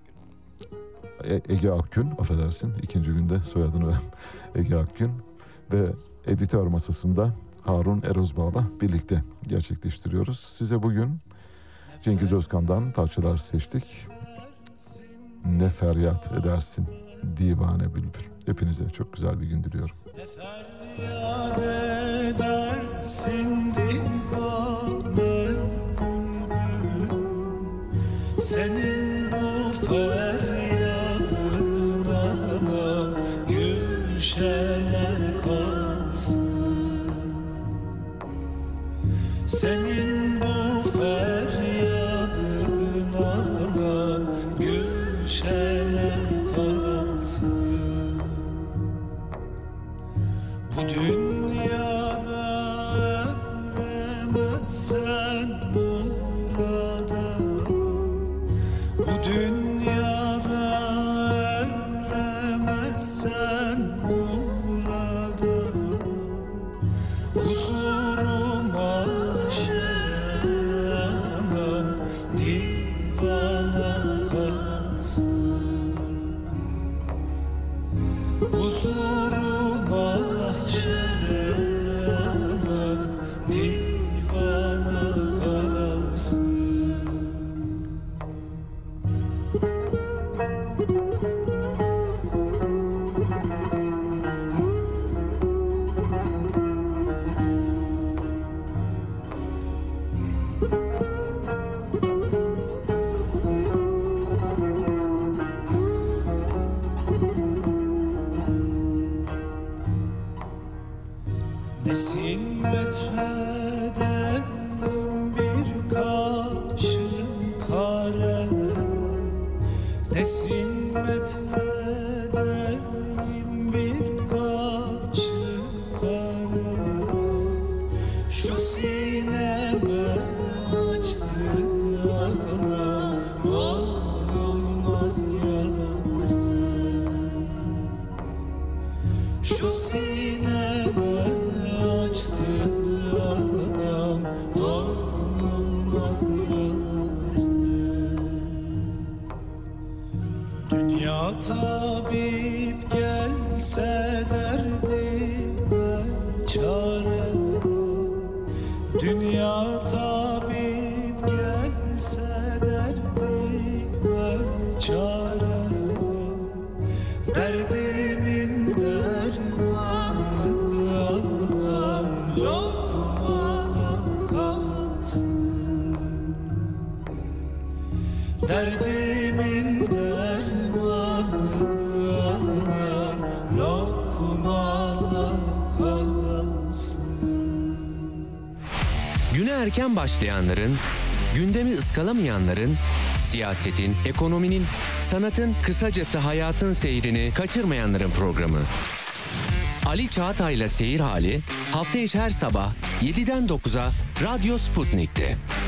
Ege Akgün, affedersin, ikinci günde soyadını Ege Akgün ve editör masasında Harun Erozbağ'la birlikte gerçekleştiriyoruz. Size bugün Cengiz Özkan'dan parçalar seçtik. Ne feryat edersin divane bülbül. Hepinize çok güzel bir gün diliyorum. Ne feryat edersin divane bülbül, senin bu feryadına da gülşenler kalsın. Senin bu feryadına da gülşenler kalsın. Bu dünyada eremezsen burada, bu dünyada Nesin metreden bir kaşık kare, nesin metreden bir kaşık kare, şu sineme açtı ana olmaz yâre, şu sineme açtı adam olmaz yâre. Dünya tabip gelse derdime çare, dünya tabip gelse derdime çare, derdimin dermanı anam lokmana kalsın, derdimin dermanı anam lokmana kalsın. Güne erken başlayanların, gündemi ıskalamayanların, siyasetin, ekonominin, sanatın, kısacası hayatın seyrini kaçırmayanların programı. Ali Çağatay'la Seyir Hali hafta içi her sabah 7'den 9'a Radyo Sputnik'te.